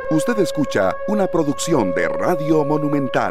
Usted escucha una producción de Radio Monumental.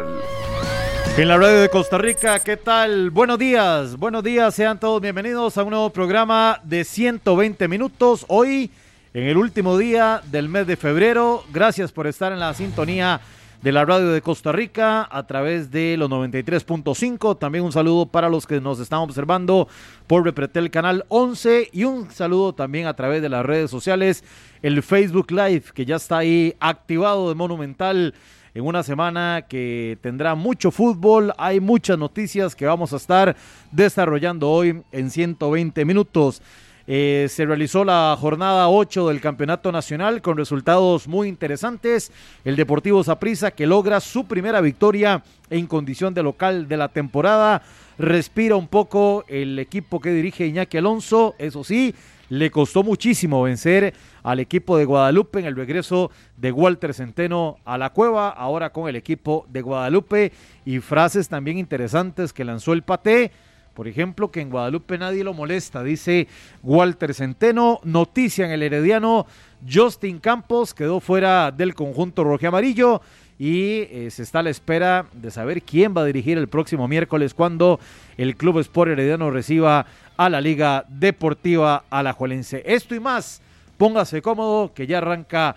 En la radio de Costa Rica, ¿qué tal? Buenos días, sean todos bienvenidos a un nuevo programa de 120 minutos. Hoy, en el último día del mes de febrero, gracias por estar en la sintonía de la radio de Costa Rica a través de los 93.5. También un saludo para los que nos están observando por Repretel Canal 11 y un saludo también a través de las redes sociales, el Facebook Live que ya está ahí activado de Monumental en una semana que tendrá mucho fútbol. Hay muchas noticias que vamos a estar desarrollando hoy en 120 minutos. Se realizó la jornada 8 del Campeonato Nacional con resultados muy interesantes. El Deportivo Saprissa, que logra su primera victoria en condición de local de la temporada. Respira un poco el equipo que dirige Iñaki Alonso. Eso sí, le costó muchísimo vencer al equipo de Guadalupe en el regreso de Walter Centeno a la cueva, ahora con el equipo de Guadalupe. Y frases también interesantes que lanzó el Paté. Por ejemplo, que en Guadalupe nadie lo molesta, dice Walter Centeno. Noticia en el Herediano, Justin Campos quedó fuera del conjunto rojiamarillo y se está a la espera de saber quién va a dirigir el próximo miércoles cuando el Club Sport Herediano reciba a la Liga Deportiva Alajuelense. Esto y más, póngase cómodo que ya arranca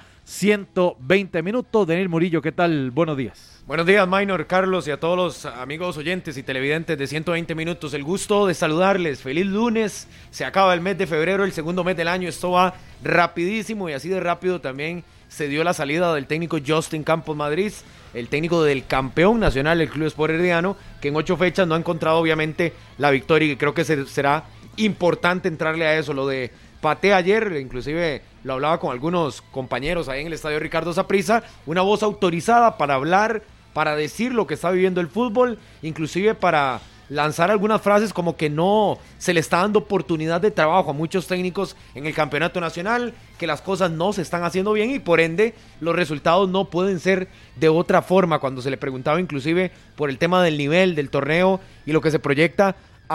120 minutos. Daniel Murillo, ¿qué tal? Buenos días. Buenos días, Minor, Carlos, y a todos los amigos oyentes y televidentes de 120 minutos. El gusto de saludarles. Feliz lunes. Se acaba el mes de febrero, el segundo mes del año. Esto va rapidísimo y así de rápido también se dio la salida del técnico Justin Campos Madrid, el técnico del campeón nacional del Club Sport Herediano, que en 8 fechas no ha encontrado obviamente la victoria y creo que será importante entrarle a eso. Lo de Paté ayer, inclusive lo hablaba con algunos compañeros ahí en el estadio Ricardo Saprissa, una voz autorizada para hablar, para decir lo que está viviendo el fútbol, inclusive para lanzar algunas frases como que no se le está dando oportunidad de trabajo a muchos técnicos en el campeonato nacional, que las cosas no se están haciendo bien y por ende los resultados no pueden ser de otra forma. Cuando se le preguntaba inclusive por el tema del nivel del torneo y lo que se proyecta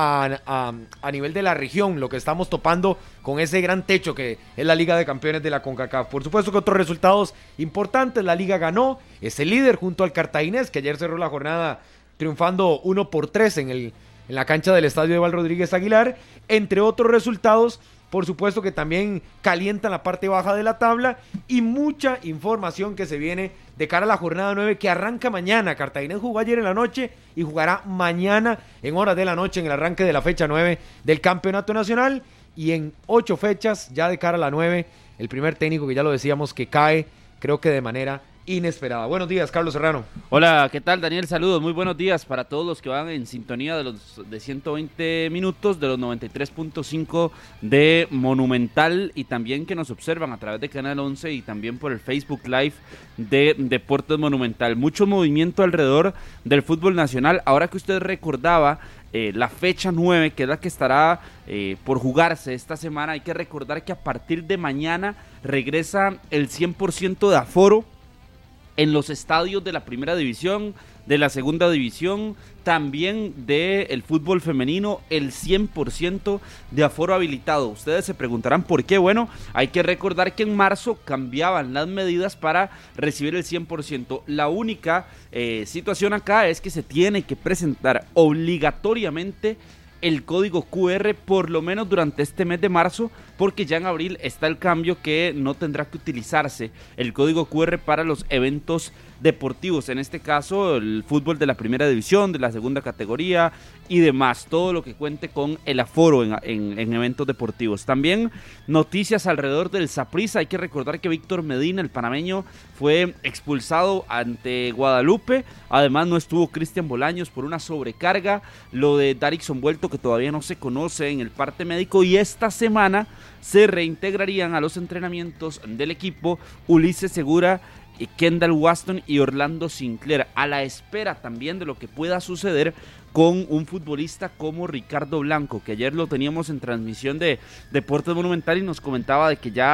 a nivel de la región, lo que estamos topando con ese gran techo que es la Liga de Campeones de la CONCACAF. Por supuesto que otros resultados importantes, la Liga ganó, es el líder junto al Cartaginés, que ayer cerró la jornada triunfando 1-3 en la cancha del estadio Eval Rodríguez Aguilar, entre otros resultados. Por supuesto que también calientan la parte baja de la tabla y mucha información que se viene de cara a la jornada 9 que arranca mañana. Cartaginés jugó ayer en la noche y jugará mañana en horas de la noche en el arranque de la fecha 9 del Campeonato Nacional. Y en 8 fechas, ya de cara a la 9, el primer técnico que ya lo decíamos que cae, creo que de manera inesperada. Buenos días, Carlos Serrano. Hola, ¿qué tal, Daniel? Saludos, muy buenos días para todos los que van en sintonía de 120 minutos, de los 93.5 de Monumental y también que nos observan a través de Canal 11 y también por el Facebook Live de Deportes Monumental. Mucho movimiento alrededor del fútbol nacional. Ahora que usted recordaba la fecha 9, que es la que estará por jugarse esta semana, hay que recordar que a partir de mañana regresa el 100% de aforo en los estadios de la primera división, de la segunda división, también del fútbol femenino, el 100% de aforo habilitado. Ustedes se preguntarán por qué. Bueno, hay que recordar que en marzo cambiaban las medidas para recibir el 100%. La única situación acá es que se tiene que presentar obligatoriamente el código QR por lo menos durante este mes de marzo, porque ya en abril está el cambio que no tendrá que utilizarse el código QR para los eventos deportivos, en este caso el fútbol de la primera división, de la segunda categoría y demás, todo lo que cuente con el aforo en eventos deportivos. También noticias alrededor del Saprissa. Hay que recordar que Víctor Medina, el panameño, fue expulsado ante Guadalupe. Además no estuvo Cristian Bolaños por una sobrecarga, lo de Darickson Vuelto que todavía no se conoce en el parte médico, y esta semana se reintegrarían a los entrenamientos del equipo Ulises Segura, Kendall Waston y Orlando Sinclair, a la espera también de lo que pueda suceder con un futbolista como Ricardo Blanco, que ayer lo teníamos en transmisión de Deportes Monumental y nos comentaba de que ya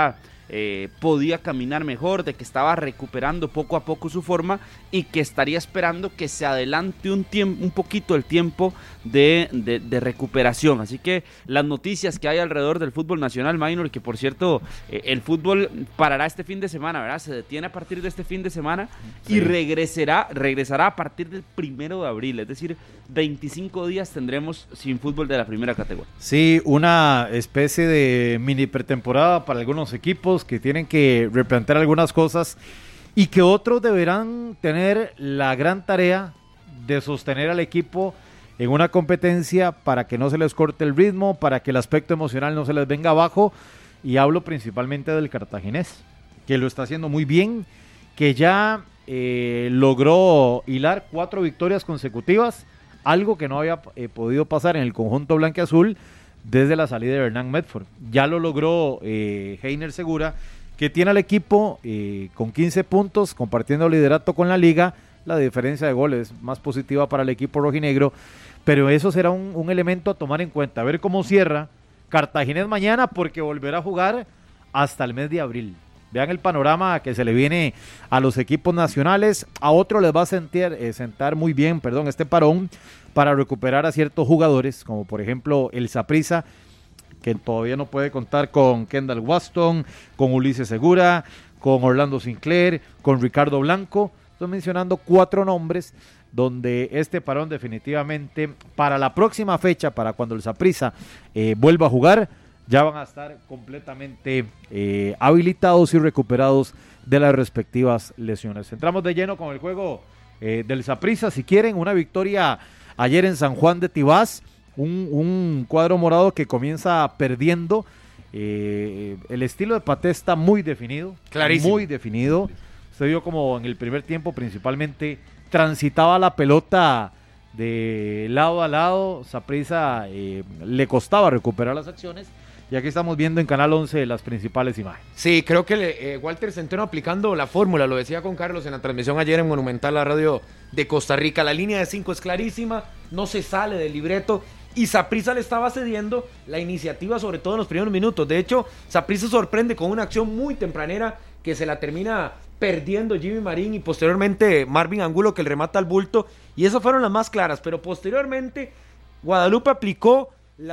podía caminar mejor, de que estaba recuperando poco a poco su forma y que estaría esperando que se adelante un poquito el tiempo de recuperación. Así que las noticias que hay alrededor del fútbol nacional, Minor, que por cierto el fútbol parará este fin de semana, ¿verdad? Se detiene a partir de este fin de semana y regresará a partir del 1 de abril, es decir, 25 días tendremos sin fútbol de la primera categoría. Sí, una especie de mini pretemporada para algunos equipos que tienen que replantear algunas cosas y que otros deberán tener la gran tarea de sostener al equipo en una competencia para que no se les corte el ritmo, para que el aspecto emocional no se les venga abajo, y hablo principalmente del cartaginés, que lo está haciendo muy bien, que ya logró hilar 4 victorias consecutivas, algo que no había podido pasar en el conjunto blanquiazul desde la salida de Hernán Medford. Ya lo logró Heiner Segura, que tiene al equipo con 15 puntos, compartiendo liderato con la liga. La diferencia de goles más positiva para el equipo rojinegro, pero eso será un elemento a tomar en cuenta. A ver cómo cierra Cartaginés mañana, porque volverá a jugar hasta el mes de abril. Vean el panorama que se le viene a los equipos nacionales. A otro les va a sentar muy bien, este parón, para recuperar a ciertos jugadores, como por ejemplo el Saprissa, que todavía no puede contar con Kendall Waston, con Ulises Segura, con Orlando Sinclair, con Ricardo Blanco. Estoy mencionando 4 nombres donde este parón definitivamente para la próxima fecha, para cuando el Saprissa vuelva a jugar, ya van a estar completamente habilitados y recuperados de las respectivas lesiones. Entramos de lleno con el juego del Saprissa. Si quieren, una victoria ayer en San Juan de Tibás, un cuadro morado que comienza perdiendo. El estilo de Paté está muy definido, clarísimo, muy definido. Se vio como en el primer tiempo principalmente transitaba la pelota de lado a lado. Saprissa le costaba recuperar las acciones, y aquí estamos viendo en Canal 11 las principales imágenes. Sí, creo que Walter Centeno aplicando la fórmula, lo decía con Carlos en la transmisión ayer en Monumental, la radio de Costa Rica. La línea de 5 es clarísima, no se sale del libreto, y Saprissa le estaba cediendo la iniciativa, sobre todo en los primeros minutos. De hecho, Saprissa sorprende con una acción muy tempranera que se la termina perdiendo Jimmy Marín, y posteriormente Marvin Angulo, que le remata al bulto, y esas fueron las más claras. Pero posteriormente Guadalupe aplicó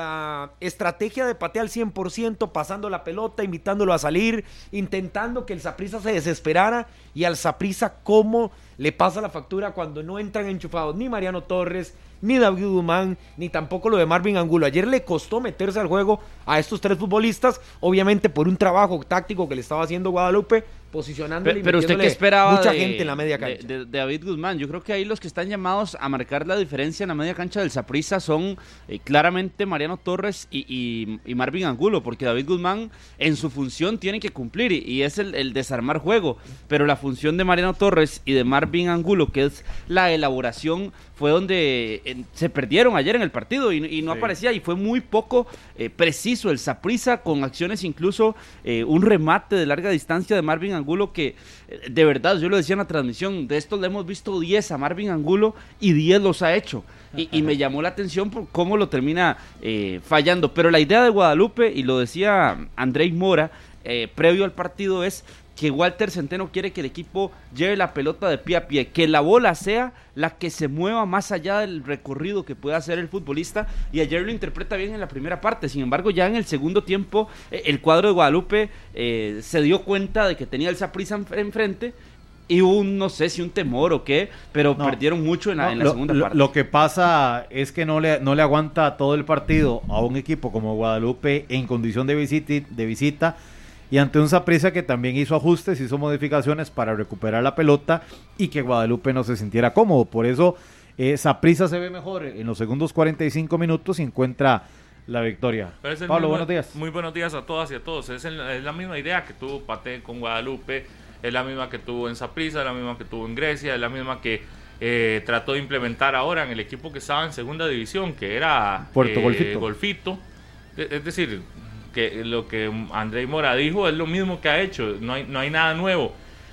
la estrategia de Paté al 100%, pasando la pelota, invitándolo a salir, intentando que el Saprissa se desesperara, y al Saprissa cómo le pasa la factura cuando no entran enchufados ni Mariano Torres, ni David Guzmán, ni tampoco lo de Marvin Angulo. Ayer le costó meterse al juego a estos 3 futbolistas, obviamente por un trabajo táctico que le estaba haciendo Guadalupe, posicionándole. Pero usted, ¿qué esperaba mucha gente en la media cancha? De David Guzmán. Yo creo que ahí los que están llamados a marcar la diferencia en la media cancha del Saprissa son claramente Mariano Torres y Marvin Angulo, porque David Guzmán en su función tiene que cumplir, y es el desarmar juego, pero la función de Mariano Torres y de Marvin Angulo, que es la elaboración, fue donde se perdieron ayer en el partido, y no aparecía, y fue muy poco preciso el Saprissa, con acciones incluso un remate de larga distancia de Marvin Angulo que de verdad, yo lo decía en la transmisión, de estos le hemos visto 10 a Marvin Angulo y 10 los ha hecho, y me llamó la atención por cómo lo termina fallando. Pero la idea de Guadalupe, y lo decía Andrés Mora previo al partido, es que Walter Centeno quiere que el equipo lleve la pelota de pie a pie, que la bola sea la que se mueva más allá del recorrido que pueda hacer el futbolista, y ayer lo interpreta bien en la primera parte. Sin embargo, ya en el segundo tiempo el cuadro de Guadalupe se dio cuenta de que tenía el Saprissa enfrente, y no sé si un temor o qué, pero perdieron mucho en la segunda parte. Lo que pasa es que no le aguanta todo el partido a un equipo como Guadalupe en condición de visita, y ante un Saprissa que también hizo ajustes, hizo modificaciones para recuperar la pelota, y que Guadalupe no se sintiera cómodo. Por eso Saprissa se ve mejor en los segundos 45 minutos y encuentra la victoria. Pablo, buenos días. Muy buenos días a todas y a todos. Es la misma idea que tuvo Paté con Guadalupe, es la misma que tuvo en Saprissa, es la misma que tuvo en Grecia, es la misma que trató de implementar ahora en el equipo que estaba en segunda división, que era Puerto Golfito. Es decir, que lo que Andrés Mora dijo es lo mismo que ha hecho, no hay nada nuevo.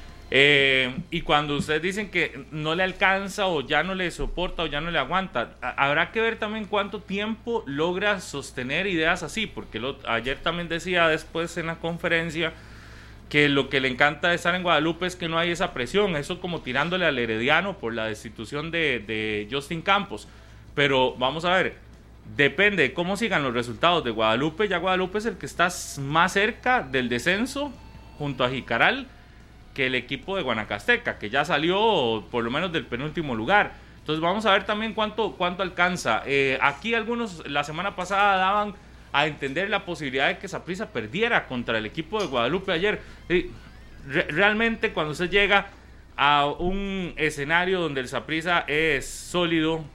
Y cuando ustedes dicen que no le alcanza, o ya no le soporta, o ya no le aguanta, habrá que ver también cuánto tiempo logra sostener ideas así, porque ayer también decía después en la conferencia que lo que le encanta de estar en Guadalupe es que no hay esa presión, eso como tirándole al Herediano por la destitución de Justin Campos. Pero vamos a ver, depende de cómo sigan los resultados de Guadalupe. Ya Guadalupe es el que está más cerca del descenso junto a Jicaral que el equipo de Guanacasteca, que ya salió por lo menos del penúltimo lugar. Entonces vamos a ver también cuánto alcanza. Aquí algunos la semana pasada daban a entender la posibilidad de que Saprissa perdiera contra el equipo de Guadalupe ayer. Realmente cuando usted llega a un escenario donde el Saprissa es sólido,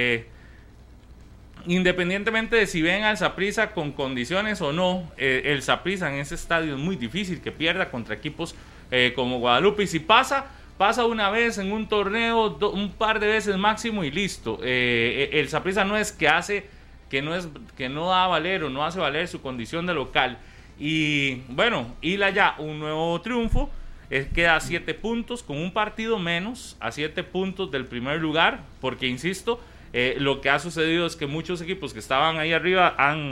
independientemente de si ven al Saprissa con condiciones o no, el Saprissa en ese estadio es muy difícil que pierda contra equipos como Guadalupe, y si pasa una vez en un torneo, un par de veces máximo y listo. El Saprissa no es que no da a valer o no hace valer su condición de local. Y bueno, hila ya un nuevo triunfo, queda a 7 puntos con un partido menos, a 7 puntos del primer lugar, porque insisto, lo que ha sucedido es que muchos equipos que estaban ahí arriba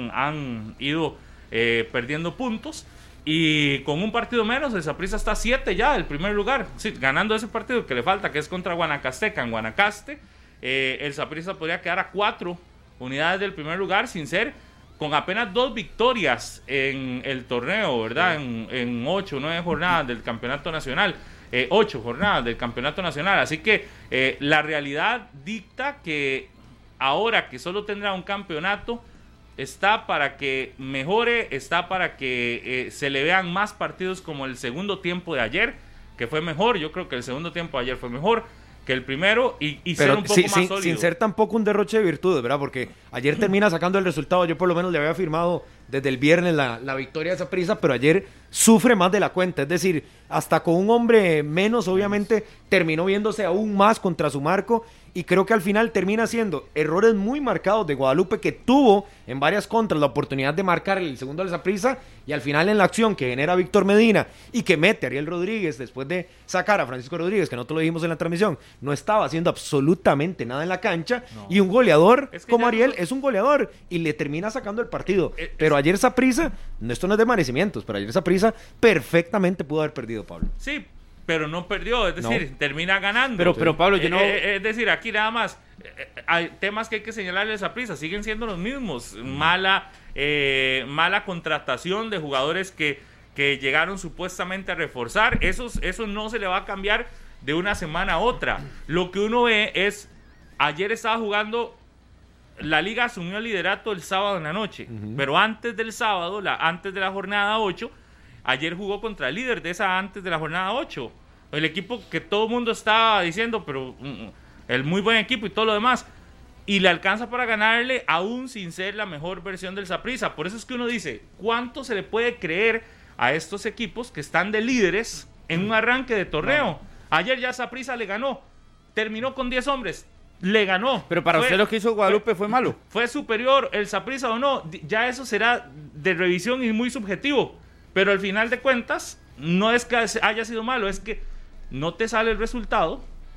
han ido perdiendo puntos. Y con un partido menos, el Saprissa está a 7 ya del primer lugar. Sí, ganando ese partido que le falta, que es contra Guanacasteca en Guanacaste, el Saprissa podría quedar a 4 unidades del primer lugar, sin ser, con apenas 2 victorias en el torneo, ¿verdad? En 8 o 9 jornadas del campeonato nacional. 8 jornadas del campeonato nacional. Así que la realidad dicta que ahora que solo tendrá un campeonato, está para que mejore, está para que se le vean más partidos como el segundo tiempo de ayer, que fue mejor. Yo creo que el segundo tiempo de ayer fue mejor que el primero, y ser un poco más sólido. Sin ser tampoco un derroche de virtudes, ¿verdad? Porque ayer termina sacando el resultado. Yo por lo menos le había firmado desde el viernes la victoria de Saprissa, pero ayer sufre más de la cuenta. Es decir, hasta con un hombre menos, obviamente, terminó viéndose aún más contra su marco. Y creo que al final termina siendo errores muy marcados de Guadalupe, que tuvo en varias contras la oportunidad de marcar el segundo al Saprissa, y al final en la acción que genera Víctor Medina y que mete a Ariel Rodríguez después de sacar a Francisco Rodríguez, que nosotros lo dijimos en la transmisión, no estaba haciendo absolutamente nada en la cancha, y un goleador como Ariel es un goleador y le termina sacando el partido. Pero ayer Saprissa, esto no es de merecimientos, pero ayer Saprissa perfectamente pudo haber perdido, Pablo. Sí, pero no perdió, es decir, termina ganando. Pero Pablo, yo no... es decir, aquí nada más, hay temas que hay que señalarle a Saprissa, siguen siendo los mismos. Mala contratación de jugadores que llegaron supuestamente a reforzar. Eso no se le va a cambiar de una semana a otra. Lo que uno ve es, ayer estaba jugando, la liga asumió el liderato el sábado en la noche, pero antes del sábado, antes de la jornada 8, ayer jugó contra el líder de esa antes de la jornada 8. El equipo que todo el mundo estaba diciendo, pero el muy buen equipo y todo lo demás. Y le alcanza para ganarle, aún sin ser la mejor versión del Saprissa. Por eso es que uno dice, ¿cuánto se le puede creer a estos equipos que están de líderes en un arranque de torneo? Ayer ya Saprissa le ganó. Terminó con 10 hombres. Le ganó. Pero para usted lo que hizo Guadalupe fue malo. ¿Fue superior el Saprissa o no? Ya eso será de revisión y muy subjetivo. Pero al final de cuentas, no es que haya sido malo, es que no te sale el resultado.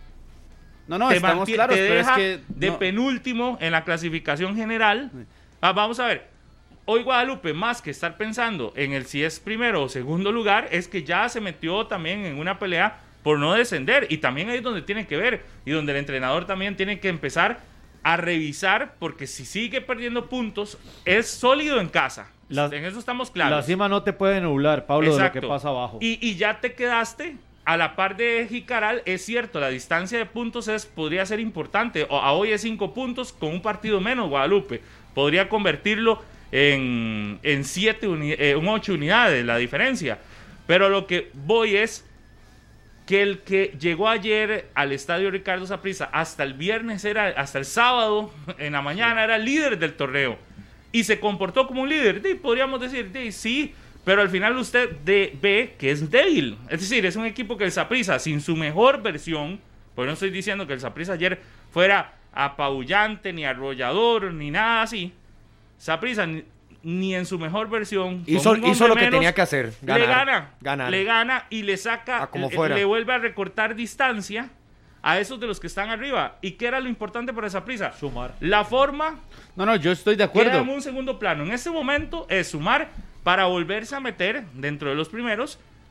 No, estamos claros, te pero deja es que... de penúltimo en la clasificación general. Vamos a ver, hoy Guadalupe, más que estar pensando en el si es primero o segundo lugar, es que ya se metió también en una pelea por no descender. Y también ahí es donde tiene que ver, y donde el entrenador también tiene que empezar a revisar, porque si sigue perdiendo puntos, es sólido en casa. En eso estamos claros. La cima no te puede nublar, Pablo, de lo que pasa abajo. Y ya te quedaste a la par de Jicaral. Es cierto, la distancia de puntos podría ser importante. A hoy es 5 puntos con un partido menos Guadalupe. Podría convertirlo en 8 unidades la diferencia. Pero lo que voy es que el que llegó ayer al estadio Ricardo Saprissa hasta el viernes, hasta el sábado en la mañana, era el líder del torneo. Y se comportó como un líder. Podríamos decir, sí, pero al final usted ve que es débil. Es decir, es un equipo que el Saprissa, sin su mejor versión, pues no estoy diciendo que el Saprissa ayer fuera apabullante, ni arrollador, ni nada así. Saprissa ni en su mejor versión hizo lo que tenía que hacer, ganar. Le gana y le saca, le vuelve a recortar distancia a esos de los que están arriba. ¿Y qué era lo importante para Saprissa? Sumar. La forma... No, yo estoy de acuerdo. Queda en un segundo plano. En este momento es sumar para volverse a meter dentro de los primeros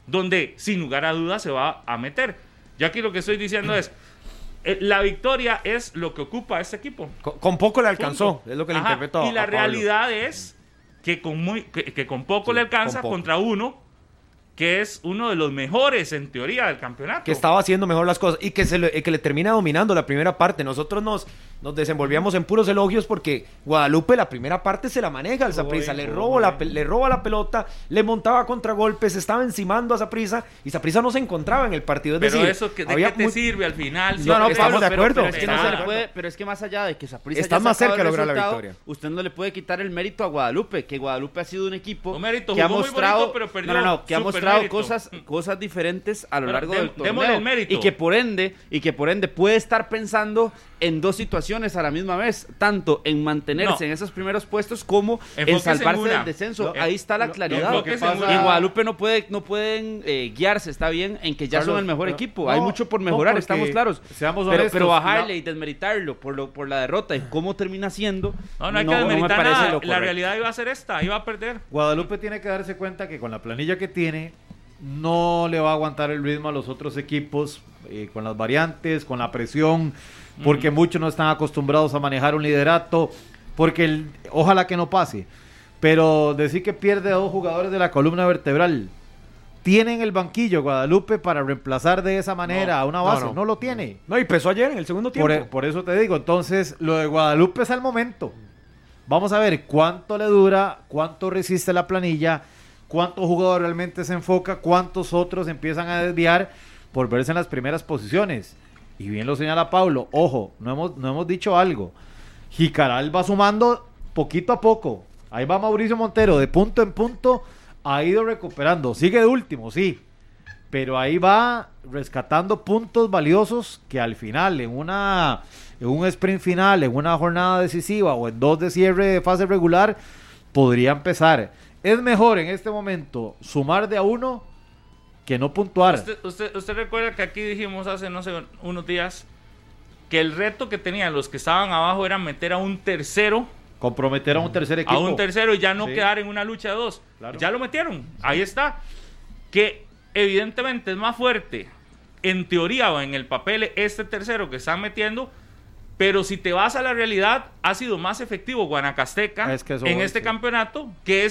donde sin lugar a dudas se va a meter. Yo aquí lo que estoy diciendo es, la victoria es lo que ocupa a este equipo. Con poco le alcanzó, Punto. es lo que le Ajá, interpretó. y la a Pablo. realidad es que con poco le alcanza con poco. contra uno que es uno de los mejores en teoría del campeonato. Que estaba haciendo mejor las cosas y que le termina dominando la primera parte. Nosotros nos desenvolvíamos en puros elogios porque Guadalupe la primera parte se la maneja al Saprissa, le roba la pelota, le montaba contragolpes, estaba encimando a Saprissa y Saprissa no se encontraba en el partido. Es pero decir, eso, ¿de qué te sirve al final? No, estamos de acuerdo. Pero es que no se le puede, pero es que más allá de que Saprissa Estás más cerca de lograr la resultado, victoria. usted no le puede quitar el mérito a Guadalupe, que Guadalupe ha sido un equipo Un mérito, que ha jugó muy mostrado, bonito, pero perdió que ha súper mostrado mérito. cosas diferentes a lo Pero largo del démosle torneo el mérito. y que por ende puede estar pensando en dos situaciones a la misma vez, tanto en mantenerse en esos primeros puestos como en Enfóquese salvarse en una. del descenso. Ahí está la claridad. enfóquese en una. Y Guadalupe no pueden guiarse, está bien, en que ya Carlos, son el mejor pero- equipo. no, Hay mucho por mejorar, porque estamos claros. seamos pero honestos, bajarle y desmeritarlo por la derrota y cómo termina siendo. No hay que me desmeritar parece nada. lo La correcto. realidad iba a ser esta, iba a perder. Guadalupe tiene que darse cuenta que con la planilla que tiene no le va a aguantar el ritmo a los otros equipos, con las variantes, con la presión, porque muchos no están acostumbrados a manejar un liderato, porque ojalá que no pase, pero decir que pierde a 2 jugadores de la columna vertebral, ¿tienen el banquillo Guadalupe para reemplazar de esa manera a una base? No lo tiene. No, y pesó ayer en el segundo tiempo. Por eso te digo, entonces lo de Guadalupe es al momento. Vamos a ver cuánto le dura, cuánto resiste la planilla, cuántos jugadores realmente se enfoca, cuántos otros empiezan a desviar por verse en las primeras posiciones. Y bien lo señala Pablo, ojo, no hemos dicho algo. Jicaral va sumando poquito a poco. Ahí va Mauricio Montero, de punto en punto, ha ido recuperando. Sigue de último, sí, pero ahí va rescatando puntos valiosos que al final, en un sprint final, en una jornada decisiva o en 2 de cierre de fase regular, podría empezar. Es mejor en este momento sumar de a 1 que no puntuar. Usted recuerda que aquí dijimos hace, no sé, unos días, que el reto que tenían los que estaban abajo era meter a un tercero. Comprometer a un tercer equipo. A un tercero y ya no Sí. quedar en una lucha de 2. Claro. Ya lo metieron. Ahí está. Que evidentemente es más fuerte, en teoría o en el papel, este tercero que están metiendo. Pero si te vas a la realidad, ha sido más efectivo Guanacasteca Es que eso en voy, este sí. campeonato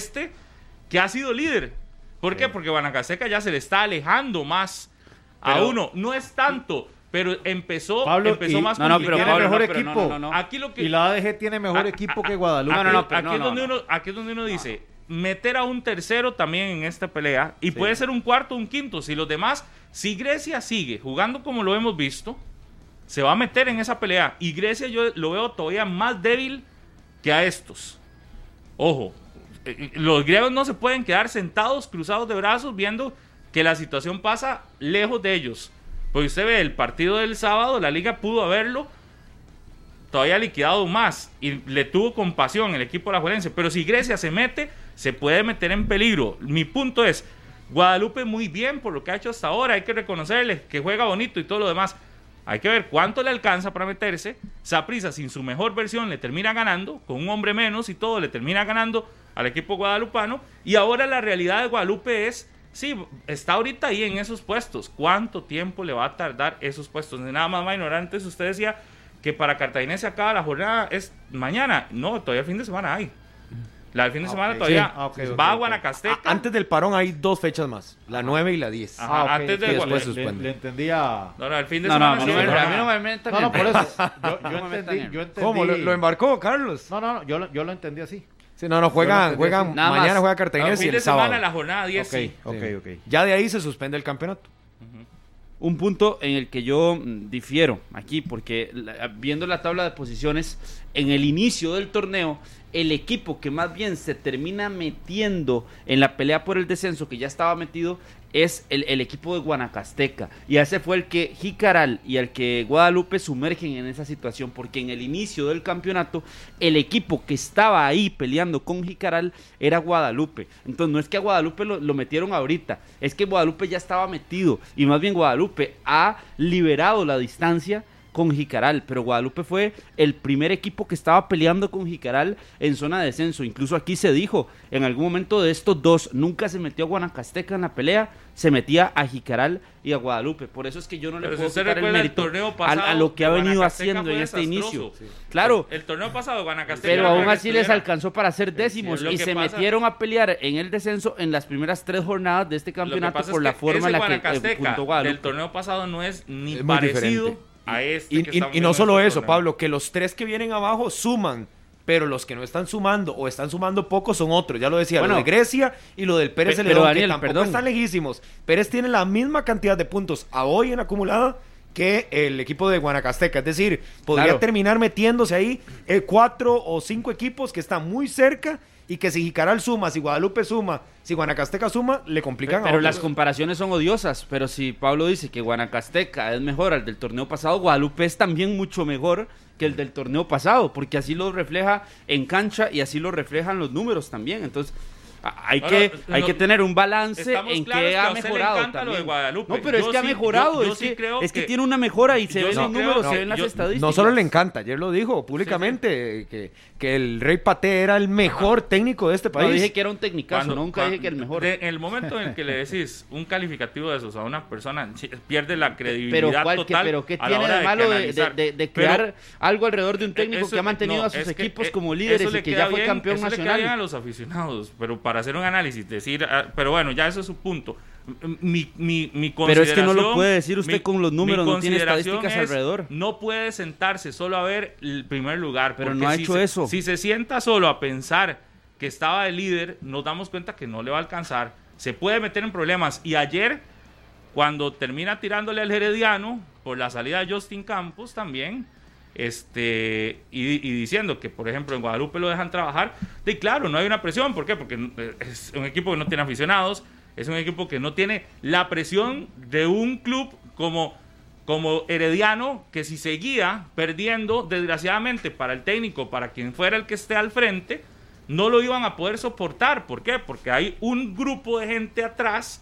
que ha sido líder. ¿Por qué? Porque Guanacasteca ya se le está alejando más a Pero- uno. No es tanto, pero empezó Pablo, más No, pero complicado. tiene Pablo, mejor no, pero equipo. no. Aquí lo que Y la ADG tiene mejor equipo que Guadalupe. Aquí es donde uno dice, meter a un tercero también en esta pelea, y puede ser un cuarto o un quinto, si los demás, si Grecia sigue jugando como lo hemos visto, se va a meter en esa pelea, y Grecia yo lo veo todavía más débil que a estos. Ojo, los griegos no se pueden quedar sentados, cruzados de brazos, viendo que la situación pasa lejos de ellos. Porque usted ve el partido del sábado, la liga pudo haberlo todavía liquidado más y le tuvo compasión el equipo alajuelense, pero si Grecia se mete, se puede meter en peligro. Mi punto es, Guadalupe muy bien por lo que ha hecho hasta ahora, hay que reconocerle que juega bonito y todo lo demás. Hay que ver cuánto le alcanza para meterse. Saprissa sin su mejor versión le termina ganando, con un hombre menos y todo, le termina ganando al equipo guadalupano. Y ahora la realidad de Guadalupe es, sí, está ahorita ahí en esos puestos. ¿Cuánto tiempo le va a tardar esos puestos? Nada más ignorantes, usted decía que para Cartaginés se acaba la jornada es mañana. No, todavía el fin de semana hay. La del fin de semana todavía va a Guanacasteca. Antes del parón hay 2 fechas más, la 9 y la 10. Ajá, antes de después Guadalupe. suspende. Le entendía. No, el fin de No, semana a sí, mí ¿verdad? no me metan No, no, en- por eso. No me metan en- Yo entendí. ¿Cómo? ¿Lo embarcó, Carlos? No, yo lo entendí así. Sí, no, juegan Nada mañana más. juega El Cartaginés y fin el de semana sábado. la jornada 10 sí. Ok. Ya de ahí se suspende el campeonato. Un punto en el que yo difiero aquí, porque viendo la tabla de posiciones, en el inicio del torneo, el equipo que más bien se termina metiendo en la pelea por el descenso, que ya estaba metido, es el equipo de Guanacasteca. Y ese fue el que Jicaral y el que Guadalupe sumergen en esa situación, porque en el inicio del campeonato, el equipo que estaba ahí peleando con Jicaral era Guadalupe. Entonces no es que a Guadalupe lo metieron ahorita, es que Guadalupe ya estaba metido, y más bien Guadalupe ha liberado la distancia con Jicaral, pero Guadalupe fue el primer equipo que estaba peleando con Jicaral en zona de descenso. Incluso aquí se dijo, en algún momento de estos dos, nunca se metió a Guanacasteca en la pelea, se metía a Jicaral y a Guadalupe. Por eso es que yo no le puedo quitar el mérito a lo que ha venido haciendo en este inicio. Sí. Claro. El torneo pasado de Guanacasteca. Pero aún así les alcanzó para ser décimos y se metieron a pelear en el descenso en las primeras 3 jornadas de este campeonato por la forma en la que puntó Guadalupe. El torneo pasado no es ni parecido a este. Y no solo eso, Pablo, que los 3 que vienen abajo suman. Pero los que no están sumando o están sumando poco son otros. Ya lo decía, lo de Grecia y lo del Pérez Celedón, Daniel, que tampoco están lejísimos. Pérez tiene la misma cantidad de puntos a hoy en acumulada que el equipo de Guanacasteca. Es decir, podría terminar metiéndose ahí 4 o 5 equipos que están muy cerca y que si Jicaral suma, si Guadalupe suma, si Guanacasteca suma, le complican pero las comparaciones son odiosas. Pero si Pablo dice que Guanacasteca es mejor al del torneo pasado, Guadalupe es también mucho mejor que el del torneo pasado, porque así lo refleja en cancha y así lo reflejan los números también. Entonces hay que tener un balance en que ha mejorado también. Lo de Guadalupe. No, pero es que ha mejorado, es que tiene una mejora y se ven los números, se ven las estadísticas. No solo le encanta, ayer lo dijo públicamente, que el Rey Paté era el mejor técnico de este país. No dije que era un tecnicazo, nunca dije que el mejor. En el momento en el que le decís un calificativo de esos a una persona, pierde la credibilidad total. Pero ¿qué tiene de malo de crear algo alrededor de un técnico que ha mantenido a sus equipos como líderes y que ya fue campeón nacional? Eso le queda bien a los aficionados, pero para hacer un análisis, decir, pero bueno, ya eso es su punto. Mi consideración, pero es que no lo puede decir usted con los números, no tiene estadísticas alrededor. No puede sentarse solo a ver el primer lugar. Pero no ha hecho eso. Si se sienta solo a pensar que estaba de líder, nos damos cuenta que no le va a alcanzar. Se puede meter en problemas. Y ayer, cuando termina tirándole al Herediano por la salida de Justin Campos también, y diciendo que, por ejemplo, en Guadalupe lo dejan trabajar, y claro, no hay una presión. ¿Por qué? Porque es un equipo que no tiene aficionados, es un equipo que no tiene la presión de un club como Herediano, que si seguía perdiendo, desgraciadamente para el técnico, para quien fuera el que esté al frente, no lo iban a poder soportar. ¿Por qué? Porque hay un grupo de gente atrás,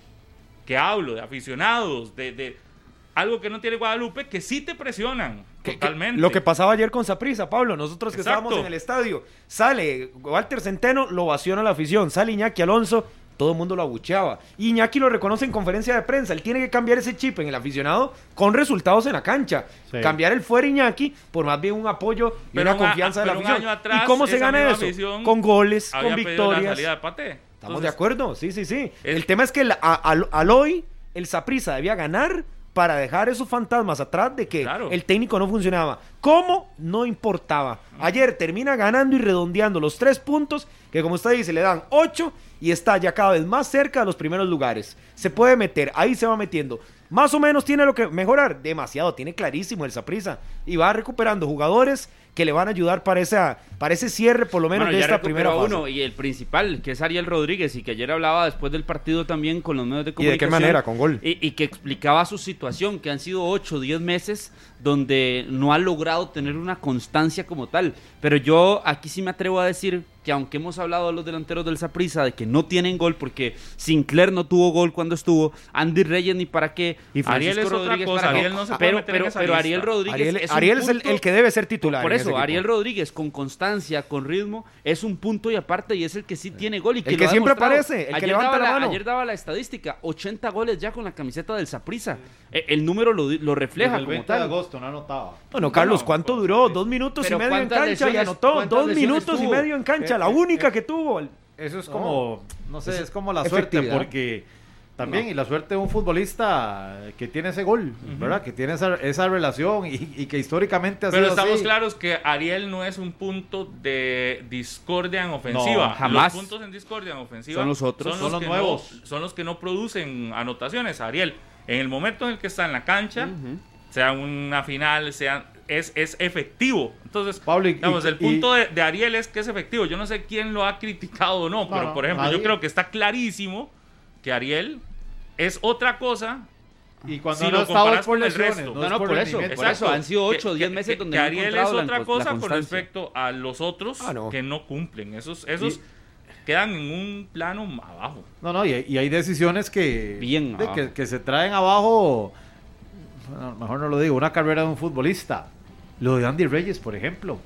que hablo de aficionados, de algo que no tiene Guadalupe, que sí te presionan totalmente. Lo que pasaba ayer con Saprissa, Pablo, nosotros que estábamos en el estadio, sale Walter Centeno, lo ovaciona la afición, sale Iñaki Alonso, todo el mundo lo abucheaba. Y Iñaki lo reconoce en conferencia de prensa, él tiene que cambiar ese chip en el aficionado con resultados en la cancha. Sí. Cambiar el fuera Iñaki por más bien un apoyo y una confianza de la afición. ¿Y cómo se gana eso? Con goles, con victorias. La salida de Paté. ¿Estamos de acuerdo? Sí. El tema es que al hoy el Saprissa debía ganar para dejar esos fantasmas atrás de que el técnico no funcionaba. ¿Cómo? No importaba. Ayer termina ganando y redondeando los 3 puntos, que como usted dice, le dan 8 y está ya cada vez más cerca de los primeros lugares. Se puede meter, ahí se va metiendo. Más o menos tiene lo que mejorar, demasiado, tiene clarísimo el Saprissa. Y va recuperando jugadores que le van a ayudar para ese cierre, por lo menos de esta primera fase. Y el principal, que es Ariel Rodríguez, y que ayer hablaba después del partido también con los medios de comunicación. ¿Y de qué manera? Con gol. Y que explicaba su situación, que han sido 8 o 10 meses donde no ha logrado tener una constancia como tal. Pero yo aquí sí me atrevo a decir que aunque hemos hablado de los delanteros del Saprissa, de que no tienen gol, porque Sinclair no tuvo gol cuando estuvo, Andy Reyes ni para qué, y Ariel es Rodríguez otra cosa, Ariel no se puede meter en esa lista. Ariel Rodríguez Ariel es el que debe ser titular. Por eso, Ariel Rodríguez con constancia, con ritmo, es un punto y aparte, y es el que sí tiene gol y que el que siempre aparece, el que levanta la mano. Ayer daba la estadística, 80 goles ya con la camiseta del Saprissa. El número lo refleja el como 20 tal. de agosto no anotaba. Bueno, Carlos, ¿cuánto duró? 2 minutos y medio en cancha y anotó. 2 minutos y medio en cancha, la única que tuvo. Eso es como, no sé, es como la suerte, porque también, y la suerte de un futbolista que tiene ese gol, ¿verdad? Que tiene esa relación y que históricamente ha sido Pero estamos así. claros que Ariel no es un punto de discordia en ofensiva. No, jamás. Los puntos en discordia en ofensiva son los otros, son los nuevos. Son los que no producen anotaciones. Ariel, en el momento en el que está en la cancha, sea una final, es efectivo. Entonces, Pablo, digamos, el punto de Ariel es que es efectivo. Yo no sé quién lo ha criticado o no, pero por ejemplo, nadie. Yo creo que está clarísimo que Ariel es otra cosa. Y cuando si no lo comparas por con el lesiones, resto. No, por eso han sido 8 o 10 meses donde que Ariel es otra cosa con respecto a los otros que no cumplen. Esos quedan en un plano abajo. No, y hay decisiones que bien que se traen abajo mejor no lo digo, una carrera de un futbolista. Lo de Andy Reyes, por ejemplo.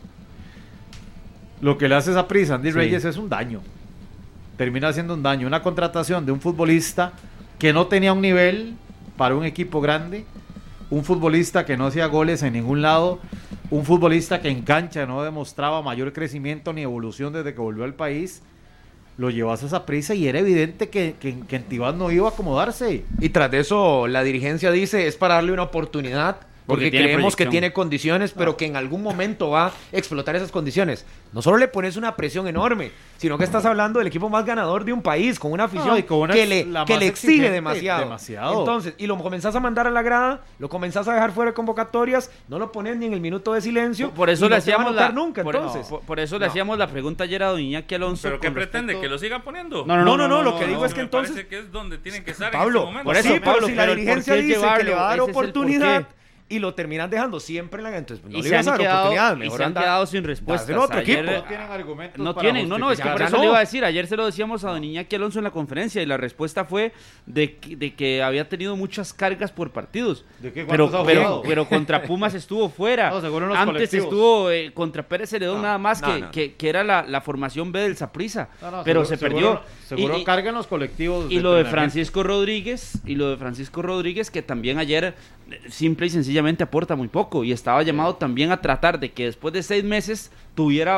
Lo que le hace esa prisa a Andy Reyes es un daño. Termina haciendo un daño. Una contratación de un futbolista que no tenía un nivel para un equipo grande, un futbolista que no hacía goles en ningún lado, un futbolista que en cancha no demostraba mayor crecimiento ni evolución desde que volvió al país. Lo llevó a esa prisa y era evidente que en Tibás no iba a acomodarse. Y tras de eso, la dirigencia dice, es para darle una oportunidad, porque creemos que tiene condiciones, pero que en algún momento va a explotar esas condiciones. No solo le pones una presión enorme, sino que estás hablando del equipo más ganador de un país, con una afición que le exige demasiado. Entonces, y lo comenzás a mandar a la grada, lo comenzás a dejar fuera de convocatorias, no lo pones ni en el minuto de silencio. Por eso le hacíamos por eso le hacíamos la pregunta ayer a don Iñaki Alonso. ¿Pero qué pretende? ¿Que lo siga poniendo? No, lo que digo es que entonces... Parece que es donde tienen que estar Pablo, en este momento. por eso, Pablo, si la pero dirigencia dice que le va a dar oportunidad... Es y lo terminan dejando siempre en la... Entonces, no y le se ibas a han dar oportunidad. quedado, y se han quedado sin respuestas. Otro Ayer, equipo. No tienen argumentos. No para tienen, es que justificar. por eso le iba a decir, ayer se lo decíamos a don Iñaki Alonso en la conferencia y la respuesta fue de que había tenido muchas cargas por partidos. ¿De qué? Pero contra Pumas estuvo fuera. No, seguro en los Antes colectivos. estuvo contra Pérez Celedón nada más que era la formación B del Saprissa. Pero se perdió. Seguro cargan los colectivos. Y lo de Francisco Rodríguez, que también ayer simple y sencillamente aporta muy poco y estaba llamado también a tratar de que después de 6 meses tuviera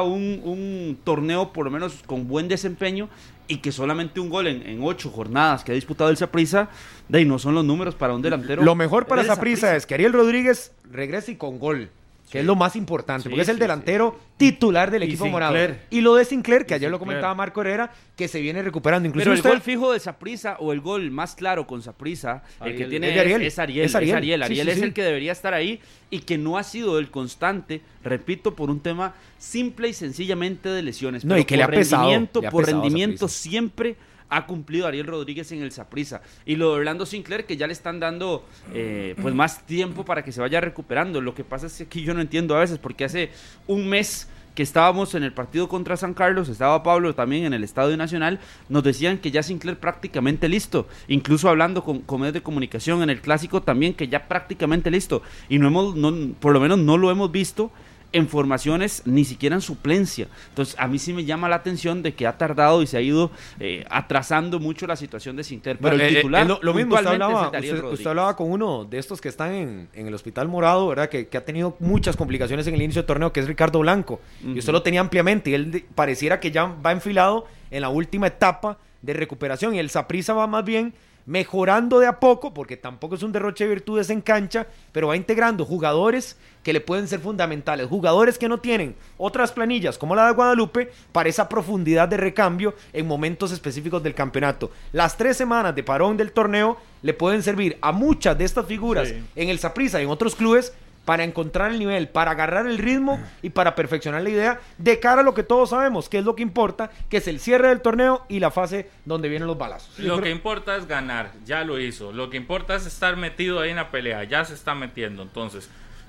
un torneo por lo menos con buen desempeño y que solamente un gol en 8 jornadas que ha disputado el Saprissa, de ahí no son los números para un delantero. Lo mejor para Saprissa es que Ariel Rodríguez regrese y con gol, que es lo más importante, porque es el delantero titular del equipo morado. Y lo de Sinclair, que ayer lo comentaba Marco Herrera, que se viene recuperando. Incluso pero el gol fijo de Saprissa, o el gol más claro con Saprissa, el que tiene es Ariel. Ariel es el que debería estar ahí y que no ha sido el constante, repito, por un tema simple y sencillamente de lesiones. No, y que le ha pesado. Por rendimiento siempre ha cumplido Ariel Rodríguez en el Saprissa. Y lo de Orlando Sinclair, que ya le están dando pues más tiempo para que se vaya recuperando. Lo que pasa es que aquí yo no entiendo a veces, porque hace un mes que estábamos en el partido contra San Carlos, estaba Pablo también en el Estadio Nacional, nos decían que ya Sinclair prácticamente listo, incluso hablando con medios de comunicación en el Clásico también, que ya prácticamente listo, y por lo menos no lo hemos visto en formaciones, ni siquiera en suplencia. Entonces a mí sí me llama la atención de que ha tardado y se ha ido atrasando mucho la situación de Sinclair, pero el titular lo mismo, usted hablaba con uno de estos que están en el Hospital Morado, ¿verdad? Que ha tenido muchas complicaciones en el inicio del torneo, que es Ricardo Blanco, y usted lo tenía ampliamente, y él pareciera que ya va enfilado en la última etapa de recuperación, y el Saprissa va más bien mejorando de a poco, porque tampoco es un derroche de virtudes en cancha, pero va integrando jugadores que le pueden ser fundamentales, jugadores que no tienen otras planillas como la de Guadalupe para esa profundidad de recambio en momentos específicos del campeonato. Las 3 semanas de parón del torneo le pueden servir a muchas de estas figuras en el Saprissa y en otros clubes para encontrar el nivel, para agarrar el ritmo y para perfeccionar la idea de cara a lo que todos sabemos, que es lo que importa, que es el cierre del torneo y la fase donde vienen los balazos. Lo que importa es ganar, ya lo hizo. Lo que importa es estar metido ahí en la pelea, ya se está metiendo. Entonces,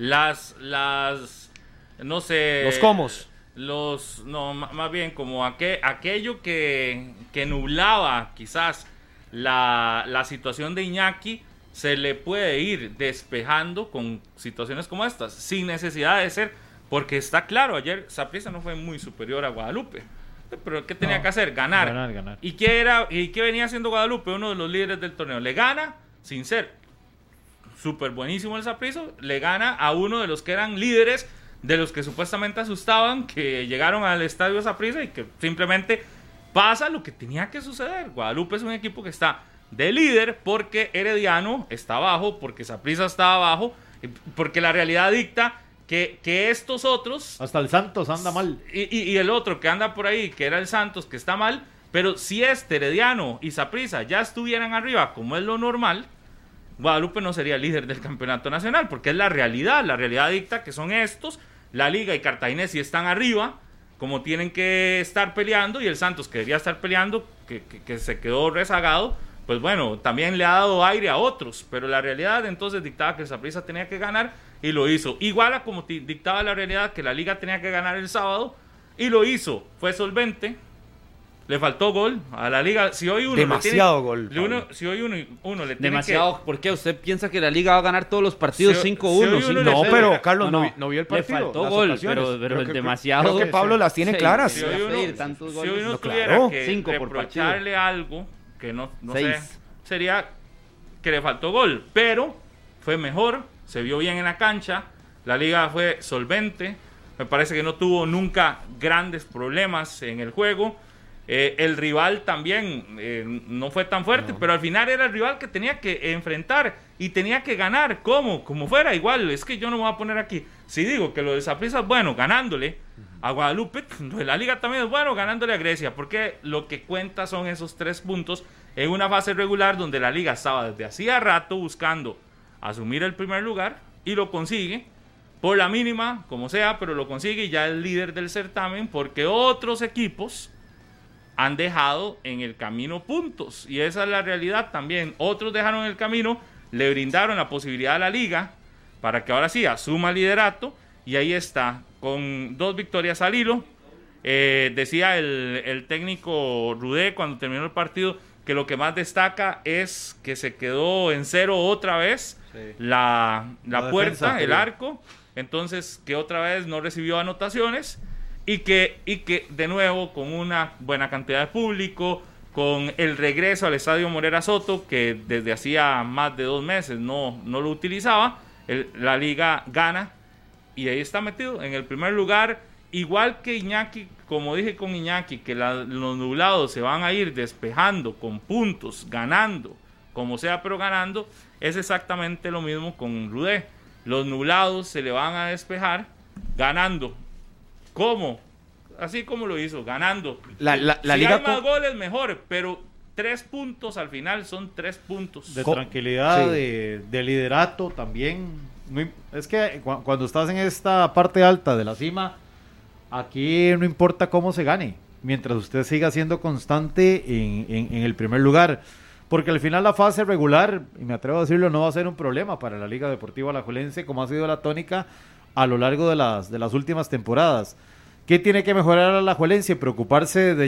no sé... Los comos. Más bien como aquello que nublaba quizás la situación de Iñaki, se le puede ir despejando con situaciones como estas, sin necesidad de ser, porque está claro, ayer Saprissa no fue muy superior a Guadalupe, pero ¿qué tenía que hacer? Ganar. ¿Y qué venía haciendo Guadalupe? Uno de los líderes del torneo, le gana sin ser súper buenísimo el Saprissa, le gana a uno de los que eran líderes, de los que supuestamente asustaban, que llegaron al estadio Saprissa y que simplemente pasa lo que tenía que suceder. Guadalupe es un equipo que está de líder porque Herediano está abajo, porque Saprissa está abajo, porque la realidad dicta que estos otros... Hasta el Santos anda mal. Y el otro que anda por ahí, que era el Santos, que está mal, pero si Herediano y Saprissa ya estuvieran arriba, como es lo normal, Guadalupe no sería líder del campeonato nacional, porque es la realidad dicta que son estos, la Liga y Cartaginés si están arriba, como tienen que estar peleando, y el Santos que debería estar peleando, que se quedó rezagado, pues bueno, también le ha dado aire a otros, pero la realidad entonces dictaba que el Saprissa tenía que ganar y lo hizo. Igual a como dictaba la realidad que la Liga tenía que ganar el sábado y lo hizo. Fue solvente, Le faltó gol a la liga. Si hoy uno demasiado gol. Si hoy uno le tiene demasiado. ¿Por qué? ¿Usted piensa que la liga va a ganar todos los partidos 5-1? No, pero Carlos no vio el partido. Le faltó gol, pero demasiado. Creo que Pablo las tiene claras. Si hoy uno tuviera que reprocharle algo, que no sé, sería que le faltó gol. Pero fue mejor, se vio bien en la cancha. La liga fue solvente. Me parece que no tuvo nunca grandes problemas en el juego. El rival también no fue tan fuerte, pero al final era el rival que tenía que enfrentar y tenía que ganar, como fuera. Igual, es que yo no me voy a poner aquí, si digo que lo de Saprissa es bueno ganándole a Guadalupe, la liga también es bueno ganándole a Grecia, porque lo que cuenta son esos 3 puntos en una fase regular donde la liga estaba desde hacía rato buscando asumir el primer lugar y lo consigue por la mínima, como sea, pero lo consigue y ya es líder del certamen, porque otros equipos han dejado en el camino puntos, y esa es la realidad también. Otros dejaron en el camino, le brindaron la posibilidad a la liga para que ahora sí asuma el liderato, y ahí está, con 2 victorias al hilo. Decía el técnico Rudé cuando terminó el partido que lo que más destaca es que se quedó en 0 otra vez, sí, la puerta, el arco, entonces que otra vez no recibió anotaciones. Y que de nuevo con una buena cantidad de público, con el regreso al Estadio Morera Soto, que desde hacía más de 2 meses no lo utilizaba, la liga gana y ahí está metido en el primer lugar, igual que Iñaki, como dije con Iñaki, que los nublados se van a ir despejando con puntos, ganando, como sea pero ganando, es exactamente lo mismo con Rudé. Los nublados se le van a despejar ganando. ¿Cómo? Así como lo hizo, ganando. La si liga hay más goles, mejor, pero 3 puntos al final son 3 puntos. De tranquilidad, sí, de liderato también. Es que cuando estás en esta parte alta de la cima, aquí no importa cómo se gane, mientras usted siga siendo constante en el primer lugar. Porque al final la fase regular, y me atrevo a decirlo, no va a ser un problema para la Liga Deportiva Alajuelense, como ha sido la tónica a lo largo de las últimas temporadas. ¿Qué tiene que mejorar a la Alajuelense? Preocuparse de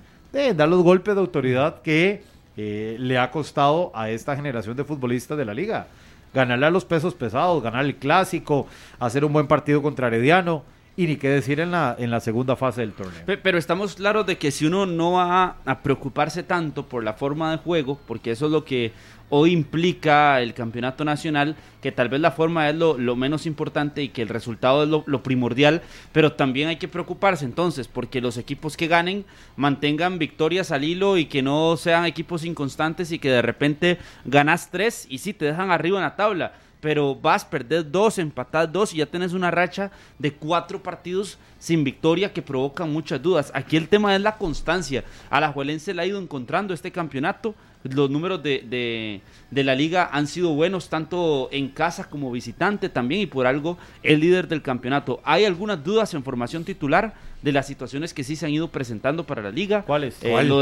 dar los golpes de autoridad que le ha costado a esta generación de futbolistas de la liga. Ganarle a los pesos pesados, ganar el clásico, hacer un buen partido contra Herediano, y ni qué decir en la segunda fase del torneo. Pero estamos claros de que si uno no va a preocuparse tanto por la forma de juego, porque eso es lo que hoy implica el campeonato nacional, que tal vez la forma es lo menos importante y que el resultado es lo primordial, pero también hay que preocuparse entonces porque los equipos que ganen mantengan victorias al hilo y que no sean equipos inconstantes y que de repente ganas 3 y sí te dejan arriba en la tabla, pero vas, perdés 2, empatás 2 y ya tenés una racha de 4 partidos sin victoria que provocan muchas dudas. Aquí el tema es la constancia. A Alajuelense le ha ido encontrando este campeonato. Los números de la liga han sido buenos tanto en casa como visitante también, y por algo el líder del campeonato. Hay algunas dudas en formación titular de las situaciones que sí se han ido presentando para la liga. ¿Cuáles?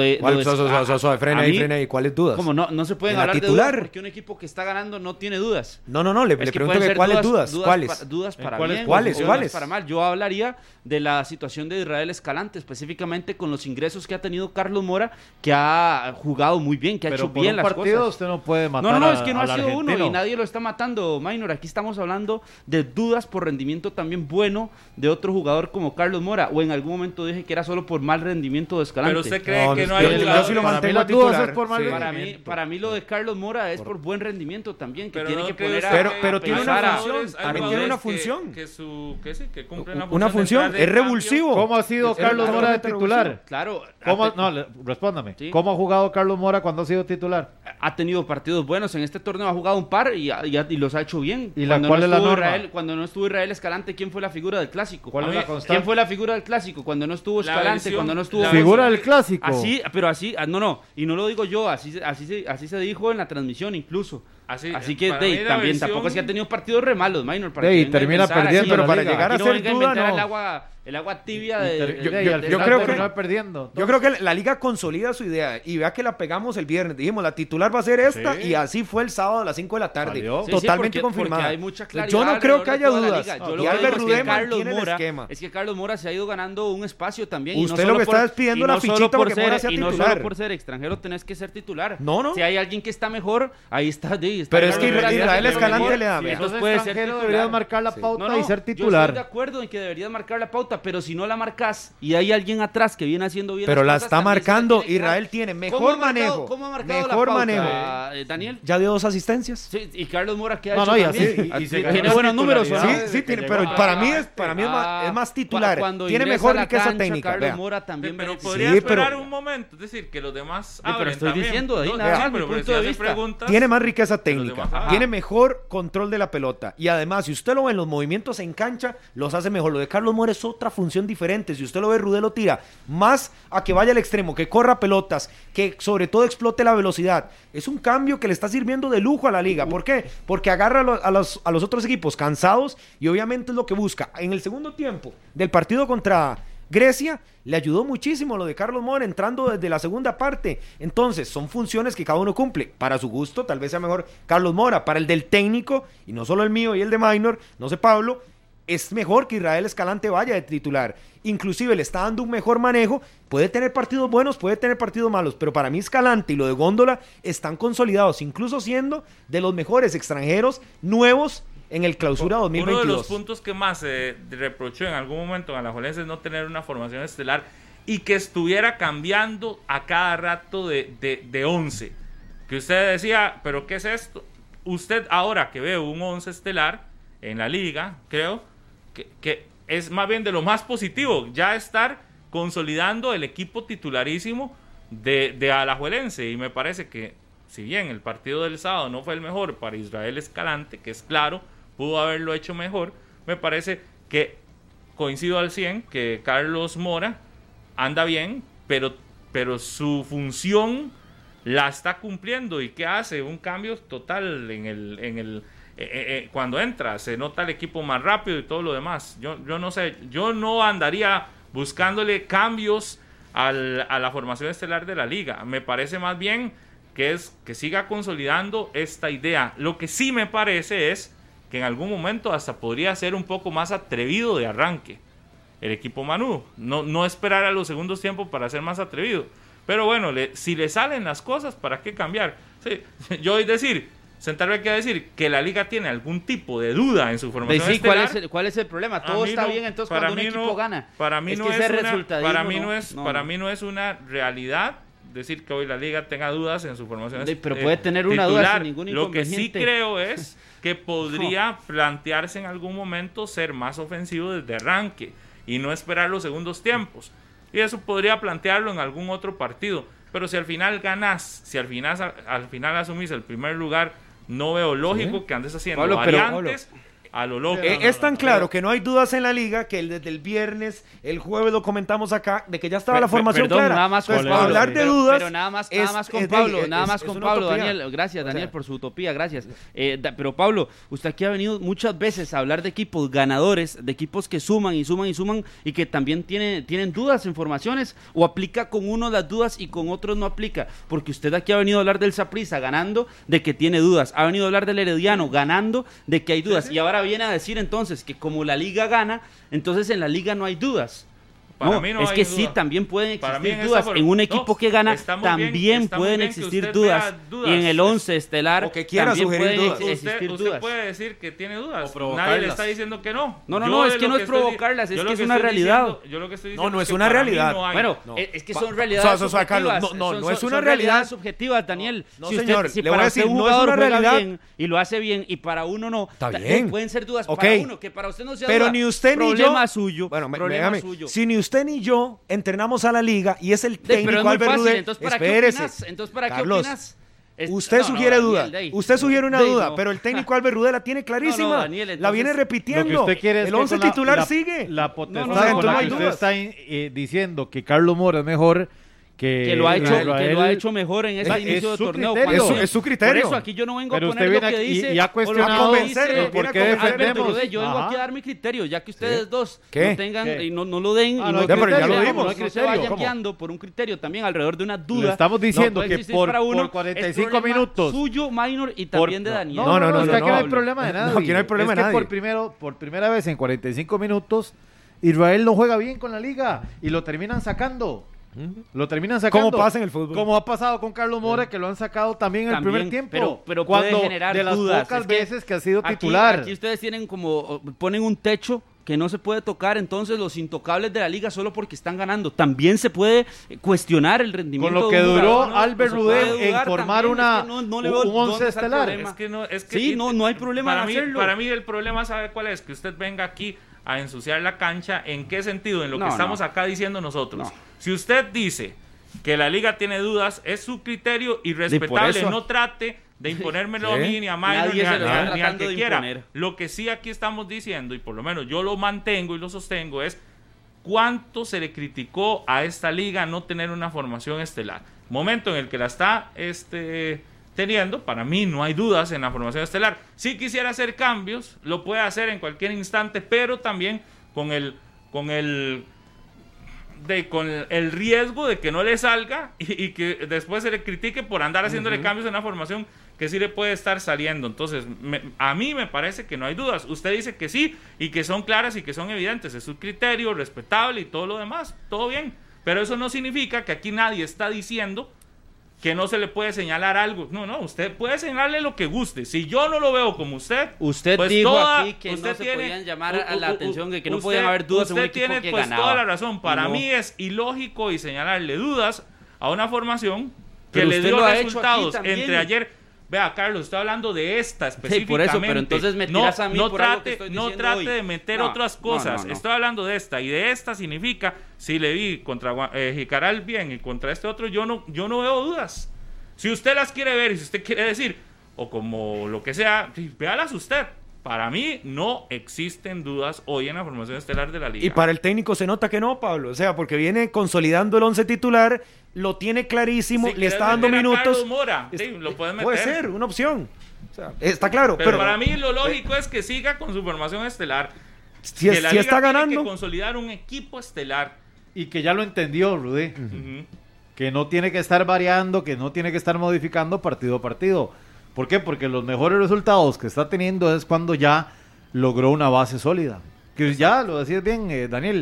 Frena ahí, ¿cuáles dudas? Como no se pueden hablar de dudas porque un equipo que está ganando no tiene dudas. No, le pregunto que cuáles dudas. Dudas para bien, ¿Cuáles? para mal. Yo hablaría de la situación de Israel Escalante, específicamente con los ingresos que ha tenido Carlos Mora, que ha jugado muy bien, que ha hecho bien las cosas. Pero por un partido usted no puede matar No, es que no ha sido argentino. Uno y nadie lo está matando, Minor. Aquí estamos hablando de dudas por rendimiento también bueno de otro jugador como Carlos Mora, o en algún momento dije que era solo por mal rendimiento de Escalante. Pero usted cree que no hay yo sí lo mantengo a titular. Para mí lo de Carlos Mora es por buen rendimiento también, que tiene que poner pero tiene una función. Que cumple una función. Es revulsivo. ¿Cómo ha sido Carlos Mora de titular? Claro. Respóndame. ¿Sí? ¿Cómo ha jugado Carlos Mora cuando ha sido titular? Ha tenido partidos buenos. En este torneo ha jugado un par y los ha hecho bien. ¿Y cuál es la norma? Cuando no estuvo Israel Escalante, ¿quién fue la figura del clásico? ¿Cuál es la constante? ¿Quién fue la figura del clásico? Cuando no estuvo Escalante, cuando no estuvo... ¿Figura del clásico? Así, pero así, no, y no lo digo yo, así se dijo en la transmisión incluso. Así que para mí la también versión- tampoco es que ha tenido partidos re malos, Minor. Y termina perdiendo, pero la para liga. llegar a Aquí no ser venga a duda, inventar no. el agua tibia Y de... al yo final creo que- terminó perdiendo. Yo creo que la liga consolida su idea y vea que la pegamos el viernes. Dijimos, la titular va a ser esta Sí. y así fue el sábado a las 5 de la tarde. Salió. Sí, Totalmente porque confirmada. hay mucha claridad Yo no creo que haya alrededor de toda la dudas. liga. Yo Y lo que Albert digo es Rudé que Carlos mantiene el Mora, esquema. es que Carlos Mora se ha ido ganando un espacio también. y Usted no lo que solo está es pidiendo y la no solo fichita por para que Mora sea y no titular. solo por ser extranjero tenés que ser titular. No. Si hay alguien que está mejor, ahí está. Pero es que Carlos Mora, Israel que Escalante mejor, le da, y vea. entonces Entonces puede ser extranjero titular. debería marcar la pauta y ser Yo estoy de titular. acuerdo en que deberías marcar la pauta, pero si no la marcas y hay alguien atrás que viene haciendo bien Pero las la cosas, está también se la marcando. tiene que dar. Israel tiene ¿Cómo mejor ha marcado- manejo. ¿Cómo ha marcado la Mejor pauta, manejo. Daniel? Ya dio 2 asistencias. Sí, y Carlos Mora que ha No, hecho no, y también. así- y se Tiene ganó buenos números, ¿o no? titularidad. Sí, tiene, que pero llegó. para mí es más titular. Cuando Tiene ingresa mejor a la riqueza cancha, técnica. Carlos vea. Mora también Pero beneficia. podría Sí, esperar pero- un momento, es decir, que los demás pero hablen estoy también. diciendo ahí No, nada sí, más, mi pero punto si de hace vista. preguntas, Tiene más riqueza los técnica, demás- tiene mejor control de la pelota y además si usted lo ve en los movimientos en cancha, los hace mejor. Lo de Carlos Mora es otra función diferente. Si usted lo ve, Rudé lo tira más a que vaya al extremo, que corra pelotas, que sobre todo explote la velocidad. Es un cambio que le está sirviendo de lujo a la liga. ¿Por qué? Porque agarra a los otros equipos cansados y obviamente es lo que busca. En el segundo tiempo del partido contra Grecia le ayudó muchísimo lo de Carlos Mora entrando desde la segunda parte. Entonces son funciones que cada uno cumple. Para su gusto tal vez sea mejor Carlos Mora. Para el del técnico, y no solo el mío y el de Minor, no sé Pablo, es mejor que Israel Escalante vaya de titular. Inclusive le está dando un mejor manejo. Puede tener partidos buenos, puede tener partidos malos, pero para mí Escalante y lo de Góndola están consolidados, incluso siendo de los mejores extranjeros nuevos en el clausura 2022. Uno de los puntos que más se reprochó en algún momento en Alajuelense es no tener una formación estelar y que estuviera cambiando a cada rato de 11. Que usted decía, ¿pero qué es esto? Usted ahora que ve un 11 estelar en la liga, creo que es más bien de lo más positivo, ya estar consolidando el equipo titularísimo de Alajuelense. Y me parece que, si bien el partido del sábado no fue el mejor para Israel Escalante, que es claro, pudo haberlo hecho mejor, me parece que coincido al 100 que Carlos Mora anda bien, pero su función la está cumpliendo. ¿Y qué hace? Un cambio total en el cuando entra, se nota el equipo más rápido y todo lo demás. Yo no sé, yo no andaría buscándole cambios a la formación estelar de la liga. Me parece más bien que siga consolidando esta idea. Lo que sí me parece es que en algún momento hasta podría ser un poco más atrevido de arranque el equipo Manu. No esperar a los segundos tiempos para ser más atrevido. Pero bueno, si le salen las cosas, ¿para qué cambiar? Sí, yo voy a decir, sentarme aquí a decir que la liga tiene algún tipo de duda en su formación Sí, estelar. ¿cuál es el problema? Todo está bien entonces cuando un equipo gana. Para mí Es no que es ese una, resultadismo, para mí no es una realidad decir que hoy la liga tenga dudas en su formación Pero puede tener una duda sin ningún Lo que sí inconveniente. creo es que podría plantearse en algún momento ser más ofensivo desde arranque y no esperar los segundos tiempos. Y eso podría plantearlo en algún otro partido. Pero si al final ganas, si al final asumís el primer lugar, no veo lógico que andes haciendo Pablo, variantes a lo loco. Es tan claro que no hay dudas en la liga que desde el viernes, el jueves lo comentamos acá, de que ya estaba la formación Perdón, clara. nada más con Entonces, Pablo, hablar sí. de dudas. Pero nada más con es- Pablo, es- nada es- más es con una Pablo, utopía. Daniel. Gracias, O Daniel, sea, por su utopía, gracias. Pero Pablo, usted aquí ha venido muchas veces a hablar de equipos ganadores, de equipos que suman y suman y suman y que también tienen dudas en formaciones, o aplica con uno las dudas y con otros no aplica. Porque usted aquí ha venido a hablar del Saprissa ganando, de que tiene dudas. Ha venido a hablar del Herediano ganando, de que hay dudas. Y ahora viene a decir entonces que como la liga gana, entonces en la liga no hay dudas. Para mí no es hay que duda. sí, también pueden Para mí existir en dudas. esa En un forma- equipo no, que gana está muy también bien, está muy pueden bien que existir usted dudas. vea dudas. Y en el 11 estelar O que quiera también sugerir pueden dudas. existir Usted dudas. puede decir que tiene dudas. O provocarlas. Nadie le está diciendo que no. No, Yo es de que lo no es estoy- provocarlas, es yo que lo es una realidad. Yo lo que estoy No, diciendo no es que una para mí realidad. no hay. Bueno, No. es que son realidades o sea, Carlos, subjetivas. no es una son realidad. subjetivas, Daniel. No, si señor, usted, si le voy a para decir, usted un no es jugador una juega realidad. bien y lo hace bien y para uno no, Está bien. pueden ser dudas Ok. para uno, que para usted no sea Pero duda. ni usted ni yo. Problema suyo. Bueno, problema déjame. suyo. Si ni usted ni yo entrenamos a la liga y es el Pero es técnico muy Albert fácil, Rudé, entonces ¿para espérese. qué opinas? Entonces ¿para Carlos, qué opinas? Usted sugiere duda. Daniel, Usted sugiere una Dey, duda, no. pero el técnico Albert Rudé la tiene clarísima. No, Daniel, la entonces, viene Lo que repitiendo. usted quiere es el que 11 con la- titular la- sigue. La potestad No, con no la hay que usted dudas. está diciendo que Carlos Mora es mejor que lo ha hecho mejor en este inicio de torneo. Es su criterio. Por eso aquí yo no vengo pero a poner lo que y dice ha cuestionado a convencerlo. ¿Por qué defendemos? Yo vengo aquí a dar mi criterio, ya que ustedes dos ¿Qué? no tengan ¿Qué? y no lo den y no, pero ya lo dimos. no se vayan guiando por un criterio también alrededor de una duda. Le estamos diciendo puede que existir por para uno, 45 es problema minutos suyo, Minor, y también de Daniel. No, es que aquí no hay problema de nada. No, aquí no hay problema de nadie. Por primera vez en 45 minutos, Israel no juega bien con la liga y lo terminan sacando. ¿Cómo pasa en el fútbol? Como ha pasado con Carlos Mora, que lo han sacado también en el primer tiempo. Pero cuando puede generar de las dudas. pocas veces que ha sido titular. Aquí ustedes ponen un techo que no se puede tocar, entonces los intocables de la liga solo porque están ganando. También se puede cuestionar el rendimiento. Con lo que de un duró jugador, ¿no? Albert Rudé en formar un un 11 estelar. No hay problema en hacerlo. Para mí el problema, ¿sabe cuál es? Que usted venga aquí a ensuciar la cancha. ¿En qué sentido? En lo que estamos acá diciendo nosotros. No. Si usted dice que la liga tiene dudas, es su criterio y respetable. No trate de imponérmelo a mí, ni a Minor, ni al que quiera. Lo que sí aquí estamos diciendo, y por lo menos yo lo mantengo y lo sostengo, es cuánto se le criticó a esta liga no tener una formación estelar. Momento en el que la está teniendo, para mí no hay dudas en la formación estelar. Si quisiera hacer cambios, lo puede hacer en cualquier instante, pero también con el riesgo de que no le salga y que después se le critique por andar haciéndole cambios en una formación que sí le puede estar saliendo. Entonces, a mí me parece que no hay dudas. Usted dice que sí y que son claras y que son evidentes. Es su criterio, respetable y todo lo demás. Todo bien. Pero eso no significa que aquí nadie está diciendo que no se le puede señalar algo. No, usted puede señalarle lo que guste. Si yo no lo veo como usted... Usted pues dijo aquí que no se podían llamar a la atención, que no podían haber dudas en un equipo tiene que pues ganaba. Toda la razón. Para mí es ilógico y señalarle dudas a una formación que le dio resultados entre ayer... Vea, Carlos, estoy hablando de esta específicamente. Sí, por eso, pero entonces me tiras a mí por algo que estoy diciendo No trate hoy. de meter otras cosas. No. Estoy hablando de esta. Y de esta significa, si le vi contra Jicaral bien y contra este otro, yo no veo dudas. Si usted las quiere ver y si usted quiere decir, o como lo que sea, véalas usted. Para mí no existen dudas hoy en la formación estelar de la liga. Y para el técnico se nota que no, Pablo. O sea, porque viene consolidando el 11 titular, lo tiene clarísimo, le está dando minutos. Carlos Mora, lo pueden meter. Puede ser una opción. O sea, está claro. Pero para mí lo lógico es que siga con su formación estelar. Si está ganando. Tiene que consolidar un equipo estelar. Y que ya lo entendió, Rudé. Que no tiene que estar variando, que no tiene que estar modificando partido a partido. ¿Por qué? Porque los mejores resultados que está teniendo es cuando ya logró una base sólida. Que ya lo decías bien, Daniel.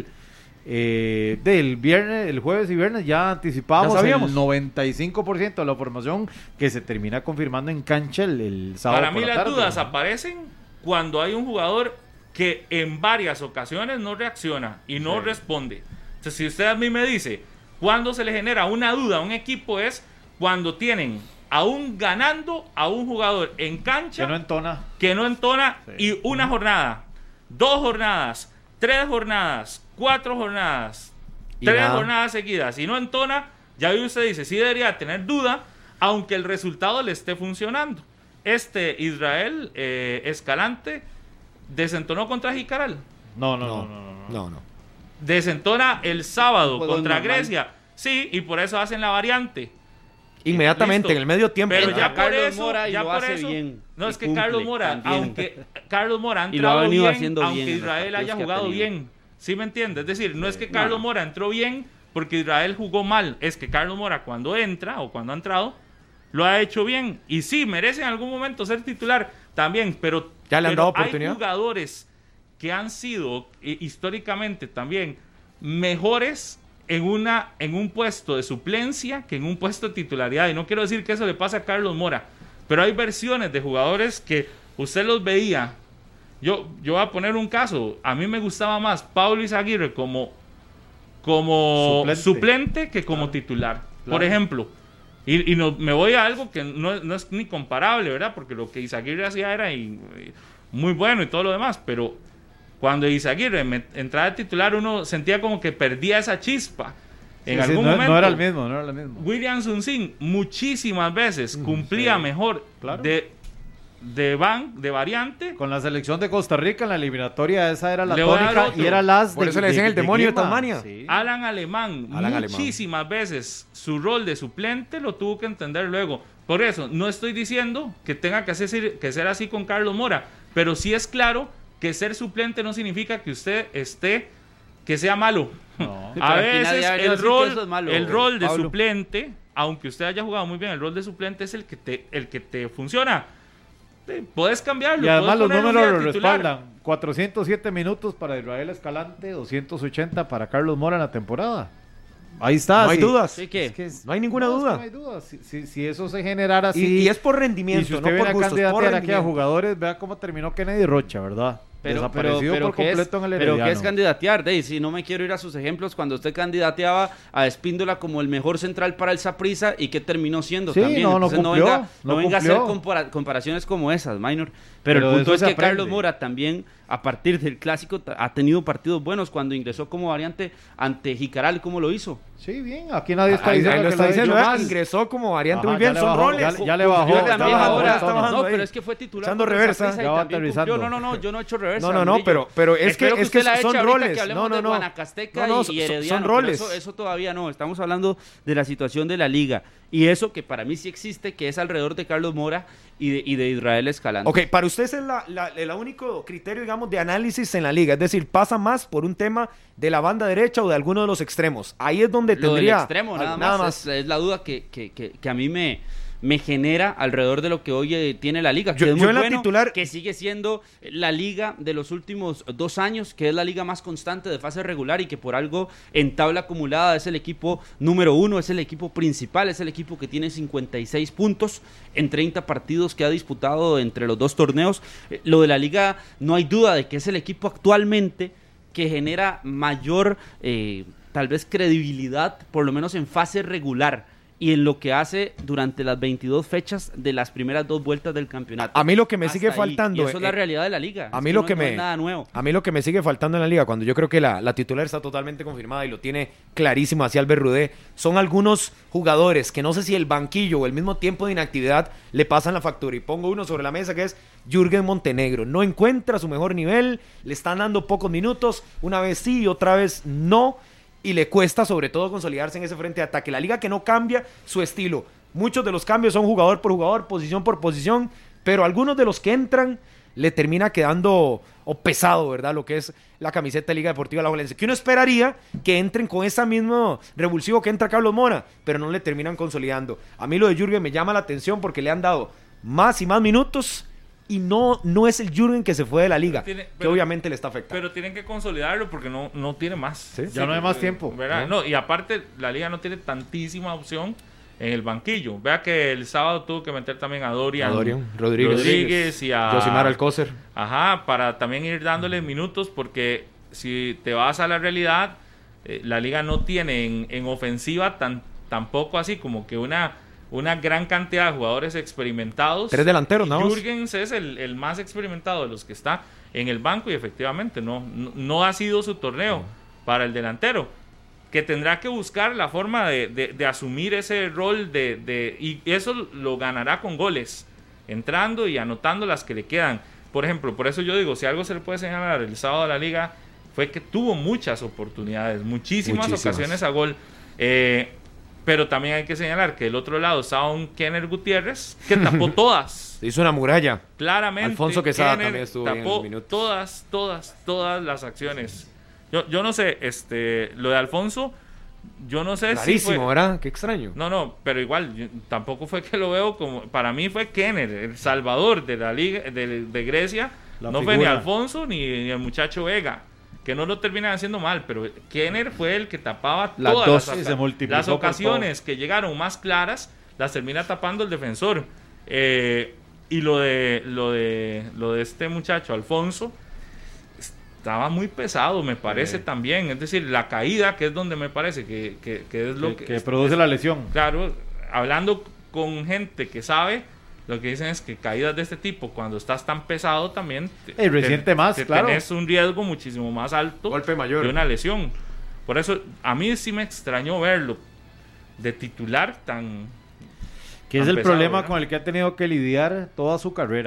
El jueves y viernes ya anticipábamos el 95% de la formación que se termina confirmando en cancha el sábado. Para mí por la las tarde, dudas ¿no? aparecen cuando hay un jugador que en varias ocasiones no reacciona y no responde. Entonces, si usted a mí me dice cuando se le genera una duda a un equipo, es cuando tienen aún ganando a un jugador en cancha que no entona y una jornada, 2 jornadas, 3 jornadas, 4 jornadas, 3 jornadas seguidas y no entona, ya usted dice, sí debería tener duda, aunque el resultado le esté funcionando. Israel Escalante desentonó contra Jicaral. No. Desentona el sábado contra Grecia. Sí, y por eso hacen la variante. Inmediatamente, en el medio tiempo. Pero ya por Carlos eso, Mora ya lo por hace eso. bien, No, es que cumple, Carlos Mora, también. aunque Carlos Mora ha Y lo ha entrado venido bien, haciendo aunque bien en los Israel partidos haya que ha jugado tenido. bien. ¿Sí me entiende? Es decir, no es que Carlos Mora entró bien porque Israel jugó mal. Es que Carlos Mora cuando entra o cuando ha entrado, lo ha hecho bien. Y sí, merece en algún momento ser titular también, pero ya le han dado oportunidad. Hay jugadores que han sido históricamente también mejores en un puesto de suplencia que en un puesto de titularidad. Y no quiero decir que eso le pasa a Carlos Mora, pero hay versiones de jugadores que usted los veía. Yo voy a poner un caso. A mí me gustaba más Pablo Izaguirre como suplente que como titular. Por ejemplo. Y me voy a algo que no es ni comparable, ¿verdad? Porque lo que Izaguirre hacía era muy bueno y todo lo demás, pero cuando Izaguirre entraba de titular, uno sentía como que perdía esa chispa. En algún momento. No era el mismo. William Sunsin muchísimas veces cumplía mejor de variante. Con la selección de Costa Rica en la eliminatoria, esa era la Le voy a dar tónica otro. y era las Por eso le decían el demonio de Guima. Tasmania. Sí. Alan Alemán, Alan muchísimas veces su rol de suplente lo tuvo que entender luego. Por eso, no estoy diciendo que tenga que ser así con Carlos Mora, pero sí es claro que ser suplente no significa que usted que sea malo. No. Sí, A pero aquí nadie veces ha venido a el decir que eso es rol, malo, el rol de Pablo. suplente, aunque usted haya jugado muy bien, el rol de suplente es el que te funciona. Puedes cambiarlo. Y además puedes los ponerlo un números día lo titular. respaldan. 407 minutos para Israel Escalante, 280 para Carlos Mora en la temporada. Ahí está. No hay sí. dudas. ¿Sí qué? Es que No hay ninguna es que duda. no hay duda. Si eso se generara así. Y es por y rendimiento, si no usted por viene a gustos, por candidatear aquí a rendimiento. jugadores, vea cómo terminó Kennedy Rocha, ¿verdad? Desaparecido por ¿qué es? completo en el Pero Herediano. ¿qué es candidatear? Dey, si no me quiero ir a sus ejemplos, cuando usted candidateaba a Espíndola como el mejor central para el Saprissa y que terminó siendo Sí, también. no Entonces, cumplió, no venga a hacer cumplió. comparaciones como esas, Minor. Pero Pero de el punto eso es se que aprende. Carlos Mora también, a partir del clásico, ha tenido partidos buenos cuando ingresó como variante ante Jicaral, ¿cómo lo hizo? Sí, bien. Aquí nadie está Ahí diciendo lo que está lo diciendo, hizo ¿verdad? más. Ingresó como variante Ajá, muy bien, ya le son bajó, roles. ya le bajó. Yo está también bajando, ahora, está bajando no, ahí. pero es que fue titular. Echando contra reversa. Saprissa y Ya va también aterrizando. cumplió. No, yo no he hecho reversa. No, Murillo. pero es Espero que usted la son eche ahorita roles. que hablemos de Guanacasteca No, y Herediano, son pero roles. Eso todavía no. Estamos hablando de la situación de la liga. Y eso que para mí sí existe, que es alrededor de Carlos Mora y de Israel Escalante. Ok, para usted ese es el único criterio, digamos, de análisis en la liga. Es decir, pasa más por un tema de la banda derecha o de alguno de los extremos. Ahí es donde Lo del tendría... extremo, nada más. Es la duda que a mí me genera alrededor de lo que hoy tiene la liga, que Yo es muy en la bueno, titular- que sigue siendo la liga de los últimos 2 años, que es la liga más constante de fase regular y que por algo en tabla acumulada es el equipo número 1, es el equipo principal, es el equipo que tiene 56 puntos en 30 partidos que ha disputado entre los 2 torneos. Lo de la liga, no hay duda de que es el equipo actualmente que genera mayor, tal vez, credibilidad, por lo menos en fase regular, y en lo que hace durante las 22 fechas de las primeras 2 vueltas del campeonato. A mí lo que me Hasta sigue ahí. faltando... Y eso es la realidad de la liga. A Es mí que lo no- que no me... es nada nuevo. A mí lo que me sigue faltando en la liga, cuando yo creo que la titular está totalmente confirmada y lo tiene clarísimo hacia Albert Rudé, son algunos jugadores que no sé si el banquillo o el mismo tiempo de inactividad le pasan la factura. Y pongo uno sobre la mesa que es Jürgen Montenegro. No encuentra su mejor nivel, le están dando pocos minutos, una vez sí y otra vez no, y le cuesta sobre todo consolidarse en ese frente de ataque. La liga que no cambia su estilo. Muchos de los cambios son jugador por jugador, posición por posición, pero algunos de los que entran le termina quedando o pesado, ¿verdad? Lo que es la camiseta de Liga Deportiva Alajuelense. Que uno esperaría que entren con ese mismo revulsivo que entra Carlos Mora, pero no le terminan consolidando. A mí lo de Jürgen me llama la atención porque le han dado más y más minutos y no es el Jürgen que se fue de la liga, que obviamente le está afectando. Pero tienen que consolidarlo porque no tiene más. ¿Sí? Ya no hay más tiempo. ¿Verdad? No, y aparte, la liga no tiene tantísima opción en el banquillo. Vea que el sábado tuvo que meter también a Dorian Rodríguez y a Josimar Alcócer. Ajá, para también ir dándole minutos, porque si te vas a la realidad, la liga no tiene en ofensiva tampoco así como que una gran cantidad de jugadores experimentados. 3 delanteros, ¿no? Jürgens es el más experimentado de los que está en el banco y efectivamente no ha sido su torneo para el delantero, que tendrá que buscar la forma de asumir ese rol y eso lo ganará con goles, entrando y anotando las que le quedan. Por ejemplo, por eso yo digo, si algo se le puede señalar el sábado a la liga, fue que tuvo muchas oportunidades, muchísimas ocasiones a gol. Pero también hay que señalar que del otro lado estaba un Kenner Gutiérrez que tapó todas. Hizo una muralla. Claramente. Alfonso Quesada Kenner también estuvo bien en los tapó minutos. todas las acciones. Yo no sé, lo de Alfonso, yo no sé Rarísimo, si fue... ¿verdad? Qué extraño. No, pero igual, tampoco fue que lo veo como... Para mí fue Kenner, el salvador de la liga de Grecia. La no figura. fue ni Alfonso ni el muchacho Vega, que no lo terminan haciendo mal, pero Kenner fue el que tapaba Las todas dos, las, sí, se multiplicó las por ocasiones que llegaron más claras, las termina tapando el defensor. Y lo de este muchacho Alfonso estaba muy pesado, me parece también. Es decir, la caída, que es donde me parece que es lo que produce la lesión. Claro, hablando con gente que sabe, lo que dicen es que caídas de este tipo, cuando estás tan pesado también, resiente más, claro. Tenés un riesgo muchísimo más alto Golpe mayor. de una lesión. Por eso, a mí sí me extrañó verlo de titular tan... Que es tan el pesado, problema ¿verdad? con el que ha tenido que lidiar toda su carrera.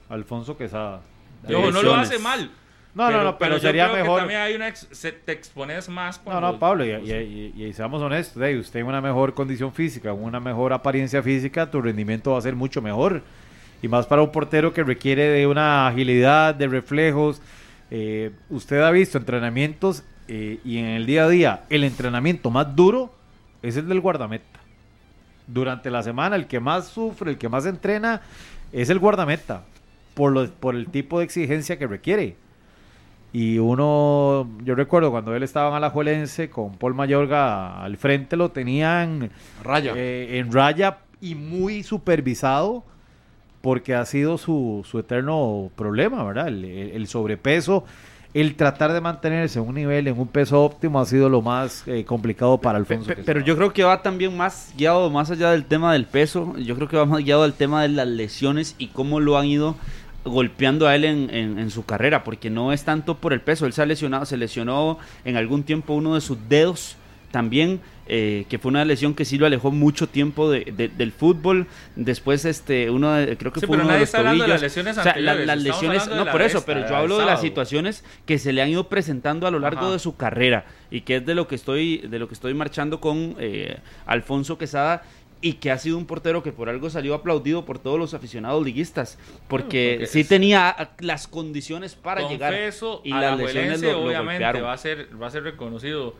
Alfonso Quesada. No lo hace mal. Pero yo sería creo mejor. Que también hay te expones más. Pablo, y seamos honestos, usted en una mejor condición física, una mejor apariencia física, tu rendimiento va a ser mucho mejor. Y más para un portero que requiere de una agilidad, de reflejos. Usted ha visto entrenamientos y en el día a día, el entrenamiento más duro es el del guardameta. Durante la semana, el que más sufre, el que más entrena, es el guardameta, por el tipo de exigencia que requiere. Y yo recuerdo cuando él estaba en Alajuelense con Paul Mayorga al frente, lo tenían en raya y muy supervisado, porque ha sido su eterno problema, ¿verdad? El sobrepeso, el tratar de mantenerse en un nivel, en un peso óptimo, ha sido lo más complicado para Alfonso. Pero yo creo que va también más guiado, más allá del tema del peso, yo creo que va más guiado al tema de las lesiones y cómo lo han ido golpeando a él en su carrera, porque no es tanto por el peso. Él se lesionó en algún tiempo uno de sus dedos también, que fue una lesión que sí lo alejó mucho tiempo del fútbol. Después creo que fue uno de los tobillos. De las lesiones anteriores. Las lesiones, no por eso, pero yo hablo de las situaciones que se le han ido presentando a lo largo de su carrera, y que es de lo que estoy marchando con Alfonso Quesada, y que ha sido un portero que por algo salió aplaudido por todos los aficionados liguistas, porque sí tenía las condiciones para llegar, y las lesiones lo obviamente golpearon. va a ser reconocido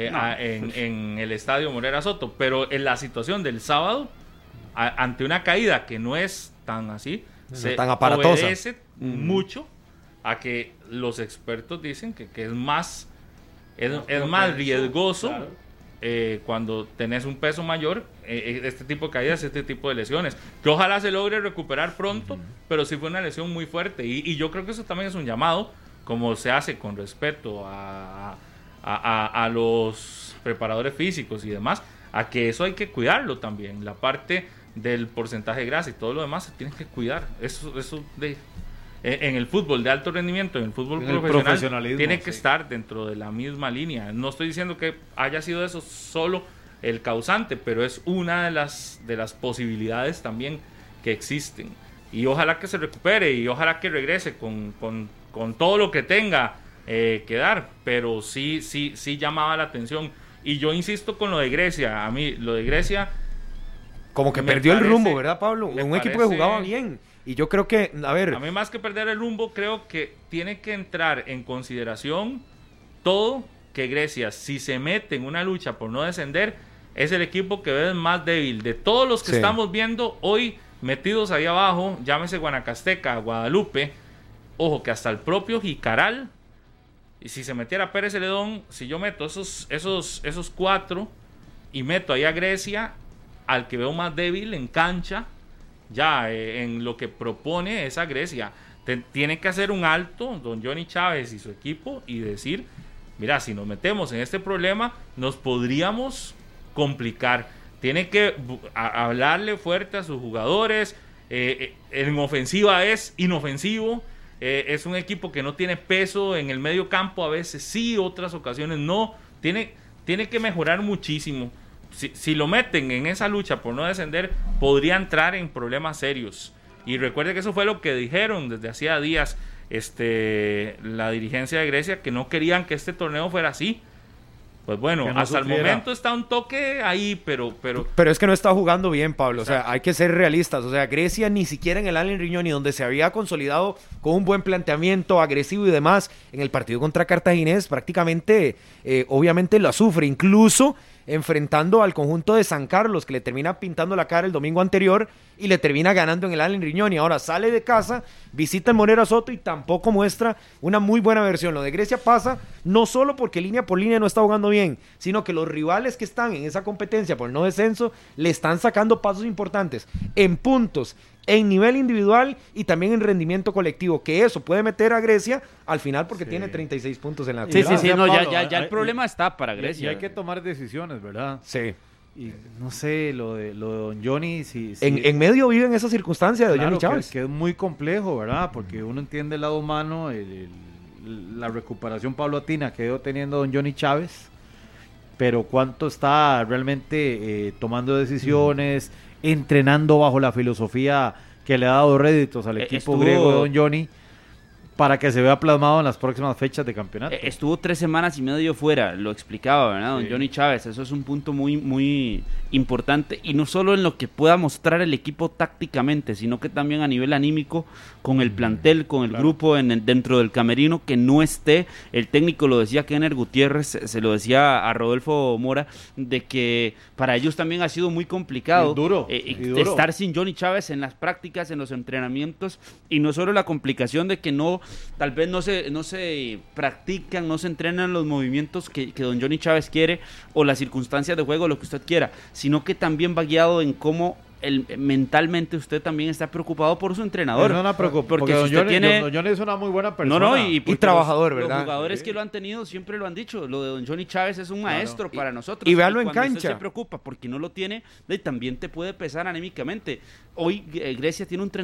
en el estadio Morera Soto, pero en la situación del sábado, ante una caída que no es tan así, se tan aparatosa, obedece mucho a que los expertos dicen que es más riesgoso, claro, cuando tenés un peso mayor, este tipo de caídas, este tipo de lesiones, que ojalá se logre recuperar pronto, pero sí fue una lesión muy fuerte, y yo creo que eso también es un llamado, como se hace con respecto a los preparadores físicos y demás, a que eso hay que cuidarlo también, la parte del porcentaje de grasa y todo lo demás se tiene que cuidar. Eso en el fútbol de alto rendimiento, en el fútbol profesional, tiene que estar dentro de la misma línea. No estoy diciendo que haya sido eso solo el causante, pero es una de las posibilidades también que existen, y ojalá que se recupere y ojalá que regrese con todo lo que tenga que dar, pero sí llamaba la atención. Y yo insisto con lo de Grecia. A mí lo de Grecia como que perdió el rumbo, ¿verdad, Pablo? Un equipo que jugaba bien. Y yo creo que, a mí más que perder el rumbo, creo que tiene que entrar en consideración todo, que Grecia, si se mete en una lucha por no descender, es el equipo que ves más débil. De todos los que estamos viendo hoy metidos ahí abajo, llámese Guanacasteca, Guadalupe, ojo que hasta el propio Jicaral, y si se metiera Pérez Celedón, si yo meto esos cuatro y meto ahí a Grecia, al que veo más débil en cancha, ya en lo que propone esa Grecia, tiene que hacer un alto don Johnny Chávez y su equipo y decir, mira, si nos metemos en este problema nos podríamos complicar. Tiene que hablarle fuerte a sus jugadores. En ofensiva es inofensivo, es un equipo que no tiene peso en el medio campo, a veces sí, otras ocasiones no. Tiene que mejorar muchísimo. Si lo meten en esa lucha por no descender, podría entrar en problemas serios. Y recuerde que eso fue lo que dijeron desde hacía días la dirigencia de Grecia, que no querían que este torneo fuera así. Pues bueno, no hasta sufriera. El momento está un toque ahí, pero es que no está jugando bien, Pablo. Exacto. O sea, hay que ser realistas. O sea, Grecia ni siquiera en el Allen Riñoni, donde se había consolidado con un buen planteamiento agresivo y demás, en el partido contra Cartaginés prácticamente, obviamente la sufre, incluso enfrentando al conjunto de San Carlos, que le termina pintando la cara el domingo anterior y le termina ganando en el Allen Riñoni. Ahora sale de casa, visita el Morera Soto y tampoco muestra una muy buena versión. Lo de Grecia pasa no solo porque línea por línea no está jugando bien, sino que los rivales que están en esa competencia por el no descenso le están sacando pasos importantes en puntos, en nivel individual y también en rendimiento colectivo, que eso puede meter a Grecia al final porque tiene 36 puntos en la Sí, no, ya el problema está para Grecia. Y hay que tomar decisiones, ¿verdad? Sí. Y no sé, lo de don Johnny... En medio vive en esa circunstancia de claro, Johnny Chávez. Que es muy complejo, ¿verdad? Porque uno entiende el lado humano, la recuperación paulatina que ha ido teniendo don Johnny Chávez, pero cuánto está realmente tomando decisiones, entrenando bajo la filosofía que le ha dado réditos al equipo griego de Don Johnny, para que se vea plasmado en las próximas fechas de campeonato. Estuvo 3 semanas y medio fuera, lo explicaba, ¿verdad? Don Johnny Chávez, eso es un punto muy, muy importante, y no solo en lo que pueda mostrar el equipo tácticamente, sino que también a nivel anímico, con el plantel, con el grupo dentro del camerino, que no esté. El técnico lo decía Kenner Gutiérrez, se lo decía a Rodolfo Mora, de que para ellos también ha sido muy complicado duro. Estar sin Johnny Chávez en las prácticas, en los entrenamientos, y no solo la complicación de que tal vez no se practican, no se entrenan los movimientos que don Johnny Chávez quiere, o las circunstancias de juego, lo que usted quiera, sino que también va guiado en cómo mentalmente usted también está preocupado por su entrenador. No, porque si don Johnny es una muy buena persona. No, y trabajador, ¿verdad? Los jugadores que lo han tenido siempre lo han dicho. Lo de don Johnny Chávez es un maestro para nosotros. Y véalo en cuando cancha. usted se preocupa porque no lo tiene, también te puede pesar anímicamente. Hoy Grecia tiene un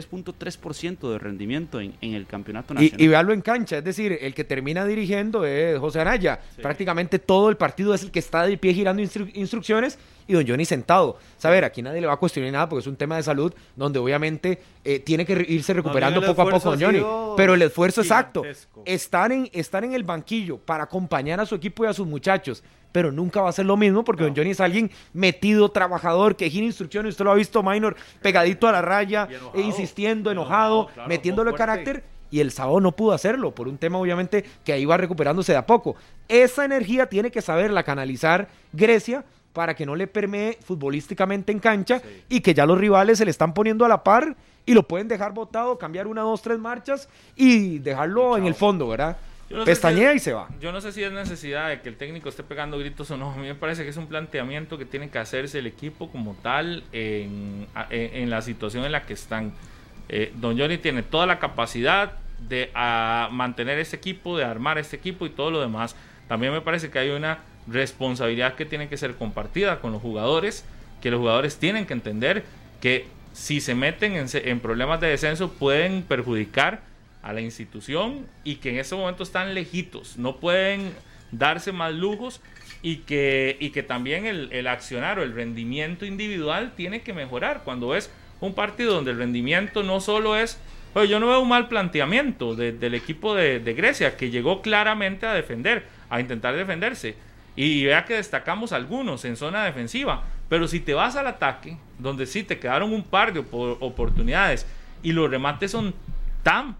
33.3% de rendimiento en el campeonato nacional. Y véalo en cancha, es decir, el que termina dirigiendo es José Araya. Sí. Prácticamente todo el partido es el que está de pie girando instrucciones, y don Johnny sentado. Saber, aquí nadie le va a cuestionar nada porque es un tema de salud donde obviamente tiene que irse recuperando poco a poco don Johnny. Pero el esfuerzo exacto, estar en el banquillo para acompañar a su equipo y a sus muchachos, pero nunca va a ser lo mismo porque don Johnny es alguien metido, trabajador, que gira instrucciones. Usted lo ha visto, Minor, pegadito a la raya, insistiendo, enojado, claro, metiéndole carácter. Y el sábado no pudo hacerlo por un tema obviamente que ahí va recuperándose de a poco. Esa energía tiene que saberla canalizar Grecia para que no le permee futbolísticamente en cancha, y que ya los rivales se le están poniendo a la par y lo pueden dejar botado, cambiar 1, 2, 3 marchas y dejarlo en el fondo, ¿verdad? Pestañea y se va. Yo no sé si es necesidad de que el técnico esté pegando gritos o no. A mí me parece que es un planteamiento que tiene que hacerse el equipo como tal en la situación en la que están. Don Johnny tiene toda la capacidad de mantener este equipo, de armar este equipo y todo lo demás. También me parece que hay una responsabilidad que tiene que ser compartida con los jugadores, que los jugadores tienen que entender que si se meten en problemas de descenso pueden perjudicar a la institución, y que en ese momento están lejitos, no pueden darse más lujos, y que también el accionar o el rendimiento individual tiene que mejorar. Cuando ves un partido donde el rendimiento no solo es... yo no veo un mal planteamiento del equipo de Grecia, que llegó claramente a intentar defenderse, y vea que destacamos algunos en zona defensiva, pero si te vas al ataque, donde sí te quedaron un par de oportunidades y los remates son tan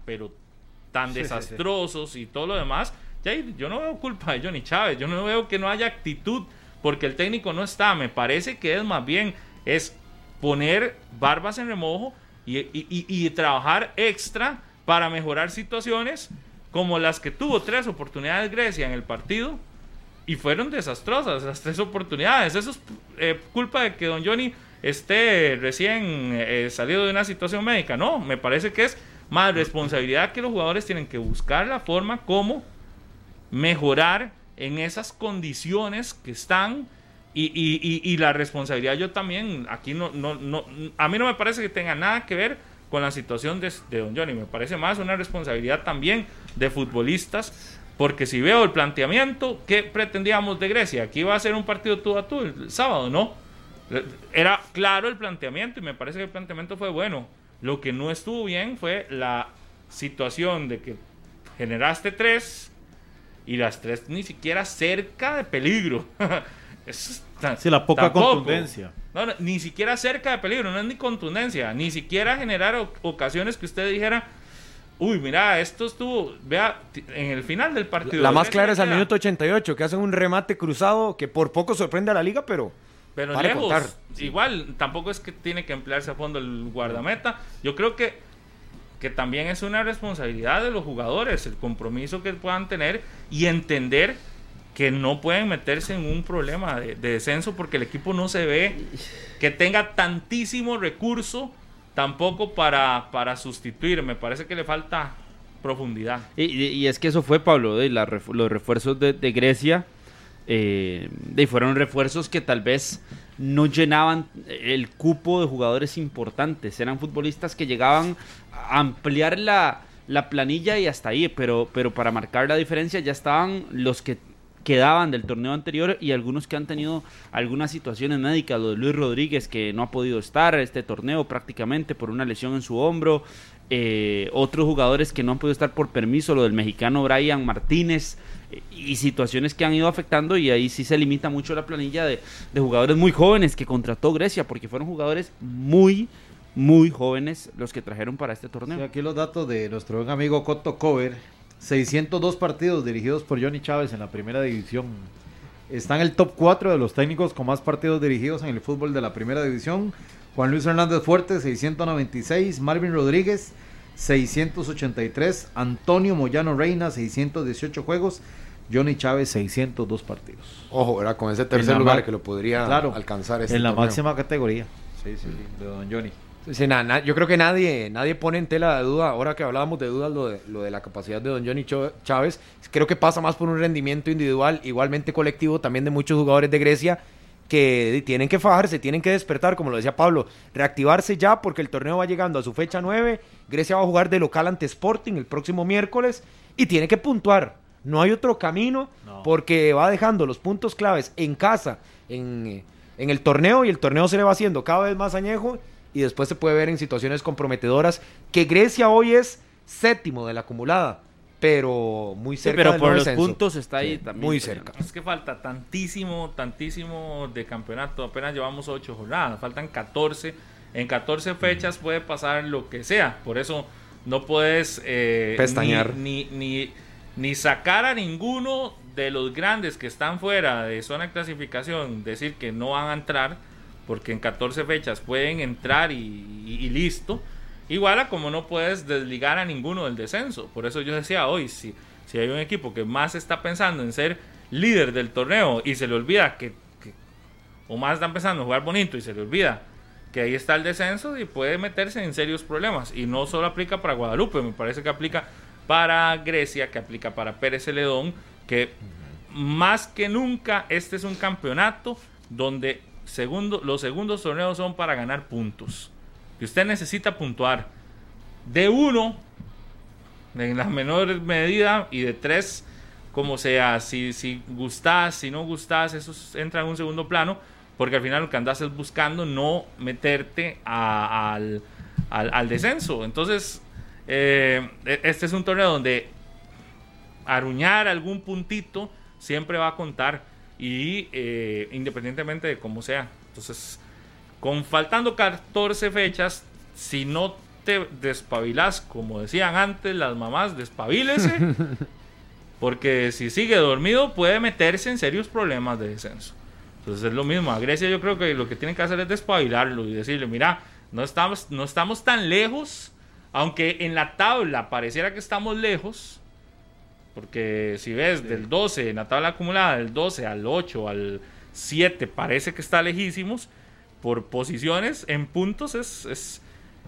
desastrosos y todo lo demás, yo no veo culpa de Johnny Chávez, yo no veo que no haya actitud porque el técnico no está. Me parece que es más bien poner barbas en remojo y trabajar extra para mejorar situaciones como las que tuvo 3 oportunidades Grecia en el partido y fueron desastrosas las 3 oportunidades. Eso es culpa de que don Johnny esté recién salido de una situación médica. No, me parece que es más responsabilidad, que los jugadores tienen que buscar la forma como mejorar en esas condiciones que están, y la responsabilidad, yo también aquí no a mí no me parece que tenga nada que ver con la situación de don Johnny. Me parece más una responsabilidad también de futbolistas, porque si veo el planteamiento, ¿qué pretendíamos de Grecia? Aquí iba a ser un partido tú a tú el sábado, ¿no? Era claro el planteamiento y me parece que el planteamiento fue bueno. Lo que no estuvo bien fue la situación de que generaste 3 y las 3 ni siquiera cerca de peligro. La poca contundencia. No, ni siquiera cerca de peligro, no es ni contundencia, ni siquiera generar ocasiones que usted dijera, uy, mira, esto estuvo, vea, en el final del partido. La más clara es al minuto 88, que hacen un remate cruzado que por poco sorprende a la liga, pero lejos. Igual, tampoco es que tiene que emplearse a fondo el guardameta. Yo creo que también es una responsabilidad de los jugadores, el compromiso que puedan tener y entender que no pueden meterse en un problema de descenso, porque el equipo no se ve que tenga tantísimo recurso tampoco para sustituir. Me parece que le falta profundidad. Y es que eso fue, Pablo, los refuerzos de Grecia, fueron refuerzos que tal vez no llenaban el cupo de jugadores importantes. Eran futbolistas que llegaban a ampliar la planilla y hasta ahí, pero para marcar la diferencia ya estaban los que quedaban del torneo anterior y algunos que han tenido algunas situaciones médicas. Lo de Luis Rodríguez, que no ha podido estar este torneo prácticamente por una lesión en su hombro. Otros jugadores que no han podido estar por permiso, lo del mexicano Brian Martínez, y situaciones que han ido afectando, y ahí sí se limita mucho la planilla de jugadores muy jóvenes que contrató Grecia, porque fueron jugadores muy jóvenes los que trajeron para este torneo. Sí, aquí los datos de nuestro buen amigo Cotto Cover: 602 partidos dirigidos por Johnny Chávez en la primera división. Está en el top 4 de los técnicos con más partidos dirigidos en el fútbol de la primera división. Juan Luis Hernández Fuerte, 696. Marvin Rodríguez, 683. Antonio Moyano Reina, 618 juegos. Johnny Chávez, 602 partidos. Ojo, era con ese tercer lugar que lo podría alcanzar en la máxima categoría. Sí, de don Johnny. Sí, yo creo que nadie pone en tela de duda, ahora que hablábamos de dudas, lo de la capacidad de don Johnny Chávez. Creo que pasa más por un rendimiento individual, igualmente colectivo, también de muchos jugadores de Grecia, que tienen que fajarse, tienen que despertar, como lo decía Pablo, reactivarse ya, porque el torneo va llegando a su fecha 9, Grecia va a jugar de local ante Sporting el próximo miércoles, y tiene que puntuar, no hay otro camino, porque va dejando los puntos claves en casa, en el torneo, y el torneo se le va haciendo cada vez más añejo, y después se puede ver en situaciones comprometedoras, que Grecia hoy es séptimo de la acumulada, pero muy cerca pero del por los descenso. puntos está ahí también. Muy cerca. Es que falta tantísimo de campeonato. Apenas llevamos 8 jornadas, faltan 14. En 14 fechas puede pasar lo que sea. Por eso no puedes pestañear ni sacar a ninguno de los grandes que están fuera de zona de clasificación, decir que no van a entrar, porque en 14 fechas pueden entrar y listo. Igual a como no puedes desligar a ninguno del descenso. Por eso yo decía hoy, si hay un equipo que más está pensando en ser líder del torneo y se le olvida o más están pensando en jugar bonito y se le olvida que ahí está el descenso, y puede meterse en serios problemas. Y no solo aplica para Guadalupe, me parece que aplica para Grecia, que aplica para Pérez Celedón, que más que nunca este es un campeonato donde los segundos torneos son para ganar puntos. Que usted necesita puntuar de 1 en la menor medida y de 3 como sea, si gustás, si no gustás, eso entra en un segundo plano, porque al final lo que andás es buscando no meterte al descenso. Entonces este es un torneo donde aruñar algún puntito siempre va a contar, y independientemente de cómo sea. Entonces, faltando 14 fechas, si no te despabilás, como decían antes las mamás, despabilese, porque si sigue dormido puede meterse en serios problemas de descenso. Entonces es lo mismo. A Grecia yo creo que lo que tienen que hacer es despabilarlo y decirle: mira, no estamos tan lejos, aunque en la tabla pareciera que estamos lejos, porque si ves del 12 en la tabla acumulada, del 12 al 8 al 7 parece que está lejísimos. Por posiciones, en puntos es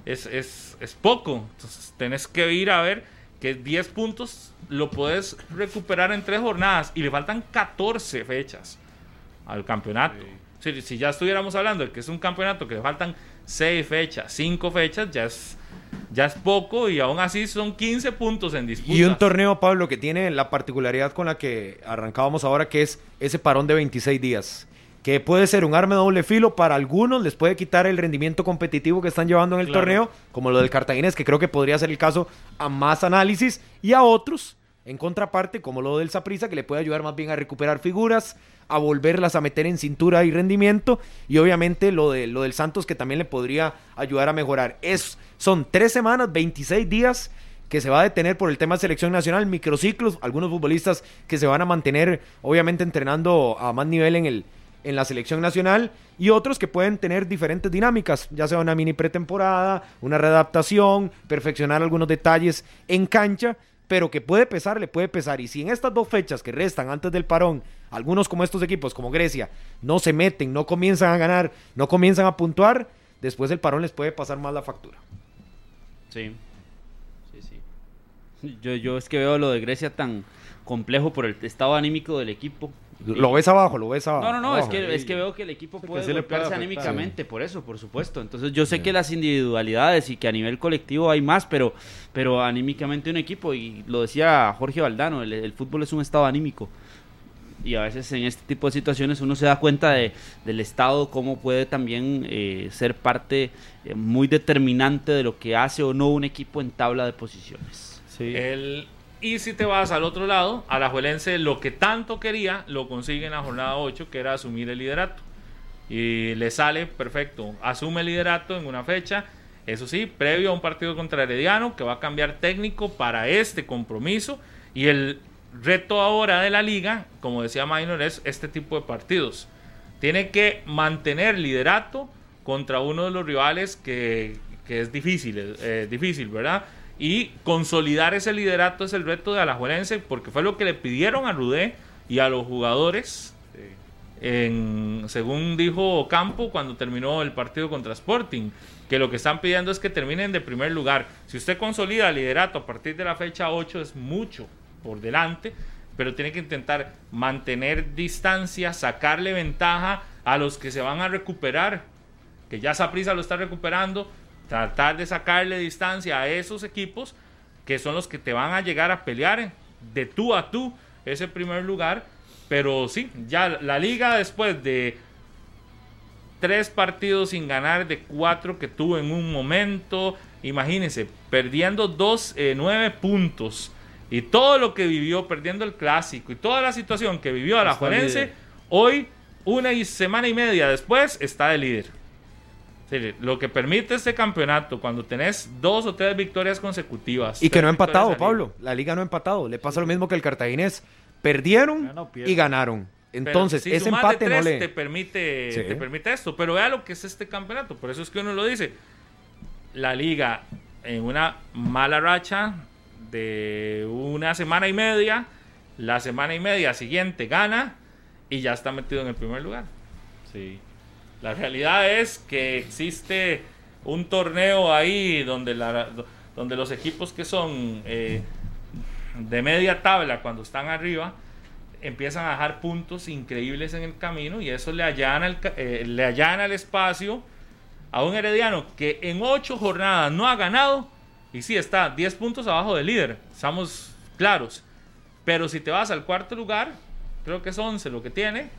poco. Entonces tenés que ir a ver que 10 puntos lo puedes recuperar en 3 jornadas, y le faltan 14 fechas al campeonato. Sí. Si ya estuviéramos hablando de que es un campeonato que le faltan 6 fechas, 5 fechas, ya es poco, y aún así son 15 puntos en disputa. Y un torneo, Pablo, que tiene la particularidad con la que arrancábamos ahora, que es ese parón de 26 días. Que puede ser un arma de doble filo. Para algunos les puede quitar el rendimiento competitivo que están llevando en el torneo, como lo del Cartaginés, que creo que podría ser el caso a más análisis, y a otros, en contraparte, como lo del Saprissa, que le puede ayudar más bien a recuperar figuras, a volverlas a meter en cintura y rendimiento, y obviamente lo del Santos, que también le podría ayudar a mejorar. Son 3 semanas, 26 días que se va a detener por el tema de selección nacional, microciclos, algunos futbolistas que se van a mantener obviamente entrenando a más nivel en la selección nacional, y otros que pueden tener diferentes dinámicas, ya sea una mini pretemporada, una readaptación, perfeccionar algunos detalles en cancha, pero que puede pesar, le puede pesar. Y si en estas 2 fechas que restan antes del parón, algunos como estos equipos, como Grecia, no se meten, no comienzan a ganar, no comienzan a puntuar, después del parón les puede pasar más la factura. Sí. Yo es que veo lo de Grecia tan complejo por el estado anímico del equipo. Lo ves abajo. No, abajo, es que veo que el equipo puede sí golpearse anímicamente, por eso, por supuesto. Entonces yo sé que las individualidades y que a nivel colectivo hay más, pero anímicamente un equipo, y lo decía Jorge Valdano, el fútbol es un estado anímico. y a veces en este tipo de situaciones uno se da cuenta del estado, cómo puede también ser parte muy determinante de lo que hace o no un equipo en tabla de posiciones. Sí. Y si te vas al otro lado, Alajuelense lo que tanto quería, lo consigue en la jornada 8, que era asumir el liderato. Y le sale perfecto, asume el liderato en una fecha, eso sí, previo a un partido contra Herediano, que va a cambiar técnico para este compromiso, y el reto ahora de la liga, como decía Minor, es este tipo de partidos. Tiene que mantener liderato contra uno de los rivales que es difícil, ¿verdad? Y consolidar ese liderato es el reto de Alajuelense, porque fue lo que le pidieron a Rudé y a los jugadores, según dijo Ocampo cuando terminó el partido contra Sporting, que lo que están pidiendo es que terminen de primer lugar. Si usted consolida el liderato a partir de la fecha 8 es mucho por delante, pero tiene que intentar mantener distancia, sacarle ventaja a los que se van a recuperar, que ya Saprissa lo está recuperando, tratar de sacarle distancia a esos equipos que son los que te van a llegar a pelear de tú a tú ese primer lugar. Pero sí, ya la liga, después de 3 partidos sin ganar de 4 que tuvo en un momento, imagínense, perdiendo 9 puntos, y todo lo que vivió, perdiendo el clásico y toda la situación que vivió Alajuelense, hoy, una semana y media después, está de líder. Sí, lo que permite este campeonato, cuando tenés 2 o 3 victorias consecutivas. Y que no ha empatado, Pablo. La liga no ha empatado. Le pasa lo mismo que el cartaginés. Perdieron y ganaron. Entonces, si ese empate de 3 no le... te permite esto. Pero vea lo que es este campeonato. Por eso es que uno lo dice. La liga en una mala racha de una semana y media. La semana y media siguiente gana y ya está metido en el primer lugar. Sí. La realidad es que existe un torneo ahí donde los equipos que son de media tabla, cuando están arriba, empiezan a dejar puntos increíbles en el camino, y eso le allana el espacio a un Herediano que en 8 jornadas no ha ganado, y sí está 10 puntos abajo del líder, estamos claros, pero si te vas al cuarto lugar, creo que es 11 lo que tiene,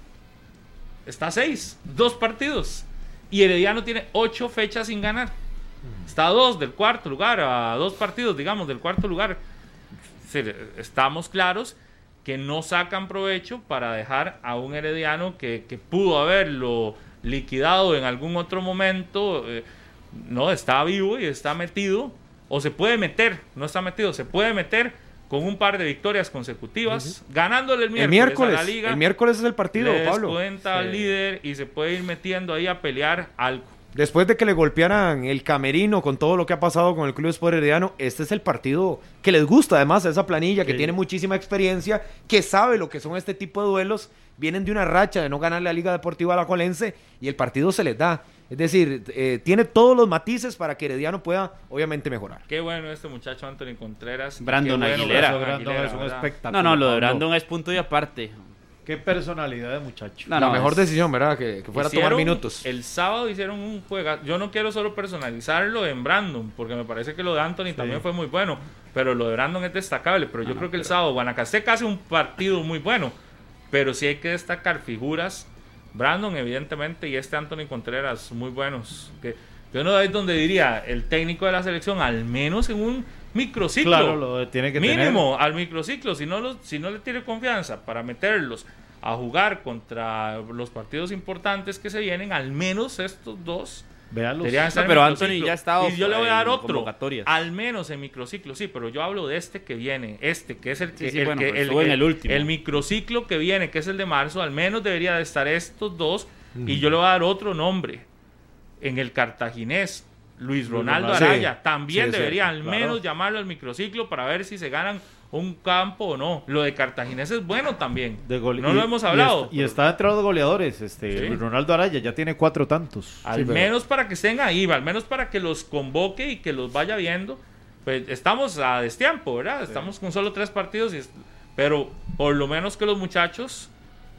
está a 6, 2 partidos, y Herediano tiene 8 fechas sin ganar, está a 2 del cuarto lugar, a 2 partidos, digamos, del cuarto lugar. Sí, estamos claros que no sacan provecho para dejar a un Herediano que pudo haberlo liquidado en algún otro momento, no, está vivo y está metido, o se puede meter, no está metido, se puede meter con un par de victorias consecutivas, ganándole el miércoles a la liga. El miércoles es el partido, le Pablo. Descuenta al líder y se puede ir metiendo ahí a pelear algo. Después de que le golpearan el camerino con todo lo que ha pasado con el Club Sport Herediano, este es el partido que les gusta, además, a esa planilla que tiene muchísima experiencia, que sabe lo que son este tipo de duelos, vienen de una racha de no ganar la Liga Deportiva Alajuelense y el partido se les da. Es decir, tiene todos los matices para que Herediano pueda, obviamente, mejorar. Qué bueno este muchacho Anthony Contreras. Brandon Qué bueno Aguilera. Brandon es un espectáculo. No, lo de Brandon es punto y aparte. Qué personalidad de muchacho. La mejor decisión, ¿verdad? Que fuera a tomar minutos. El sábado hicieron un juego. Yo no quiero solo personalizarlo en Brandon, porque me parece que lo de Anthony también fue muy bueno, pero lo de Brandon es destacable. Pero yo creo que el sábado Guanacasteca hace un partido muy bueno, pero sí hay que destacar figuras. Brandon, evidentemente, y este Anthony Contreras, muy buenos. Que yo no es donde diría el técnico de la selección, al menos en un microciclo. Claro, lo tiene que mínimo tener. al microciclo, si no le tiene confianza para meterlos a jugar contra los partidos importantes que se vienen, al menos estos dos Véalos. deberían estar en pero microciclo. Anthony ya ha estado y yo le voy a dar en otro, convocatorias. al menos en microciclo, sí, pero yo hablo de este que viene, que es el que, en el último. El microciclo que viene, que es el de marzo, al menos debería de estar estos dos, y yo le voy a dar otro nombre, en el cartaginés, Luis Ronaldo Araya, sí, también debería al claro. menos llamarlo al microciclo para ver si se ganan un campo o no. Lo de Cartaginés es bueno también. No lo hemos hablado. Y está entre los goleadores. Luis Ronaldo Araya ya tiene 4 tantos. Al menos para que estén ahí, al menos para que los convoque y que los vaya viendo. Pues estamos a destiempo, ¿verdad? Estamos con solo 3 partidos, pero por lo menos que los muchachos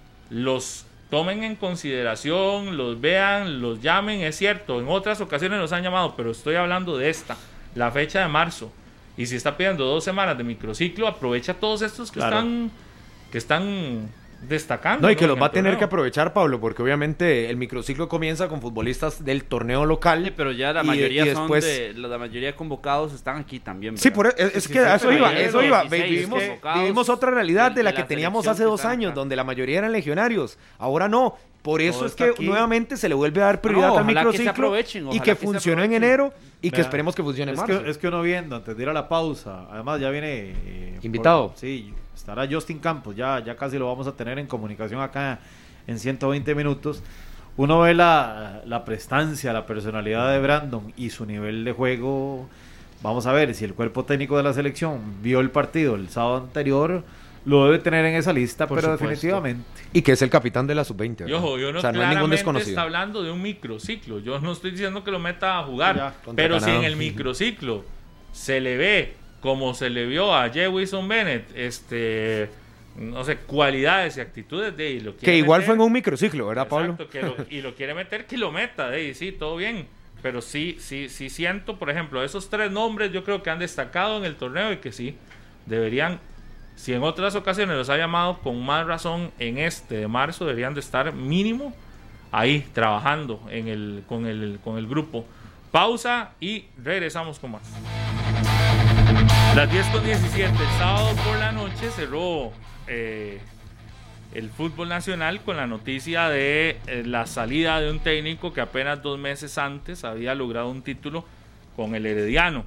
los tomen en consideración, los vean, los llamen. Es cierto, en otras ocasiones los han llamado, pero estoy hablando de la fecha de marzo. Y si está pidiendo 2 semanas de microciclo, aprovecha todos estos que están destacando. No, y que los en va el a tener torneo. que aprovechar, Pablo, porque obviamente el microciclo comienza con futbolistas del torneo local. Sí, pero ya la y mayoría después, la mayoría de convocados están aquí también. Sí, ¿verdad? es que a eso pero iba, ayer eso iba. 16 Vivimos otra realidad de la de que la teníamos selección hace que 2 están años, acá. donde la mayoría eran legionarios. Ahora no. Por eso Todo es está que aquí. nuevamente se le vuelve a dar prioridad No, al ojalá que se microciclo aprovechen, y ojalá que que se funcionó en aprovechen. enero y que Vea, esperemos que funcione en es marzo. que, es que uno viendo, antes de ir a la pausa, además ya viene... Invitado. Sí, estará Justin Campos, ya casi lo vamos a tener en comunicación acá en 120 minutos. Uno ve la prestancia, la personalidad de Brandon y su nivel de juego. Vamos a ver si el cuerpo técnico de la selección vio el partido el sábado anterior, lo debe tener en esa lista, Por pero supuesto. definitivamente. Y que es el capitán de la sub-20. Y ojo, yo no, o sea, no hay ningún claramente desconocido. está hablando de un microciclo. Yo no estoy diciendo que lo meta a jugar, Ya, contra pero si Canadá. en el microciclo se le ve como se le vio a Jewison Bennett, no sé, cualidades y actitudes de él. Que igual fue en un microciclo, ¿verdad, Pablo? Exacto, y lo quiere meter, que lo meta, sí, todo bien. Pero sí siento, por ejemplo, esos 3 nombres yo creo que han destacado en el torneo y que sí, deberían, si en otras ocasiones los ha llamado con más razón, en este de marzo deberían de estar mínimo ahí trabajando con el grupo. Pausa y regresamos con más. Las 10:17, el sábado por la noche cerró el fútbol nacional con la noticia de la salida de un técnico que apenas 2 meses antes había logrado un título con el Herediano.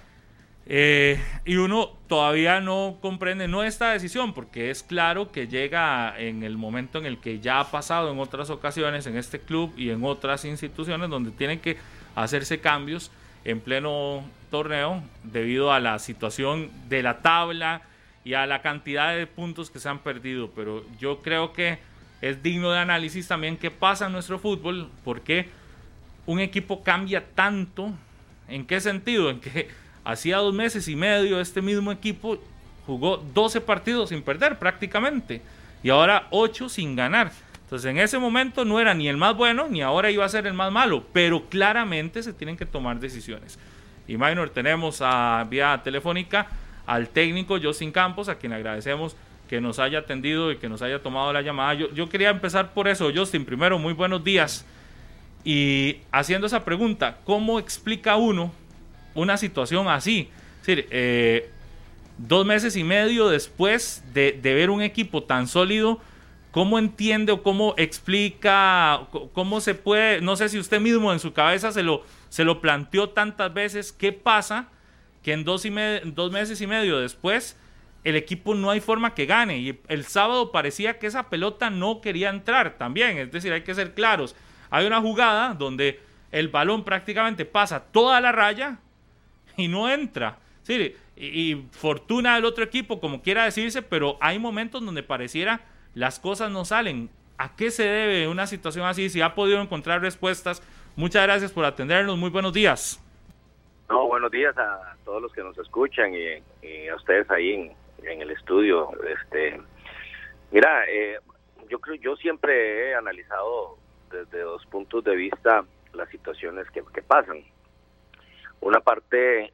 Y uno todavía no comprende no esta decisión, porque es claro que llega en el momento en el que ya ha pasado en otras ocasiones en este club y en otras instituciones donde tienen que hacerse cambios en pleno torneo debido a la situación de la tabla y a la cantidad de puntos que se han perdido. Pero yo creo que es digno de análisis también qué pasa en nuestro fútbol, porque un equipo cambia tanto. ¿En qué sentido? En que hacía 2 meses y medio este mismo equipo jugó 12 partidos sin perder prácticamente y ahora 8 sin ganar. Entonces en ese momento no era ni el más bueno ni ahora iba a ser el más malo, pero claramente se tienen que tomar decisiones. Y Minor, tenemos vía telefónica al técnico Justin Campos, a quien agradecemos que nos haya atendido y que nos haya tomado la llamada. Yo quería empezar por eso, Justin. Primero, muy buenos días. Y haciendo esa pregunta, ¿cómo explica uno una situación así? Es decir, 2 meses y medio después de ver un equipo tan sólido, ¿cómo entiende o cómo explica, cómo se puede, no sé si usted mismo en su cabeza se lo planteó tantas veces, qué pasa que en 2 meses y medio después el equipo no hay forma que gane? Y el sábado parecía que esa pelota no quería entrar también, es decir, hay que ser claros. Hay una jugada donde el balón prácticamente pasa toda la raya y no entra. Sí, y fortuna del otro equipo, como quiera decirse, pero hay momentos donde pareciera las cosas no salen. ¿A qué se debe una situación así? Si ha podido encontrar respuestas. Muchas gracias por atendernos. Muy buenos días. No, buenos días a todos los que nos escuchan y a ustedes ahí en el estudio. Mira, yo siempre he analizado desde 2 puntos de vista las situaciones que pasan. Una parte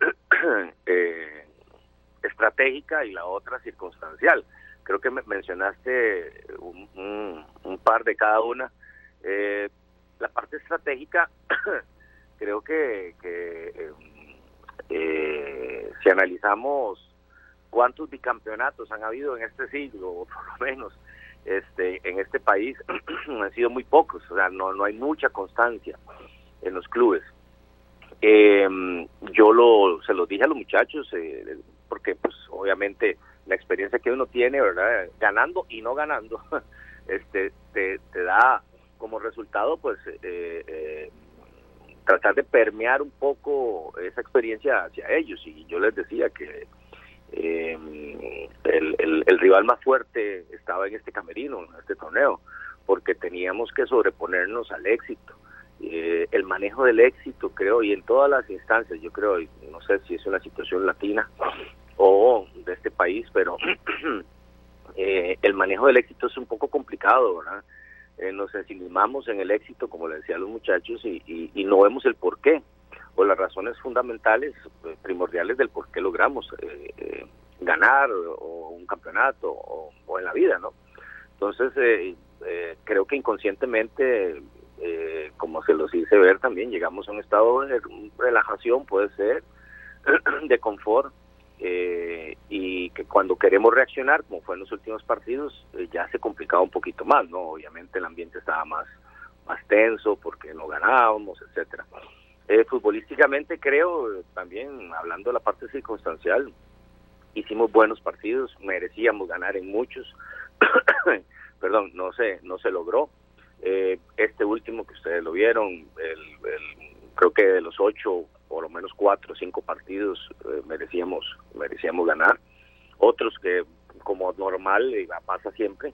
estratégica y la otra circunstancial. Creo que mencionaste un par de cada una. La parte estratégica, creo que si analizamos cuántos bicampeonatos han habido en este siglo, o por lo menos en este país, han sido muy pocos. O sea, no hay mucha constancia en los clubes. Yo se los dije a los muchachos, porque pues obviamente la experiencia que uno tiene, ¿verdad?, ganando y no ganando, te da como resultado pues tratar de permear un poco esa experiencia hacia ellos. Y yo les decía que el rival más fuerte estaba en este camerino, en este torneo, porque teníamos que sobreponernos al éxito. El manejo del éxito, creo, y en todas las instancias, yo creo, y no sé si es una situación latina o de este país, pero el manejo del éxito es un poco complicado, ¿verdad? Nos ensimismamos en el éxito, como le decía a los muchachos, y no vemos el porqué o las razones fundamentales, primordiales del por qué logramos ganar o un campeonato o en la vida, ¿no? Entonces, creo que inconscientemente, como se los hice ver también, llegamos a un estado de relajación, puede ser, de confort, y que cuando queremos reaccionar, como fue en los últimos partidos, ya se complicaba un poquito más, ¿no? Obviamente el ambiente estaba más tenso porque no ganábamos, etcétera. Futbolísticamente creo, también hablando de la parte circunstancial, hicimos buenos partidos, merecíamos ganar en muchos, perdón, no se logró. Este último que ustedes lo vieron, creo que de los 8, por lo menos 4 o 5 partidos merecíamos ganar. Otros que, como normal, pasa siempre,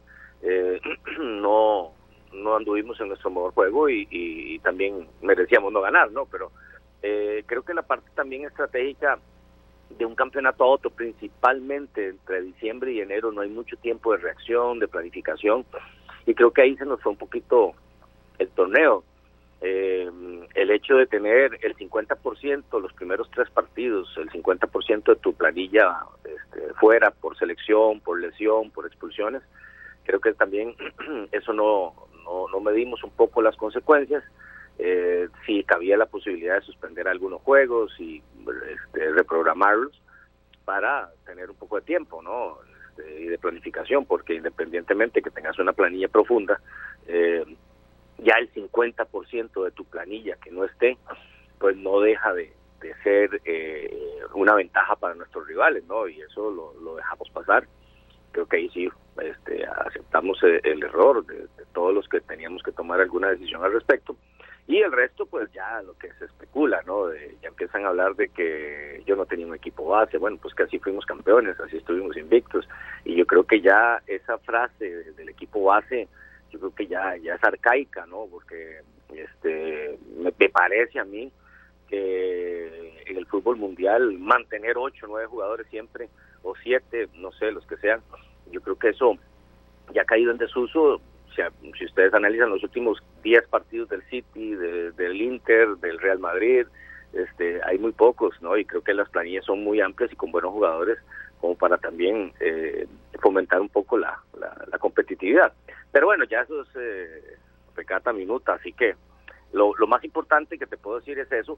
no anduvimos en nuestro mejor juego y también merecíamos no ganar, ¿no? Pero creo que la parte también estratégica de un campeonato a otro, principalmente entre diciembre y enero, no hay mucho tiempo de reacción, de planificación, y creo que ahí se nos fue un poquito el torneo. El hecho de tener el 50%, los primeros 3 partidos, el 50% de tu planilla fuera por selección, por lesión, por expulsiones, creo que también eso no medimos un poco las consecuencias. Si cabía la posibilidad de suspender algunos juegos y reprogramarlos para tener un poco de tiempo, ¿no? Y de planificación, porque independientemente que tengas una planilla profunda, ya el 50% de tu planilla que no esté, pues no deja de ser una ventaja para nuestros rivales, ¿no? Y eso lo dejamos pasar. Creo que ahí sí aceptamos el error de todos los que teníamos que tomar alguna decisión al respecto. Y el resto, pues ya lo que se especula, ¿no? Ya empiezan a hablar de que yo no tenía un equipo base. Bueno, pues que así fuimos campeones, así estuvimos invictos. Y yo creo que ya esa frase del equipo base, yo creo que ya es arcaica, ¿no? Porque me parece a mí que en el fútbol mundial mantener 8 o 9 jugadores siempre, o 7, no sé, los que sean, yo creo que eso ya ha caído en desuso. O sea, si ustedes analizan los últimos 10 partidos del City, del Inter, del Real Madrid, hay muy pocos, ¿no? Y creo que las planillas son muy amplias y con buenos jugadores como para también fomentar un poco la competitividad. Pero bueno, ya eso es pecata minuta, así que lo más importante que te puedo decir es eso.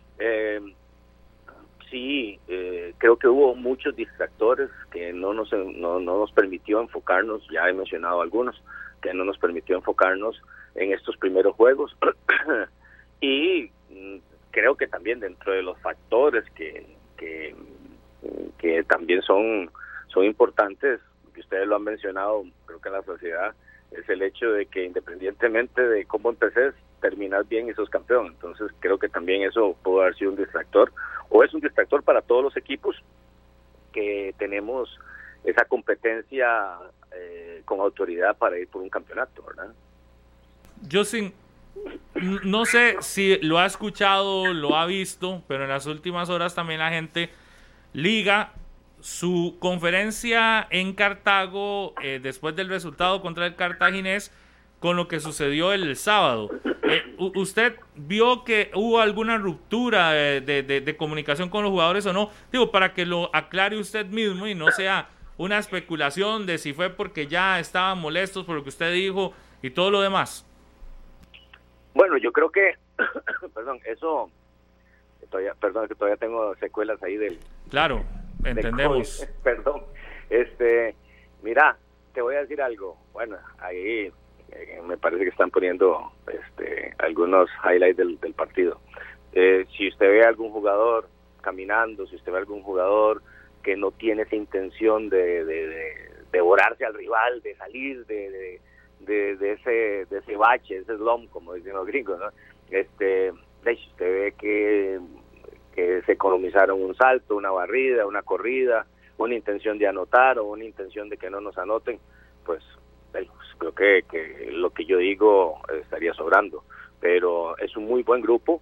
Sí, creo que hubo muchos distractores que no nos permitió enfocarnos, ya he mencionado algunos, que no nos permitió enfocarnos en estos primeros juegos. Y creo que también dentro de los factores que también son importantes, que ustedes lo han mencionado, creo que en la sociedad, es el hecho de que independientemente de cómo empeces, terminas bien y sos campeón. Entonces creo que también eso pudo haber sido un distractor, o es un distractor para todos los equipos que tenemos esa competencia con autoridad para ir por un campeonato, ¿verdad? Yo no sé si lo ha escuchado, lo ha visto, pero en las últimas horas también la gente liga su conferencia en Cartago después del resultado contra el Cartaginés con lo que sucedió el sábado. ¿Usted vio que hubo alguna ruptura de comunicación con los jugadores o no? Digo, para que lo aclare usted mismo y no sea una especulación de si fue porque ya estaban molestos por lo que usted dijo y todo lo demás. Bueno, yo creo que, eso, que todavía tengo secuelas ahí del... Claro, entendemos. Perdón, mira, te voy a decir algo. Bueno, ahí me parece que están poniendo algunos highlights del partido. Si usted ve a algún jugador caminando, si usted ve a algún jugador que no tiene esa intención de devorarse al rival, de salir de ese bache, ese slump, como dicen los gringos, ¿no? Si usted ve que se economizaron un salto, una barrida, una corrida, una intención de anotar o una intención de que no nos anoten, pues creo que lo que yo digo estaría sobrando. Pero es un muy buen grupo.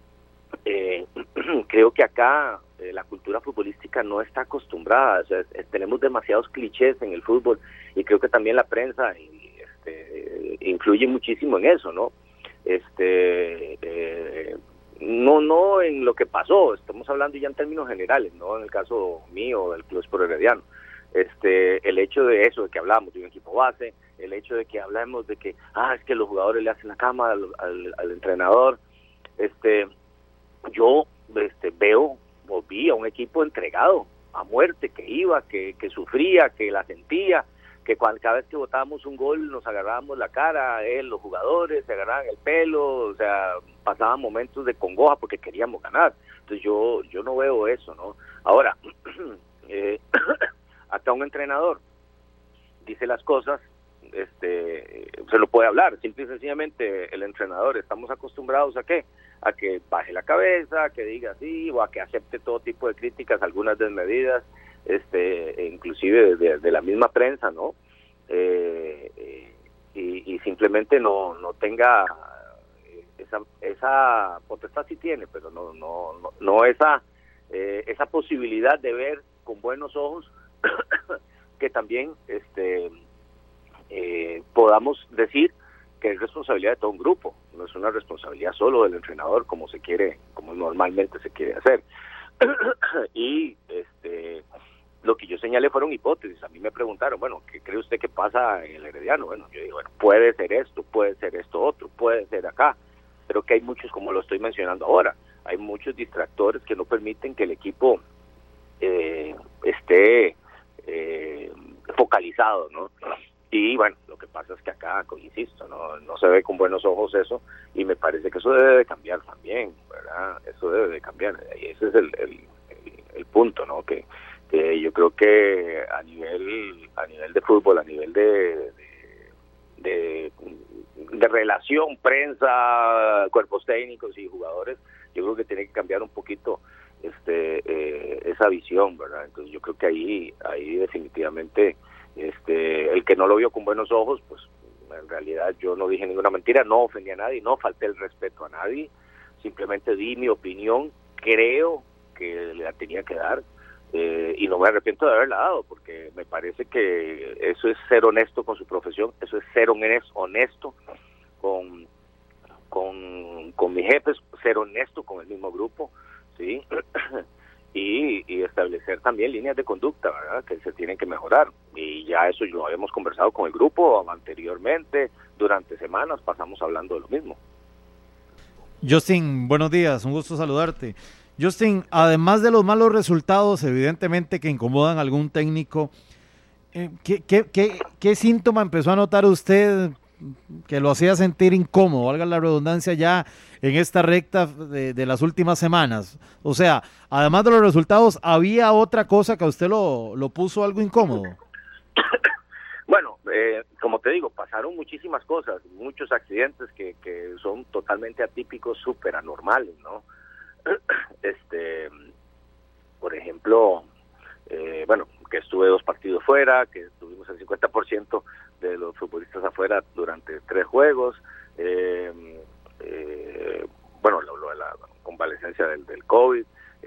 Creo que acá la cultura futbolística no está acostumbrada, o sea, tenemos demasiados clichés en el fútbol, y creo que también la prensa influye muchísimo en eso, ¿no? No en lo que pasó, estamos hablando ya en términos generales, no en el caso mío del Club Sport Herediano. El hecho de eso, de que hablábamos de un equipo base, el hecho de que hablemos de que, es que los jugadores le hacen la cama al entrenador. Yo vi a un equipo entregado a muerte, que iba, que sufría, que la sentía, que cada vez que botábamos un gol nos agarrábamos la cara, los jugadores se agarraban el pelo, o sea, pasaban momentos de congoja porque queríamos ganar. Entonces yo no veo eso, ¿no? Ahora, hasta un entrenador dice las cosas, se lo puede hablar, simple y sencillamente el entrenador, estamos acostumbrados a que baje la cabeza, que diga sí, o a que acepte todo tipo de críticas, algunas desmedidas, inclusive de la misma prensa, ¿no? Y simplemente no tenga esa potestad, sí tiene, pero no esa posibilidad de ver con buenos ojos que también podamos decir que es responsabilidad de todo un grupo, no es una responsabilidad solo del entrenador como normalmente se quiere hacer. Y lo que yo señalé fueron hipótesis. A mí me preguntaron, bueno, ¿qué cree usted que pasa en el Herediano? Bueno, yo digo, bueno, puede ser esto otro, puede ser acá, pero que hay muchos, como lo estoy mencionando ahora, hay muchos distractores que no permiten que el equipo esté focalizado, ¿no? Y bueno, lo que pasa es que acá, insisto, no se ve con buenos ojos eso, y me parece que eso debe de cambiar también, ¿verdad? Eso debe de cambiar, y ese es el punto, ¿no? Que yo creo que a nivel de fútbol, a nivel de relación, prensa, cuerpos técnicos y jugadores, yo creo que tiene que cambiar un poquito esa visión, ¿verdad? Entonces yo creo que ahí definitivamente el que no lo vio con buenos ojos, pues en realidad yo no dije ninguna mentira, no ofendí a nadie, no falté el respeto a nadie, simplemente di mi opinión, creo que la tenía que dar, y no me arrepiento de haberla dado, porque me parece que eso es ser honesto con su profesión, eso es ser honesto con mis jefes, ser honesto con el mismo grupo, ¿sí? Y establecer también líneas de conducta, ¿verdad?, que se tienen que mejorar, y ya eso lo habíamos conversado con el grupo anteriormente, durante semanas pasamos hablando de lo mismo. Justin, buenos días, un gusto saludarte. Justin, además de los malos resultados, evidentemente que incomodan a algún técnico, ¿qué síntoma empezó a notar usted que lo hacía sentir incómodo, valga la redundancia, ya en esta recta de las últimas semanas? O sea, además de los resultados, ¿había otra cosa que a usted lo puso algo incómodo? Bueno, como te digo, pasaron muchísimas cosas, muchos accidentes que son totalmente atípicos, súper anormales, ¿no? Por ejemplo, que estuve 2 partidos fuera, que estuvimos el 50% de los futbolistas afuera durante 3 juegos, lo de la convalecencia del COVID,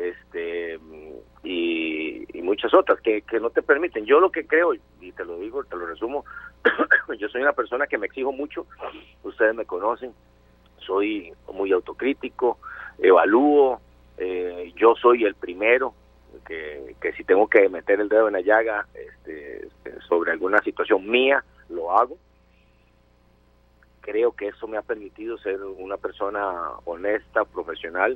y muchas otras que no te permiten. Yo lo que creo, y te lo digo, te lo resumo, yo soy una persona que me exijo mucho, ustedes me conocen, soy muy autocrítico, evalúo, yo soy el primero que si tengo que meter el dedo en la llaga sobre alguna situación mía, lo hago. Creo que eso me ha permitido ser una persona honesta, profesional,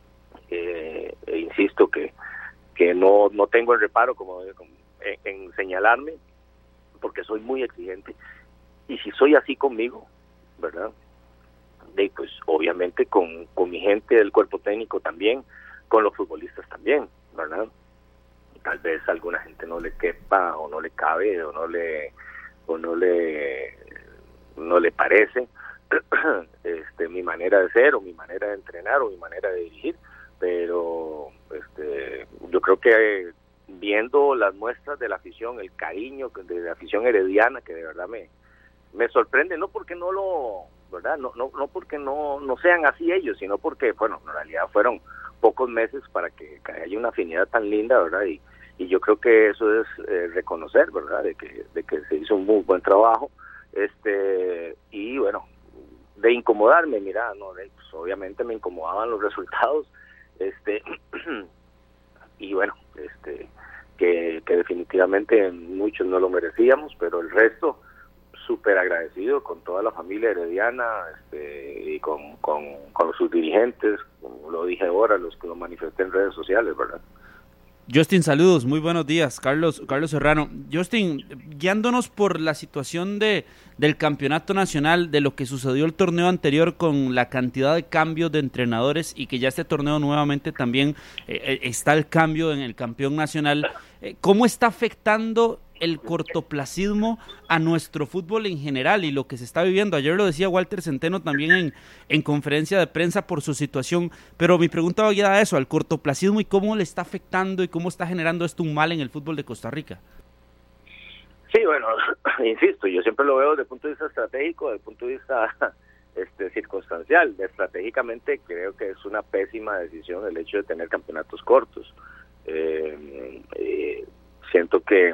insisto que no tengo el reparo en señalarme, porque soy muy exigente, y si soy así conmigo, ¿verdad?, pues obviamente con mi gente del cuerpo técnico también, con los futbolistas también, ¿verdad? Tal vez a alguna gente no le quepa o no le cabe o no le parece mi manera de ser o mi manera de entrenar o mi manera de dirigir, pero yo creo que viendo las muestras de la afición, el cariño de la afición herediana, que de verdad me sorprende, no porque no lo, ¿verdad?, no porque no sean así ellos, sino porque, bueno, en realidad fueron pocos meses para que haya una afinidad tan linda, ¿verdad? Y yo creo que eso es reconocer, ¿verdad?, de que se hizo un muy buen trabajo, y bueno, de incomodarme, mira, pues obviamente me incomodaban los resultados, y bueno, que definitivamente muchos no lo merecíamos, pero el resto súper agradecido con toda la familia herediana y con sus dirigentes, como lo dije ahora, los que lo manifesté en redes sociales, ¿verdad? Justin, saludos, muy buenos días. Carlos Serrano. Justin, guiándonos por la situación del campeonato nacional, de lo que sucedió el torneo anterior con la cantidad de cambios de entrenadores y que ya este torneo nuevamente también está el cambio en el campeón nacional, ¿cómo está afectando el cortoplacismo a nuestro fútbol en general y lo que se está viviendo? Ayer lo decía Walter Centeno también en conferencia de prensa por su situación, pero mi pregunta va a eso, al cortoplacismo y cómo le está afectando y cómo está generando esto un mal en el fútbol de Costa Rica. Sí, bueno, insisto, yo siempre lo veo desde el punto de vista estratégico, desde el punto de vista circunstancial. Estratégicamente creo que es una pésima decisión el hecho de tener campeonatos cortos. Siento que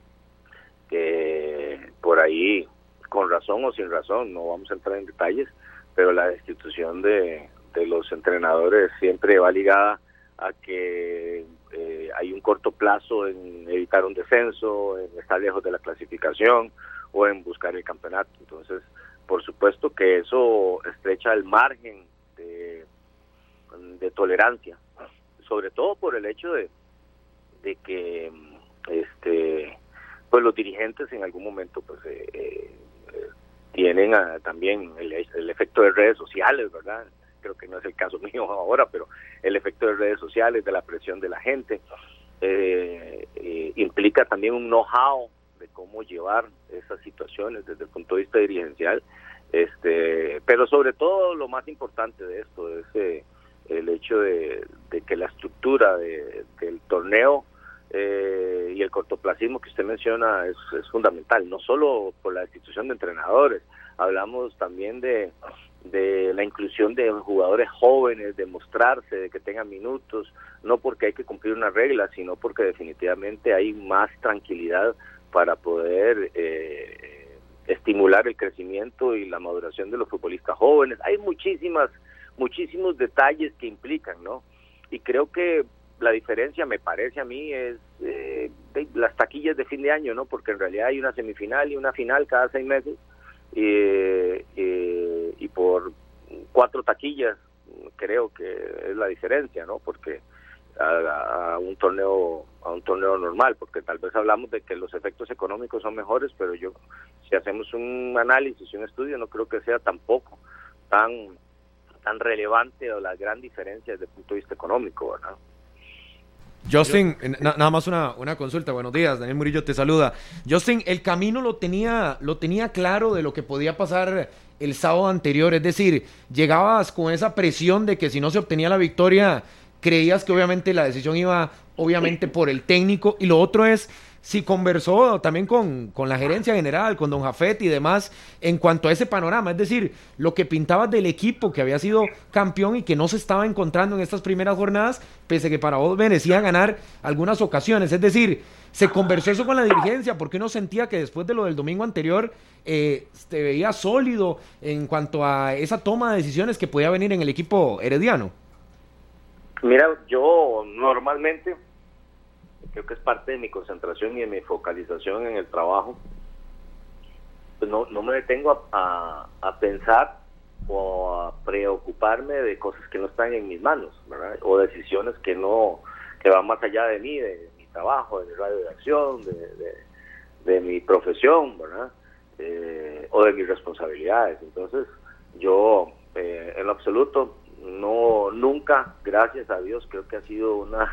por ahí, con razón o sin razón, no vamos a entrar en detalles, pero la destitución de los entrenadores siempre va ligada a que hay un corto plazo en evitar un descenso, en estar lejos de la clasificación o en buscar el campeonato. Entonces, por supuesto que eso estrecha el margen de tolerancia, sobre todo por el hecho de que pues los dirigentes en algún momento pues tienen también el efecto de redes sociales, ¿verdad? Creo que no es el caso mío ahora, pero el efecto de redes sociales, de la presión de la gente, implica también un know-how de cómo llevar esas situaciones desde el punto de vista dirigencial, pero sobre todo lo más importante de esto es el hecho de que la estructura del torneo y el cortoplacismo que usted menciona es fundamental, no solo por la destitución de entrenadores, hablamos también de la inclusión de jugadores jóvenes, de mostrarse, de que tengan minutos, no porque hay que cumplir una regla, sino porque definitivamente hay más tranquilidad para poder estimular el crecimiento y la maduración de los futbolistas jóvenes. Hay muchísimos detalles que implican, ¿no? Y creo que la diferencia, me parece a mí, es las taquillas de fin de año, ¿no? Porque en realidad hay una semifinal y una final cada 6 meses, y por 4 taquillas creo que es la diferencia, ¿no? Porque a un torneo normal, porque tal vez hablamos de que los efectos económicos son mejores, pero si hacemos un análisis, un estudio, no creo que sea tampoco tan relevante o la gran diferencia desde el punto de vista económico, ¿verdad? Justin, nada más una consulta. Buenos días, Daniel Murillo te saluda. Justin, el camino lo tenía claro de lo que podía pasar el sábado anterior, es decir, llegabas con esa presión de que si no se obtenía la victoria, creías que obviamente la decisión iba obviamente por el técnico, y lo otro es si conversó también con la gerencia general, con don Jafet y demás, en cuanto a ese panorama, es decir, lo que pintabas del equipo que había sido campeón y que no se estaba encontrando en estas primeras jornadas, pese a que para vos merecía ganar algunas ocasiones, es decir, se conversó eso con la dirigencia, porque uno sentía que después de lo del domingo anterior te veía sólido en cuanto a esa toma de decisiones que podía venir en el equipo herediano. Mira, yo normalmente creo que es parte de mi concentración y de mi focalización en el trabajo, pues no me detengo a pensar o a preocuparme de cosas que no están en mis manos, ¿verdad? O decisiones que van más allá de mí, de mi trabajo, de mi radio de acción, de mi profesión, ¿verdad? O de mis responsabilidades. Entonces yo en lo absoluto nunca, gracias a Dios, creo que ha sido una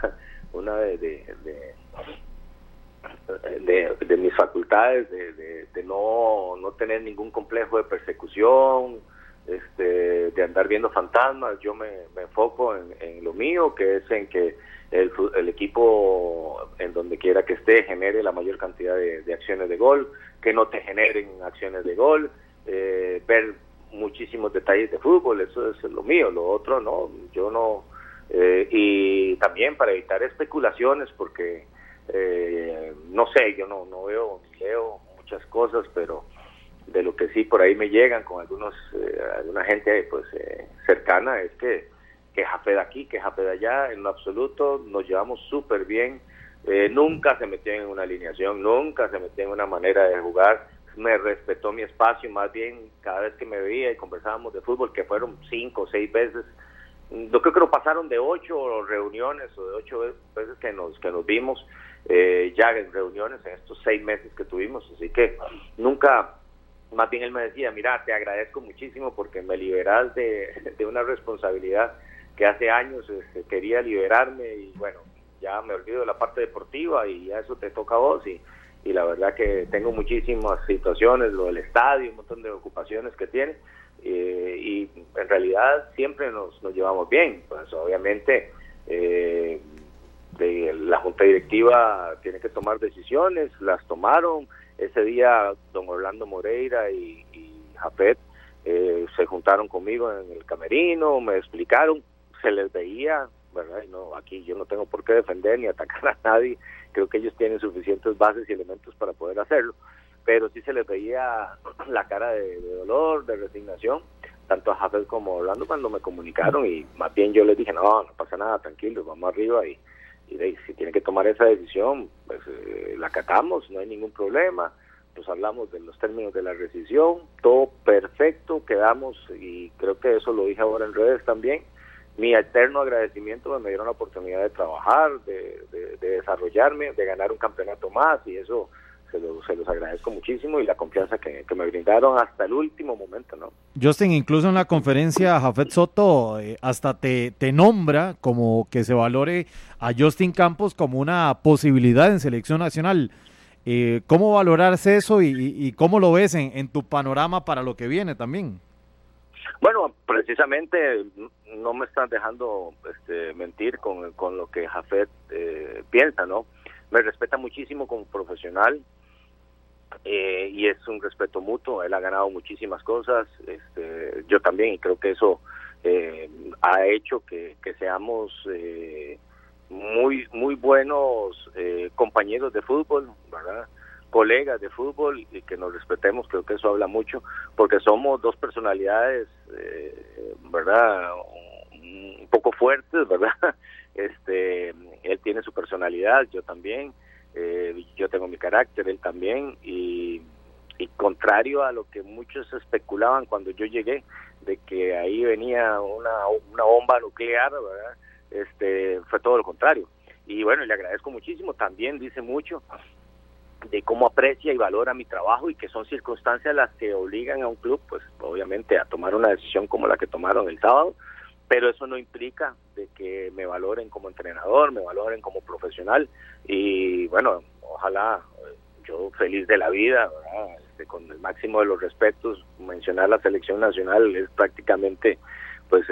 de mis facultades de no tener ningún complejo de persecución, de andar viendo fantasmas. Yo me enfoco en lo mío, que es en que el equipo, en donde quiera que esté, genere la mayor cantidad de acciones de gol, que no te generen acciones de gol, ver muchísimos detalles de fútbol, eso es lo mío. Lo otro no, yo no. Y también para evitar especulaciones, porque no sé, yo no leo muchas cosas, pero de lo que sí por ahí me llegan con alguna gente pues cercana, es que Jafet aquí, que Jafet allá. En lo absoluto nos llevamos súper bien, nunca se metió en una alineación, nunca se metió en una manera de jugar, me respetó mi espacio, más bien cada vez que me veía y conversábamos de fútbol, que fueron 5 o 6 veces, yo creo que no pasaron de 8 reuniones o de 8 veces que nos vimos, ya en reuniones en estos 6 meses que tuvimos, así que nunca, más bien él me decía, mira, te agradezco muchísimo porque me liberas de una responsabilidad que hace años quería liberarme, y bueno, ya me olvido de la parte deportiva y ya eso te toca a vos, y la verdad que tengo muchísimas situaciones, lo del estadio, un montón de ocupaciones que tiene, y en realidad siempre nos llevamos bien. Pues obviamente la junta directiva tiene que tomar decisiones, las tomaron. Ese día don Orlando Moreira y Jafet se juntaron conmigo en el camerino, me explicaron, se les veía, ¿verdad? Y no, aquí yo no tengo por qué defender ni atacar a nadie, creo que ellos tienen suficientes bases y elementos para poder hacerlo, pero sí se les veía la cara de dolor, de resignación, tanto a Jafet como a Orlando cuando me comunicaron, y más bien yo les dije, no pasa nada, tranquilos, vamos arriba, y si tienen que tomar esa decisión, pues la acatamos, no hay ningún problema, pues hablamos de los términos de la rescisión, todo perfecto, quedamos, y creo que eso lo dije ahora en redes también. Mi eterno agradecimiento, me dieron la oportunidad de trabajar, de desarrollarme, de ganar un campeonato más, y eso se los agradezco muchísimo, y la confianza que me brindaron hasta el último momento, ¿no? Justin, incluso en la conferencia Jafet Soto hasta te nombra como que se valore a Justin Campos como una posibilidad en selección nacional. ¿Cómo valorarse eso y cómo lo ves en tu panorama para lo que viene también? Bueno, precisamente no me están dejando mentir con lo que Jafet piensa, ¿no? Me respeta muchísimo como profesional, y es un respeto mutuo. Él ha ganado muchísimas cosas, yo también, y creo que eso ha hecho que seamos muy muy buenos compañeros de fútbol, ¿verdad? Colegas de fútbol, y que nos respetemos. Creo que eso habla mucho, porque somos dos personalidades, ¿verdad? Un poco fuertes, ¿verdad? Él tiene su personalidad, yo también, yo tengo mi carácter, él también, y contrario a lo que muchos especulaban cuando yo llegué, de que ahí venía una bomba nuclear, ¿verdad? Fue todo lo contrario. Y bueno, le agradezco muchísimo, también dice mucho de cómo aprecia y valora mi trabajo, y que son circunstancias las que obligan a un club, pues obviamente, a tomar una decisión como la que tomaron el sábado, pero eso no implica de que me valoren como entrenador, me valoren como profesional, y bueno, ojalá, yo feliz de la vida, ¿verdad? Con el máximo de los respetos. Mencionar la selección nacional es prácticamente pues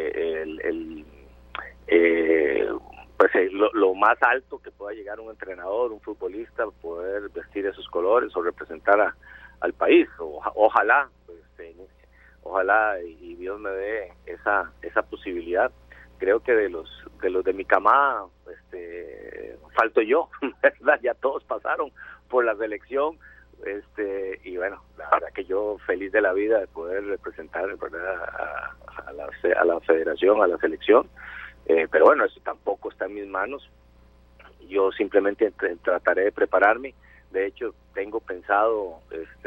lo más alto que pueda llegar un entrenador, un futbolista, poder vestir esos colores o representar al país. Ojalá, ojalá y Dios me dé esa posibilidad. Creo que de los de mi camada falto yo, ¿verdad? Ya todos pasaron por la selección, y bueno, la verdad que yo feliz de la vida de poder representar, ¿verdad?, a la federación, a la selección. Pero bueno, eso tampoco está en mis manos. Yo simplemente trataré de prepararme. De hecho, tengo pensado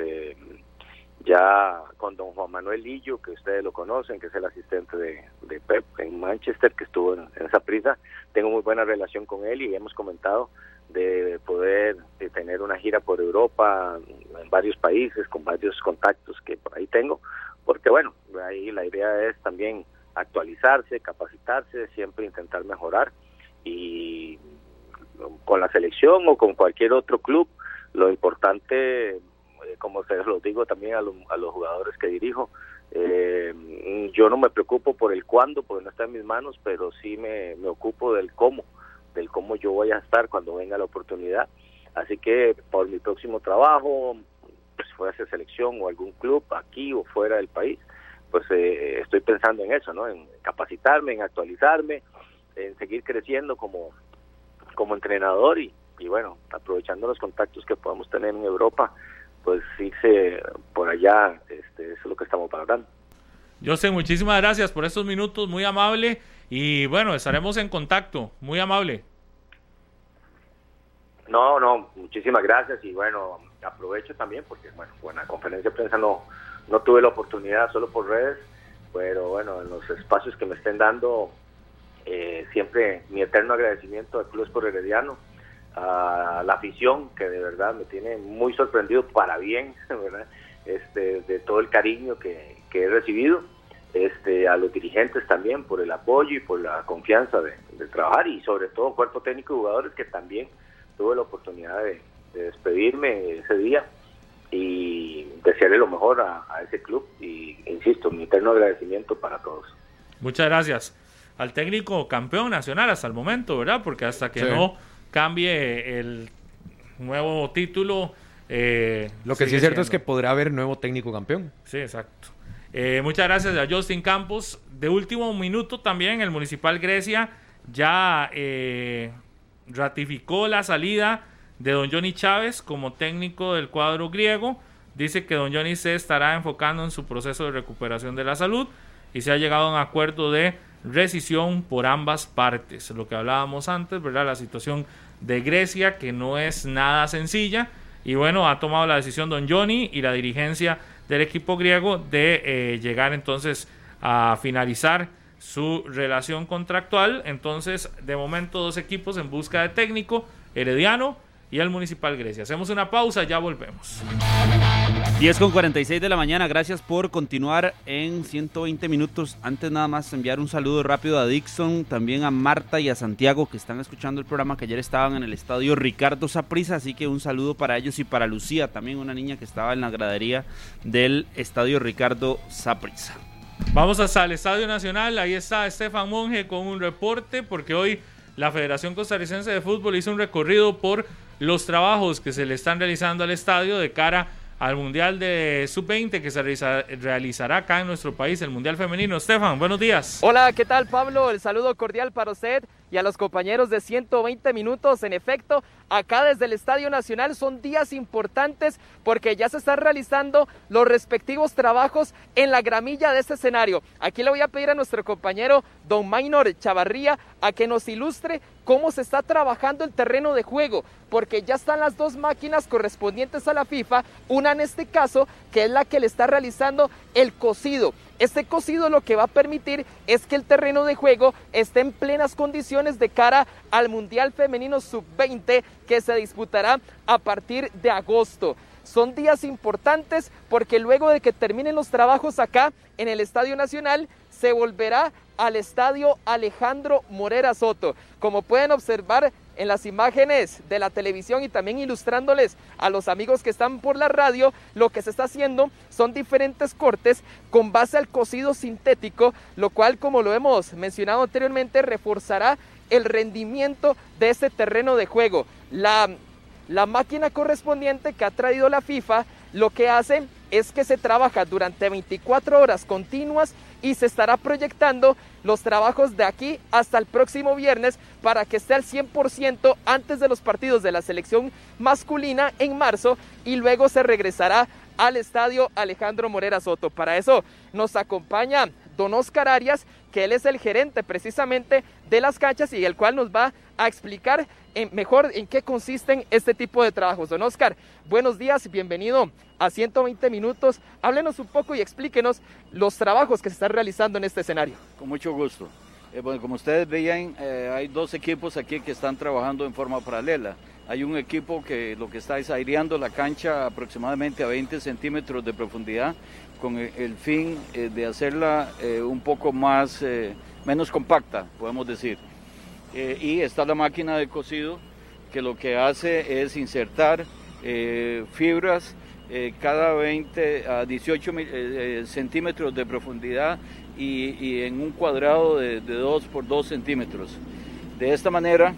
ya con don Juan Manuel Lillo, que ustedes lo conocen, que es el asistente de Pep en Manchester, que estuvo en Saprissa. Tengo muy buena relación con él, y hemos comentado de poder tener una gira por Europa, en varios países, con varios contactos que por ahí tengo, porque bueno, ahí la idea es también actualizarse, capacitarse, siempre intentar mejorar, y con la selección o con cualquier otro club, lo importante, como se los digo también a los jugadores que dirijo, yo no me preocupo por el cuándo, porque no está en mis manos, pero sí me ocupo del cómo yo voy a estar cuando venga la oportunidad. Así que por mi próximo trabajo, pues fuera de selección o algún club aquí o fuera del país, pues estoy pensando en eso, ¿no? En capacitarme, en actualizarme, en seguir creciendo como entrenador, y bueno, aprovechando los contactos que podamos tener en Europa, pues irse por allá, eso es lo que estamos valorando. José, muchísimas gracias por estos minutos, muy amable, y bueno, estaremos en contacto, muy amable. No, muchísimas gracias y bueno, aprovecho también porque bueno, la conferencia de prensa no tuve la oportunidad, solo por redes, pero bueno, en los espacios que me estén dando, siempre mi eterno agradecimiento al Club Sport Herediano, a la afición que de verdad me tiene muy sorprendido para bien, ¿verdad? De todo el cariño que he recibido, a los dirigentes también por el apoyo y por la confianza de trabajar, y sobre todo cuerpo técnico y jugadores que también tuve la oportunidad de despedirme ese día y desearle lo mejor a ese club, y insisto, mi eterno agradecimiento para todos. Muchas gracias al técnico campeón nacional hasta el momento, ¿verdad? Porque hasta que no cambie el nuevo título, lo que sí es cierto es que podrá haber nuevo técnico campeón. Sí, exacto. Muchas gracias a Justin Campos. De último minuto también el Municipal Grecia ya ratificó la salida de don Johnny Chávez como técnico del cuadro griego. Dice que don Johnny se estará enfocando en su proceso de recuperación de la salud y se ha llegado a un acuerdo de rescisión por ambas partes. Lo que hablábamos antes, ¿verdad? La situación de Grecia, que no es nada sencilla, y bueno, ha tomado la decisión don Johnny y la dirigencia del equipo griego de llegar entonces a finalizar su relación contractual. Entonces, de momento, dos equipos en busca de técnico, Herediano y el Municipal Grecia. Hacemos una pausa, ya volvemos. 10:46 de la mañana, gracias por continuar en 120 minutos. Antes nada más enviar un saludo rápido a Dixon, también a Marta y a Santiago que están escuchando el programa, que ayer estaban en el estadio Ricardo Saprissa, así que un saludo para ellos y para Lucía, también una niña que estaba en la gradería del estadio Ricardo Saprissa. Vamos hasta el Estadio Nacional, ahí está Estefan Monge con un reporte, porque hoy la Federación Costarricense de Fútbol hizo un recorrido por los trabajos que se le están realizando al estadio de cara al Mundial de Sub-20 que se realizará acá en nuestro país, el Mundial Femenino. Estefan, buenos días. Hola, ¿qué tal, Pablo? El saludo cordial para usted y a los compañeros de 120 minutos. En efecto, acá desde el Estadio Nacional son días importantes porque ya se están realizando los respectivos trabajos en la gramilla de este escenario. Aquí le voy a pedir a nuestro compañero don Maynor Chavarría a que nos ilustre cómo se está trabajando el terreno de juego, porque ya están las dos máquinas correspondientes a la FIFA, una en este caso que es la que le está realizando el cocido. Este cocido lo que va a permitir es que el terreno de juego esté en plenas condiciones de cara al Mundial Femenino Sub-20 que se disputará a partir de agosto. Son días importantes porque luego de que terminen los trabajos acá en el Estadio Nacional, se volverá al Estadio Alejandro Morera Soto. Como pueden observar en las imágenes de la televisión y también ilustrándoles a los amigos que están por la radio, lo que se está haciendo son diferentes cortes con base al cocido sintético, lo cual, como lo hemos mencionado anteriormente, reforzará el rendimiento de este terreno de juego. La máquina correspondiente que ha traído la FIFA lo que hace es que se trabaja durante 24 horas continuas y se estará proyectando los trabajos de aquí hasta el próximo viernes para que esté al 100% antes de los partidos de la selección masculina en marzo, y luego se regresará al Estadio Alejandro Morera Soto. Para eso nos acompaña don Oscar Arias, que él es el gerente precisamente de las canchas y el cual nos va a explicar mejor en qué consisten este tipo de trabajos. Don Oscar, buenos días y bienvenido a 120 minutos. Háblenos un poco y explíquenos los trabajos que se están realizando en este escenario. Con mucho gusto. Bueno, como ustedes veían, hay dos equipos aquí que están trabajando en forma paralela. Hay un equipo que lo que está es aireando la cancha aproximadamente a 20 centímetros de profundidad con el fin de hacerla un poco más, menos compacta, podemos decir. Y está la máquina de cocido que lo que hace es insertar fibras cada 20 a 18 centímetros de profundidad y en un cuadrado de 2 por 2 centímetros. De esta manera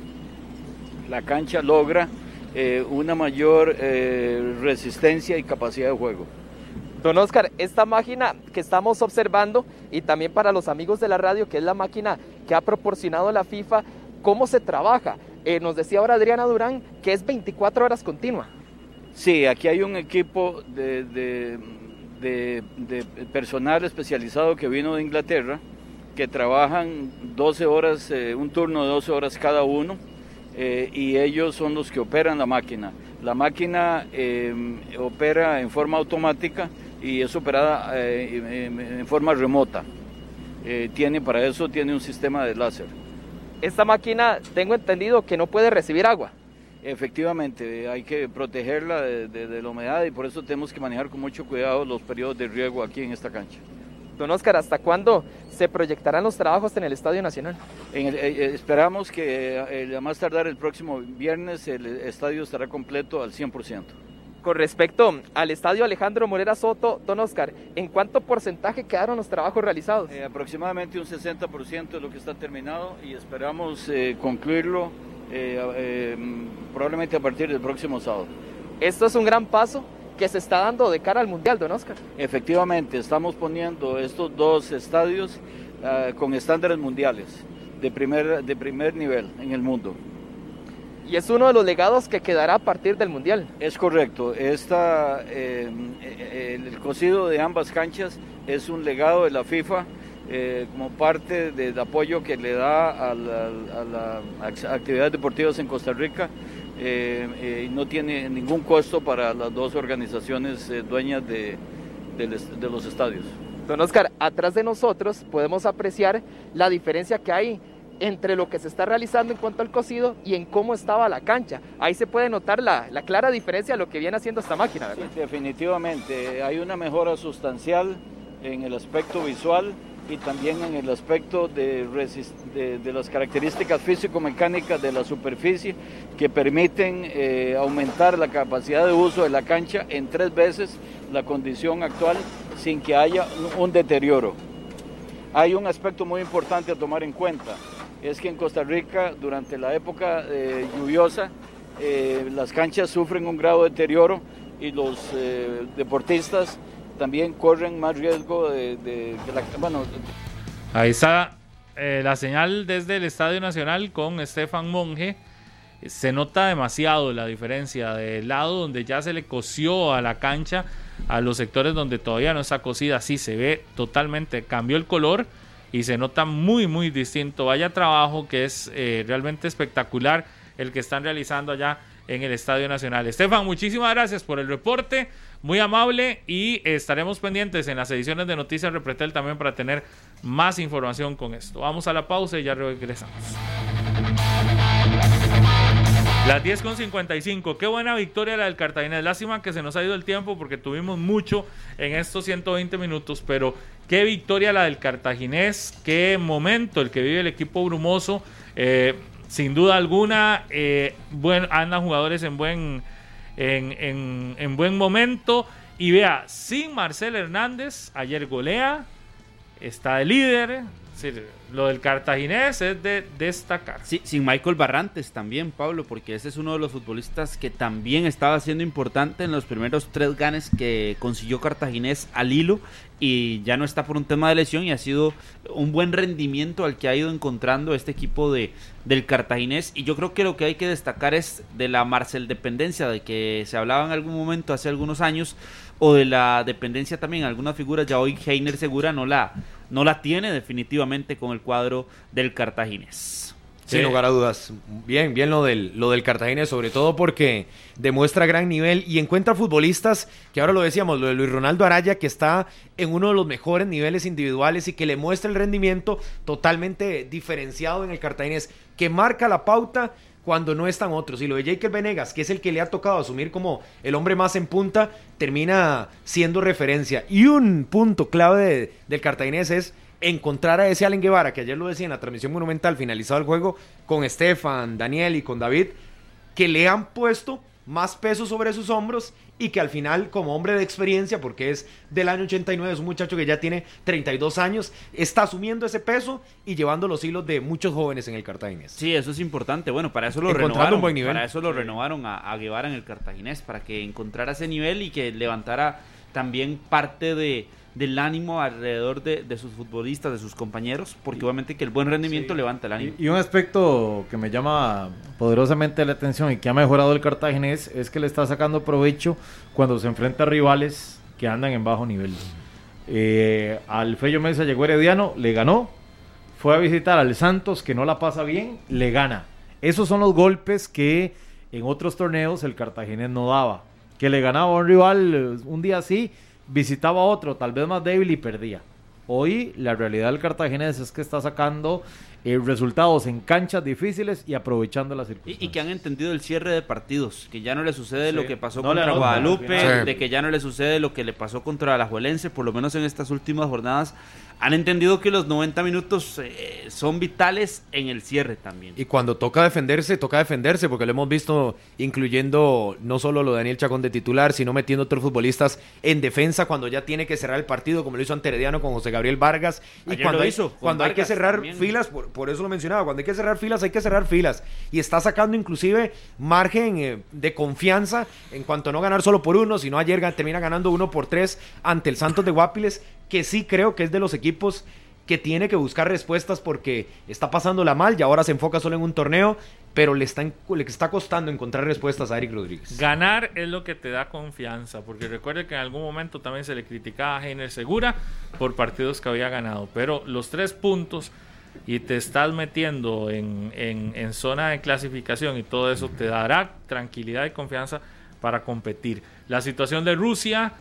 la cancha logra una mayor resistencia y capacidad de juego. Don Oscar, esta máquina que estamos observando, y también para los amigos de la radio, que es la máquina que ha proporcionado la FIFA, ¿cómo se trabaja? Nos decía ahora Adriana Durán que es 24 horas continua. Sí, aquí hay un equipo de personal especializado que vino de Inglaterra, que trabajan 12 horas, un turno de 12 horas cada uno, y ellos son los que operan la máquina. La máquina opera en forma automática y es operada en forma remota. Para eso tiene un sistema de láser. Esta máquina, tengo entendido que no puede recibir agua. Efectivamente, hay que protegerla de la humedad y por eso tenemos que manejar con mucho cuidado los periodos de riego aquí en esta cancha. Don Oscar, ¿hasta cuándo se proyectarán los trabajos en el Estadio Nacional? Esperamos que a más tardar el próximo viernes el estadio estará completo al 100%. Con respecto al Estadio Alejandro Morera Soto, don Oscar, ¿en cuánto porcentaje quedaron los trabajos realizados? Aproximadamente un 60% de lo que está terminado y esperamos concluirlo probablemente a partir del próximo sábado. Esto es un gran paso que se está dando de cara al Mundial, don Oscar. Efectivamente, estamos poniendo estos dos estadios con estándares mundiales de primer nivel en el mundo. Y es uno de los legados que quedará a partir del Mundial. Es correcto, el cosido de ambas canchas es un legado de la FIFA como parte del apoyo que le da a las actividades deportivas en Costa Rica. No tiene ningún costo para las dos organizaciones dueñas de los estadios. Don Oscar, atrás de nosotros podemos apreciar la diferencia que hay entre lo que se está realizando en cuanto al cosido y en cómo estaba la cancha. Ahí se puede notar la clara diferencia de lo que viene haciendo esta máquina, ¿verdad? Sí, definitivamente, hay una mejora sustancial en el aspecto visual y también en el aspecto de las características físico-mecánicas de la superficie que permiten aumentar la capacidad de uso de la cancha en 3 veces la condición actual sin que haya un deterioro. Hay un aspecto muy importante a tomar en cuenta, es que en Costa Rica durante la época lluviosa las canchas sufren un grado de deterioro y los deportistas también corren más riesgo Ahí está la señal desde el Estadio Nacional con Estefan Monge. Se nota demasiado la diferencia del lado donde ya se le cosió a la cancha a los sectores donde todavía no está cosida. Sí, se ve totalmente, cambió el color y se nota muy muy distinto. Vaya trabajo que es realmente espectacular el que están realizando allá en el Estadio Nacional. Estefan, muchísimas gracias por el reporte, muy amable, y estaremos pendientes en las ediciones de Noticias Repretel también para tener más información con esto. Vamos a la pausa y ya regresamos. Las 10:55, qué buena victoria la del Cartaginés. Lástima que se nos ha ido el tiempo porque tuvimos mucho en estos 120 minutos, pero qué victoria la del Cartaginés, qué momento el que vive el equipo brumoso. Sin duda alguna, andan jugadores en buen momento. Y vea, sin Marcel Hernández, ayer golea, está de líder. Sí, lo del Cartaginés es de destacar. Sí, sin Michael Barrantes también, Pablo, porque ese es uno de los futbolistas que también estaba siendo importante en los primeros 3 ganes que consiguió Cartaginés al hilo, y ya no está por un tema de lesión, y ha sido un buen rendimiento al que ha ido encontrando este equipo del Cartaginés. Y yo creo que lo que hay que destacar es de la Marcel dependencia de que se hablaba en algún momento hace algunos años, o de la dependencia también algunas figuras. Ya hoy Heiner Segura no la tiene definitivamente con el cuadro del Cartaginés. Sin lugar a dudas. Bien lo del Cartaginés, sobre todo porque demuestra gran nivel y encuentra futbolistas, que ahora lo decíamos, lo de Luis Ronaldo Araya, que está en uno de los mejores niveles individuales y que le muestra el rendimiento totalmente diferenciado en el Cartaginés, que marca la pauta cuando no están otros. Y lo de Jaker Venegas, que es el que le ha tocado asumir como el hombre más en punta, termina siendo referencia. Y un punto clave del Cartaginés es encontrar a ese Allen Guevara, que ayer lo decía en la transmisión monumental, finalizado el juego, con Estefan, Daniel y con David, que le han puesto más peso sobre sus hombros y que al final, como hombre de experiencia, porque es del año 89, es un muchacho que ya tiene 32 años, está asumiendo ese peso y llevando los hilos de muchos jóvenes en el Cartaginés. Sí, eso es importante. Bueno, para eso lo renovaron. Un buen nivel. Para eso lo renovaron a Guevara en el Cartaginés, para que encontrara ese nivel y que levantara también parte del ánimo alrededor de sus futbolistas, de sus compañeros, porque obviamente que el buen rendimiento levanta el ánimo. Y un aspecto que me llama poderosamente la atención y que ha mejorado el Cartaginés es que le está sacando provecho cuando se enfrenta a rivales que andan en bajo nivel. Al Fello Mesa llegó Herediano, le ganó. Fue a visitar al Santos, que no la pasa bien, le gana. Esos son los golpes que en otros torneos el cartaginés no daba. Que le ganaba a un rival un día así, visitaba a otro, tal vez más débil y perdía. Hoy la realidad del cartaginés es que está sacando resultados en canchas difíciles y aprovechando las circunstancias. Y que han entendido el cierre de partidos, que ya no le sucede lo que pasó No contra le Guadalupe, Sí. de que ya no le sucede lo que le pasó contra Alajuelense, por lo menos en estas últimas jornadas. Han entendido que los 90 minutos son vitales en el cierre también. Y cuando toca defenderse, porque lo hemos visto incluyendo no solo lo de Daniel Chacón de titular, sino metiendo otros futbolistas en defensa cuando ya tiene que cerrar el partido, como lo hizo ante Herediano con José Gabriel Vargas. Y Ayer cuando lo hay, hizo, con cuando hay que Vargas cerrar también. filas, por eso lo mencionaba, cuando hay que cerrar filas, hay que cerrar filas. Y está sacando inclusive margen de confianza en cuanto a no ganar solo por uno, sino ayer termina ganando 1-3 ante el Santos de Guapiles, que sí creo que es de los equipos que tiene que buscar respuestas porque está pasándola mal y ahora se enfoca solo en un torneo, pero le está costando encontrar respuestas a Eric Rodríguez. Ganar es lo que te da confianza, porque recuerde que en algún momento también se le criticaba a Heiner Segura por partidos que había ganado, pero los 3 puntos y te estás metiendo en zona de clasificación y todo eso te dará tranquilidad y confianza para competir. La situación de Rusia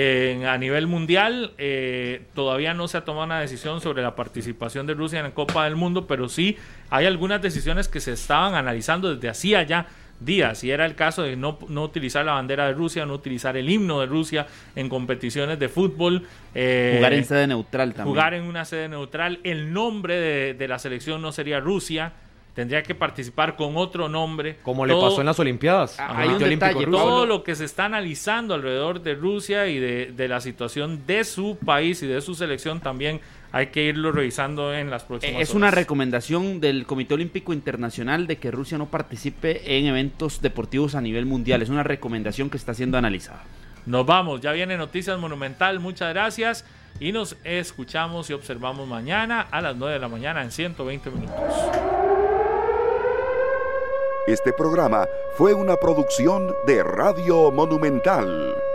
a nivel mundial, todavía no se ha tomado una decisión sobre la participación de Rusia en la Copa del Mundo, pero sí hay algunas decisiones que se estaban analizando desde hacía ya días, y era el caso de no utilizar la bandera de Rusia, no utilizar el himno de Rusia en competiciones de fútbol. Jugar en sede neutral también. Jugar en una sede neutral. El nombre de la selección no sería Rusia, tendría que participar con otro nombre. Como le pasó en las Olimpiadas. Hay un detalle, todo lo que se está analizando alrededor de Rusia y de la situación de su país y de su selección también hay que irlo revisando en las próximas horas. Es una recomendación del Comité Olímpico Internacional de que Rusia no participe en eventos deportivos a nivel mundial. Es una recomendación que está siendo analizada. Nos vamos, ya viene Noticias Monumental, muchas gracias y nos escuchamos y observamos mañana a las 9 de la mañana en 120 minutos. Este programa fue una producción de Radio Monumental.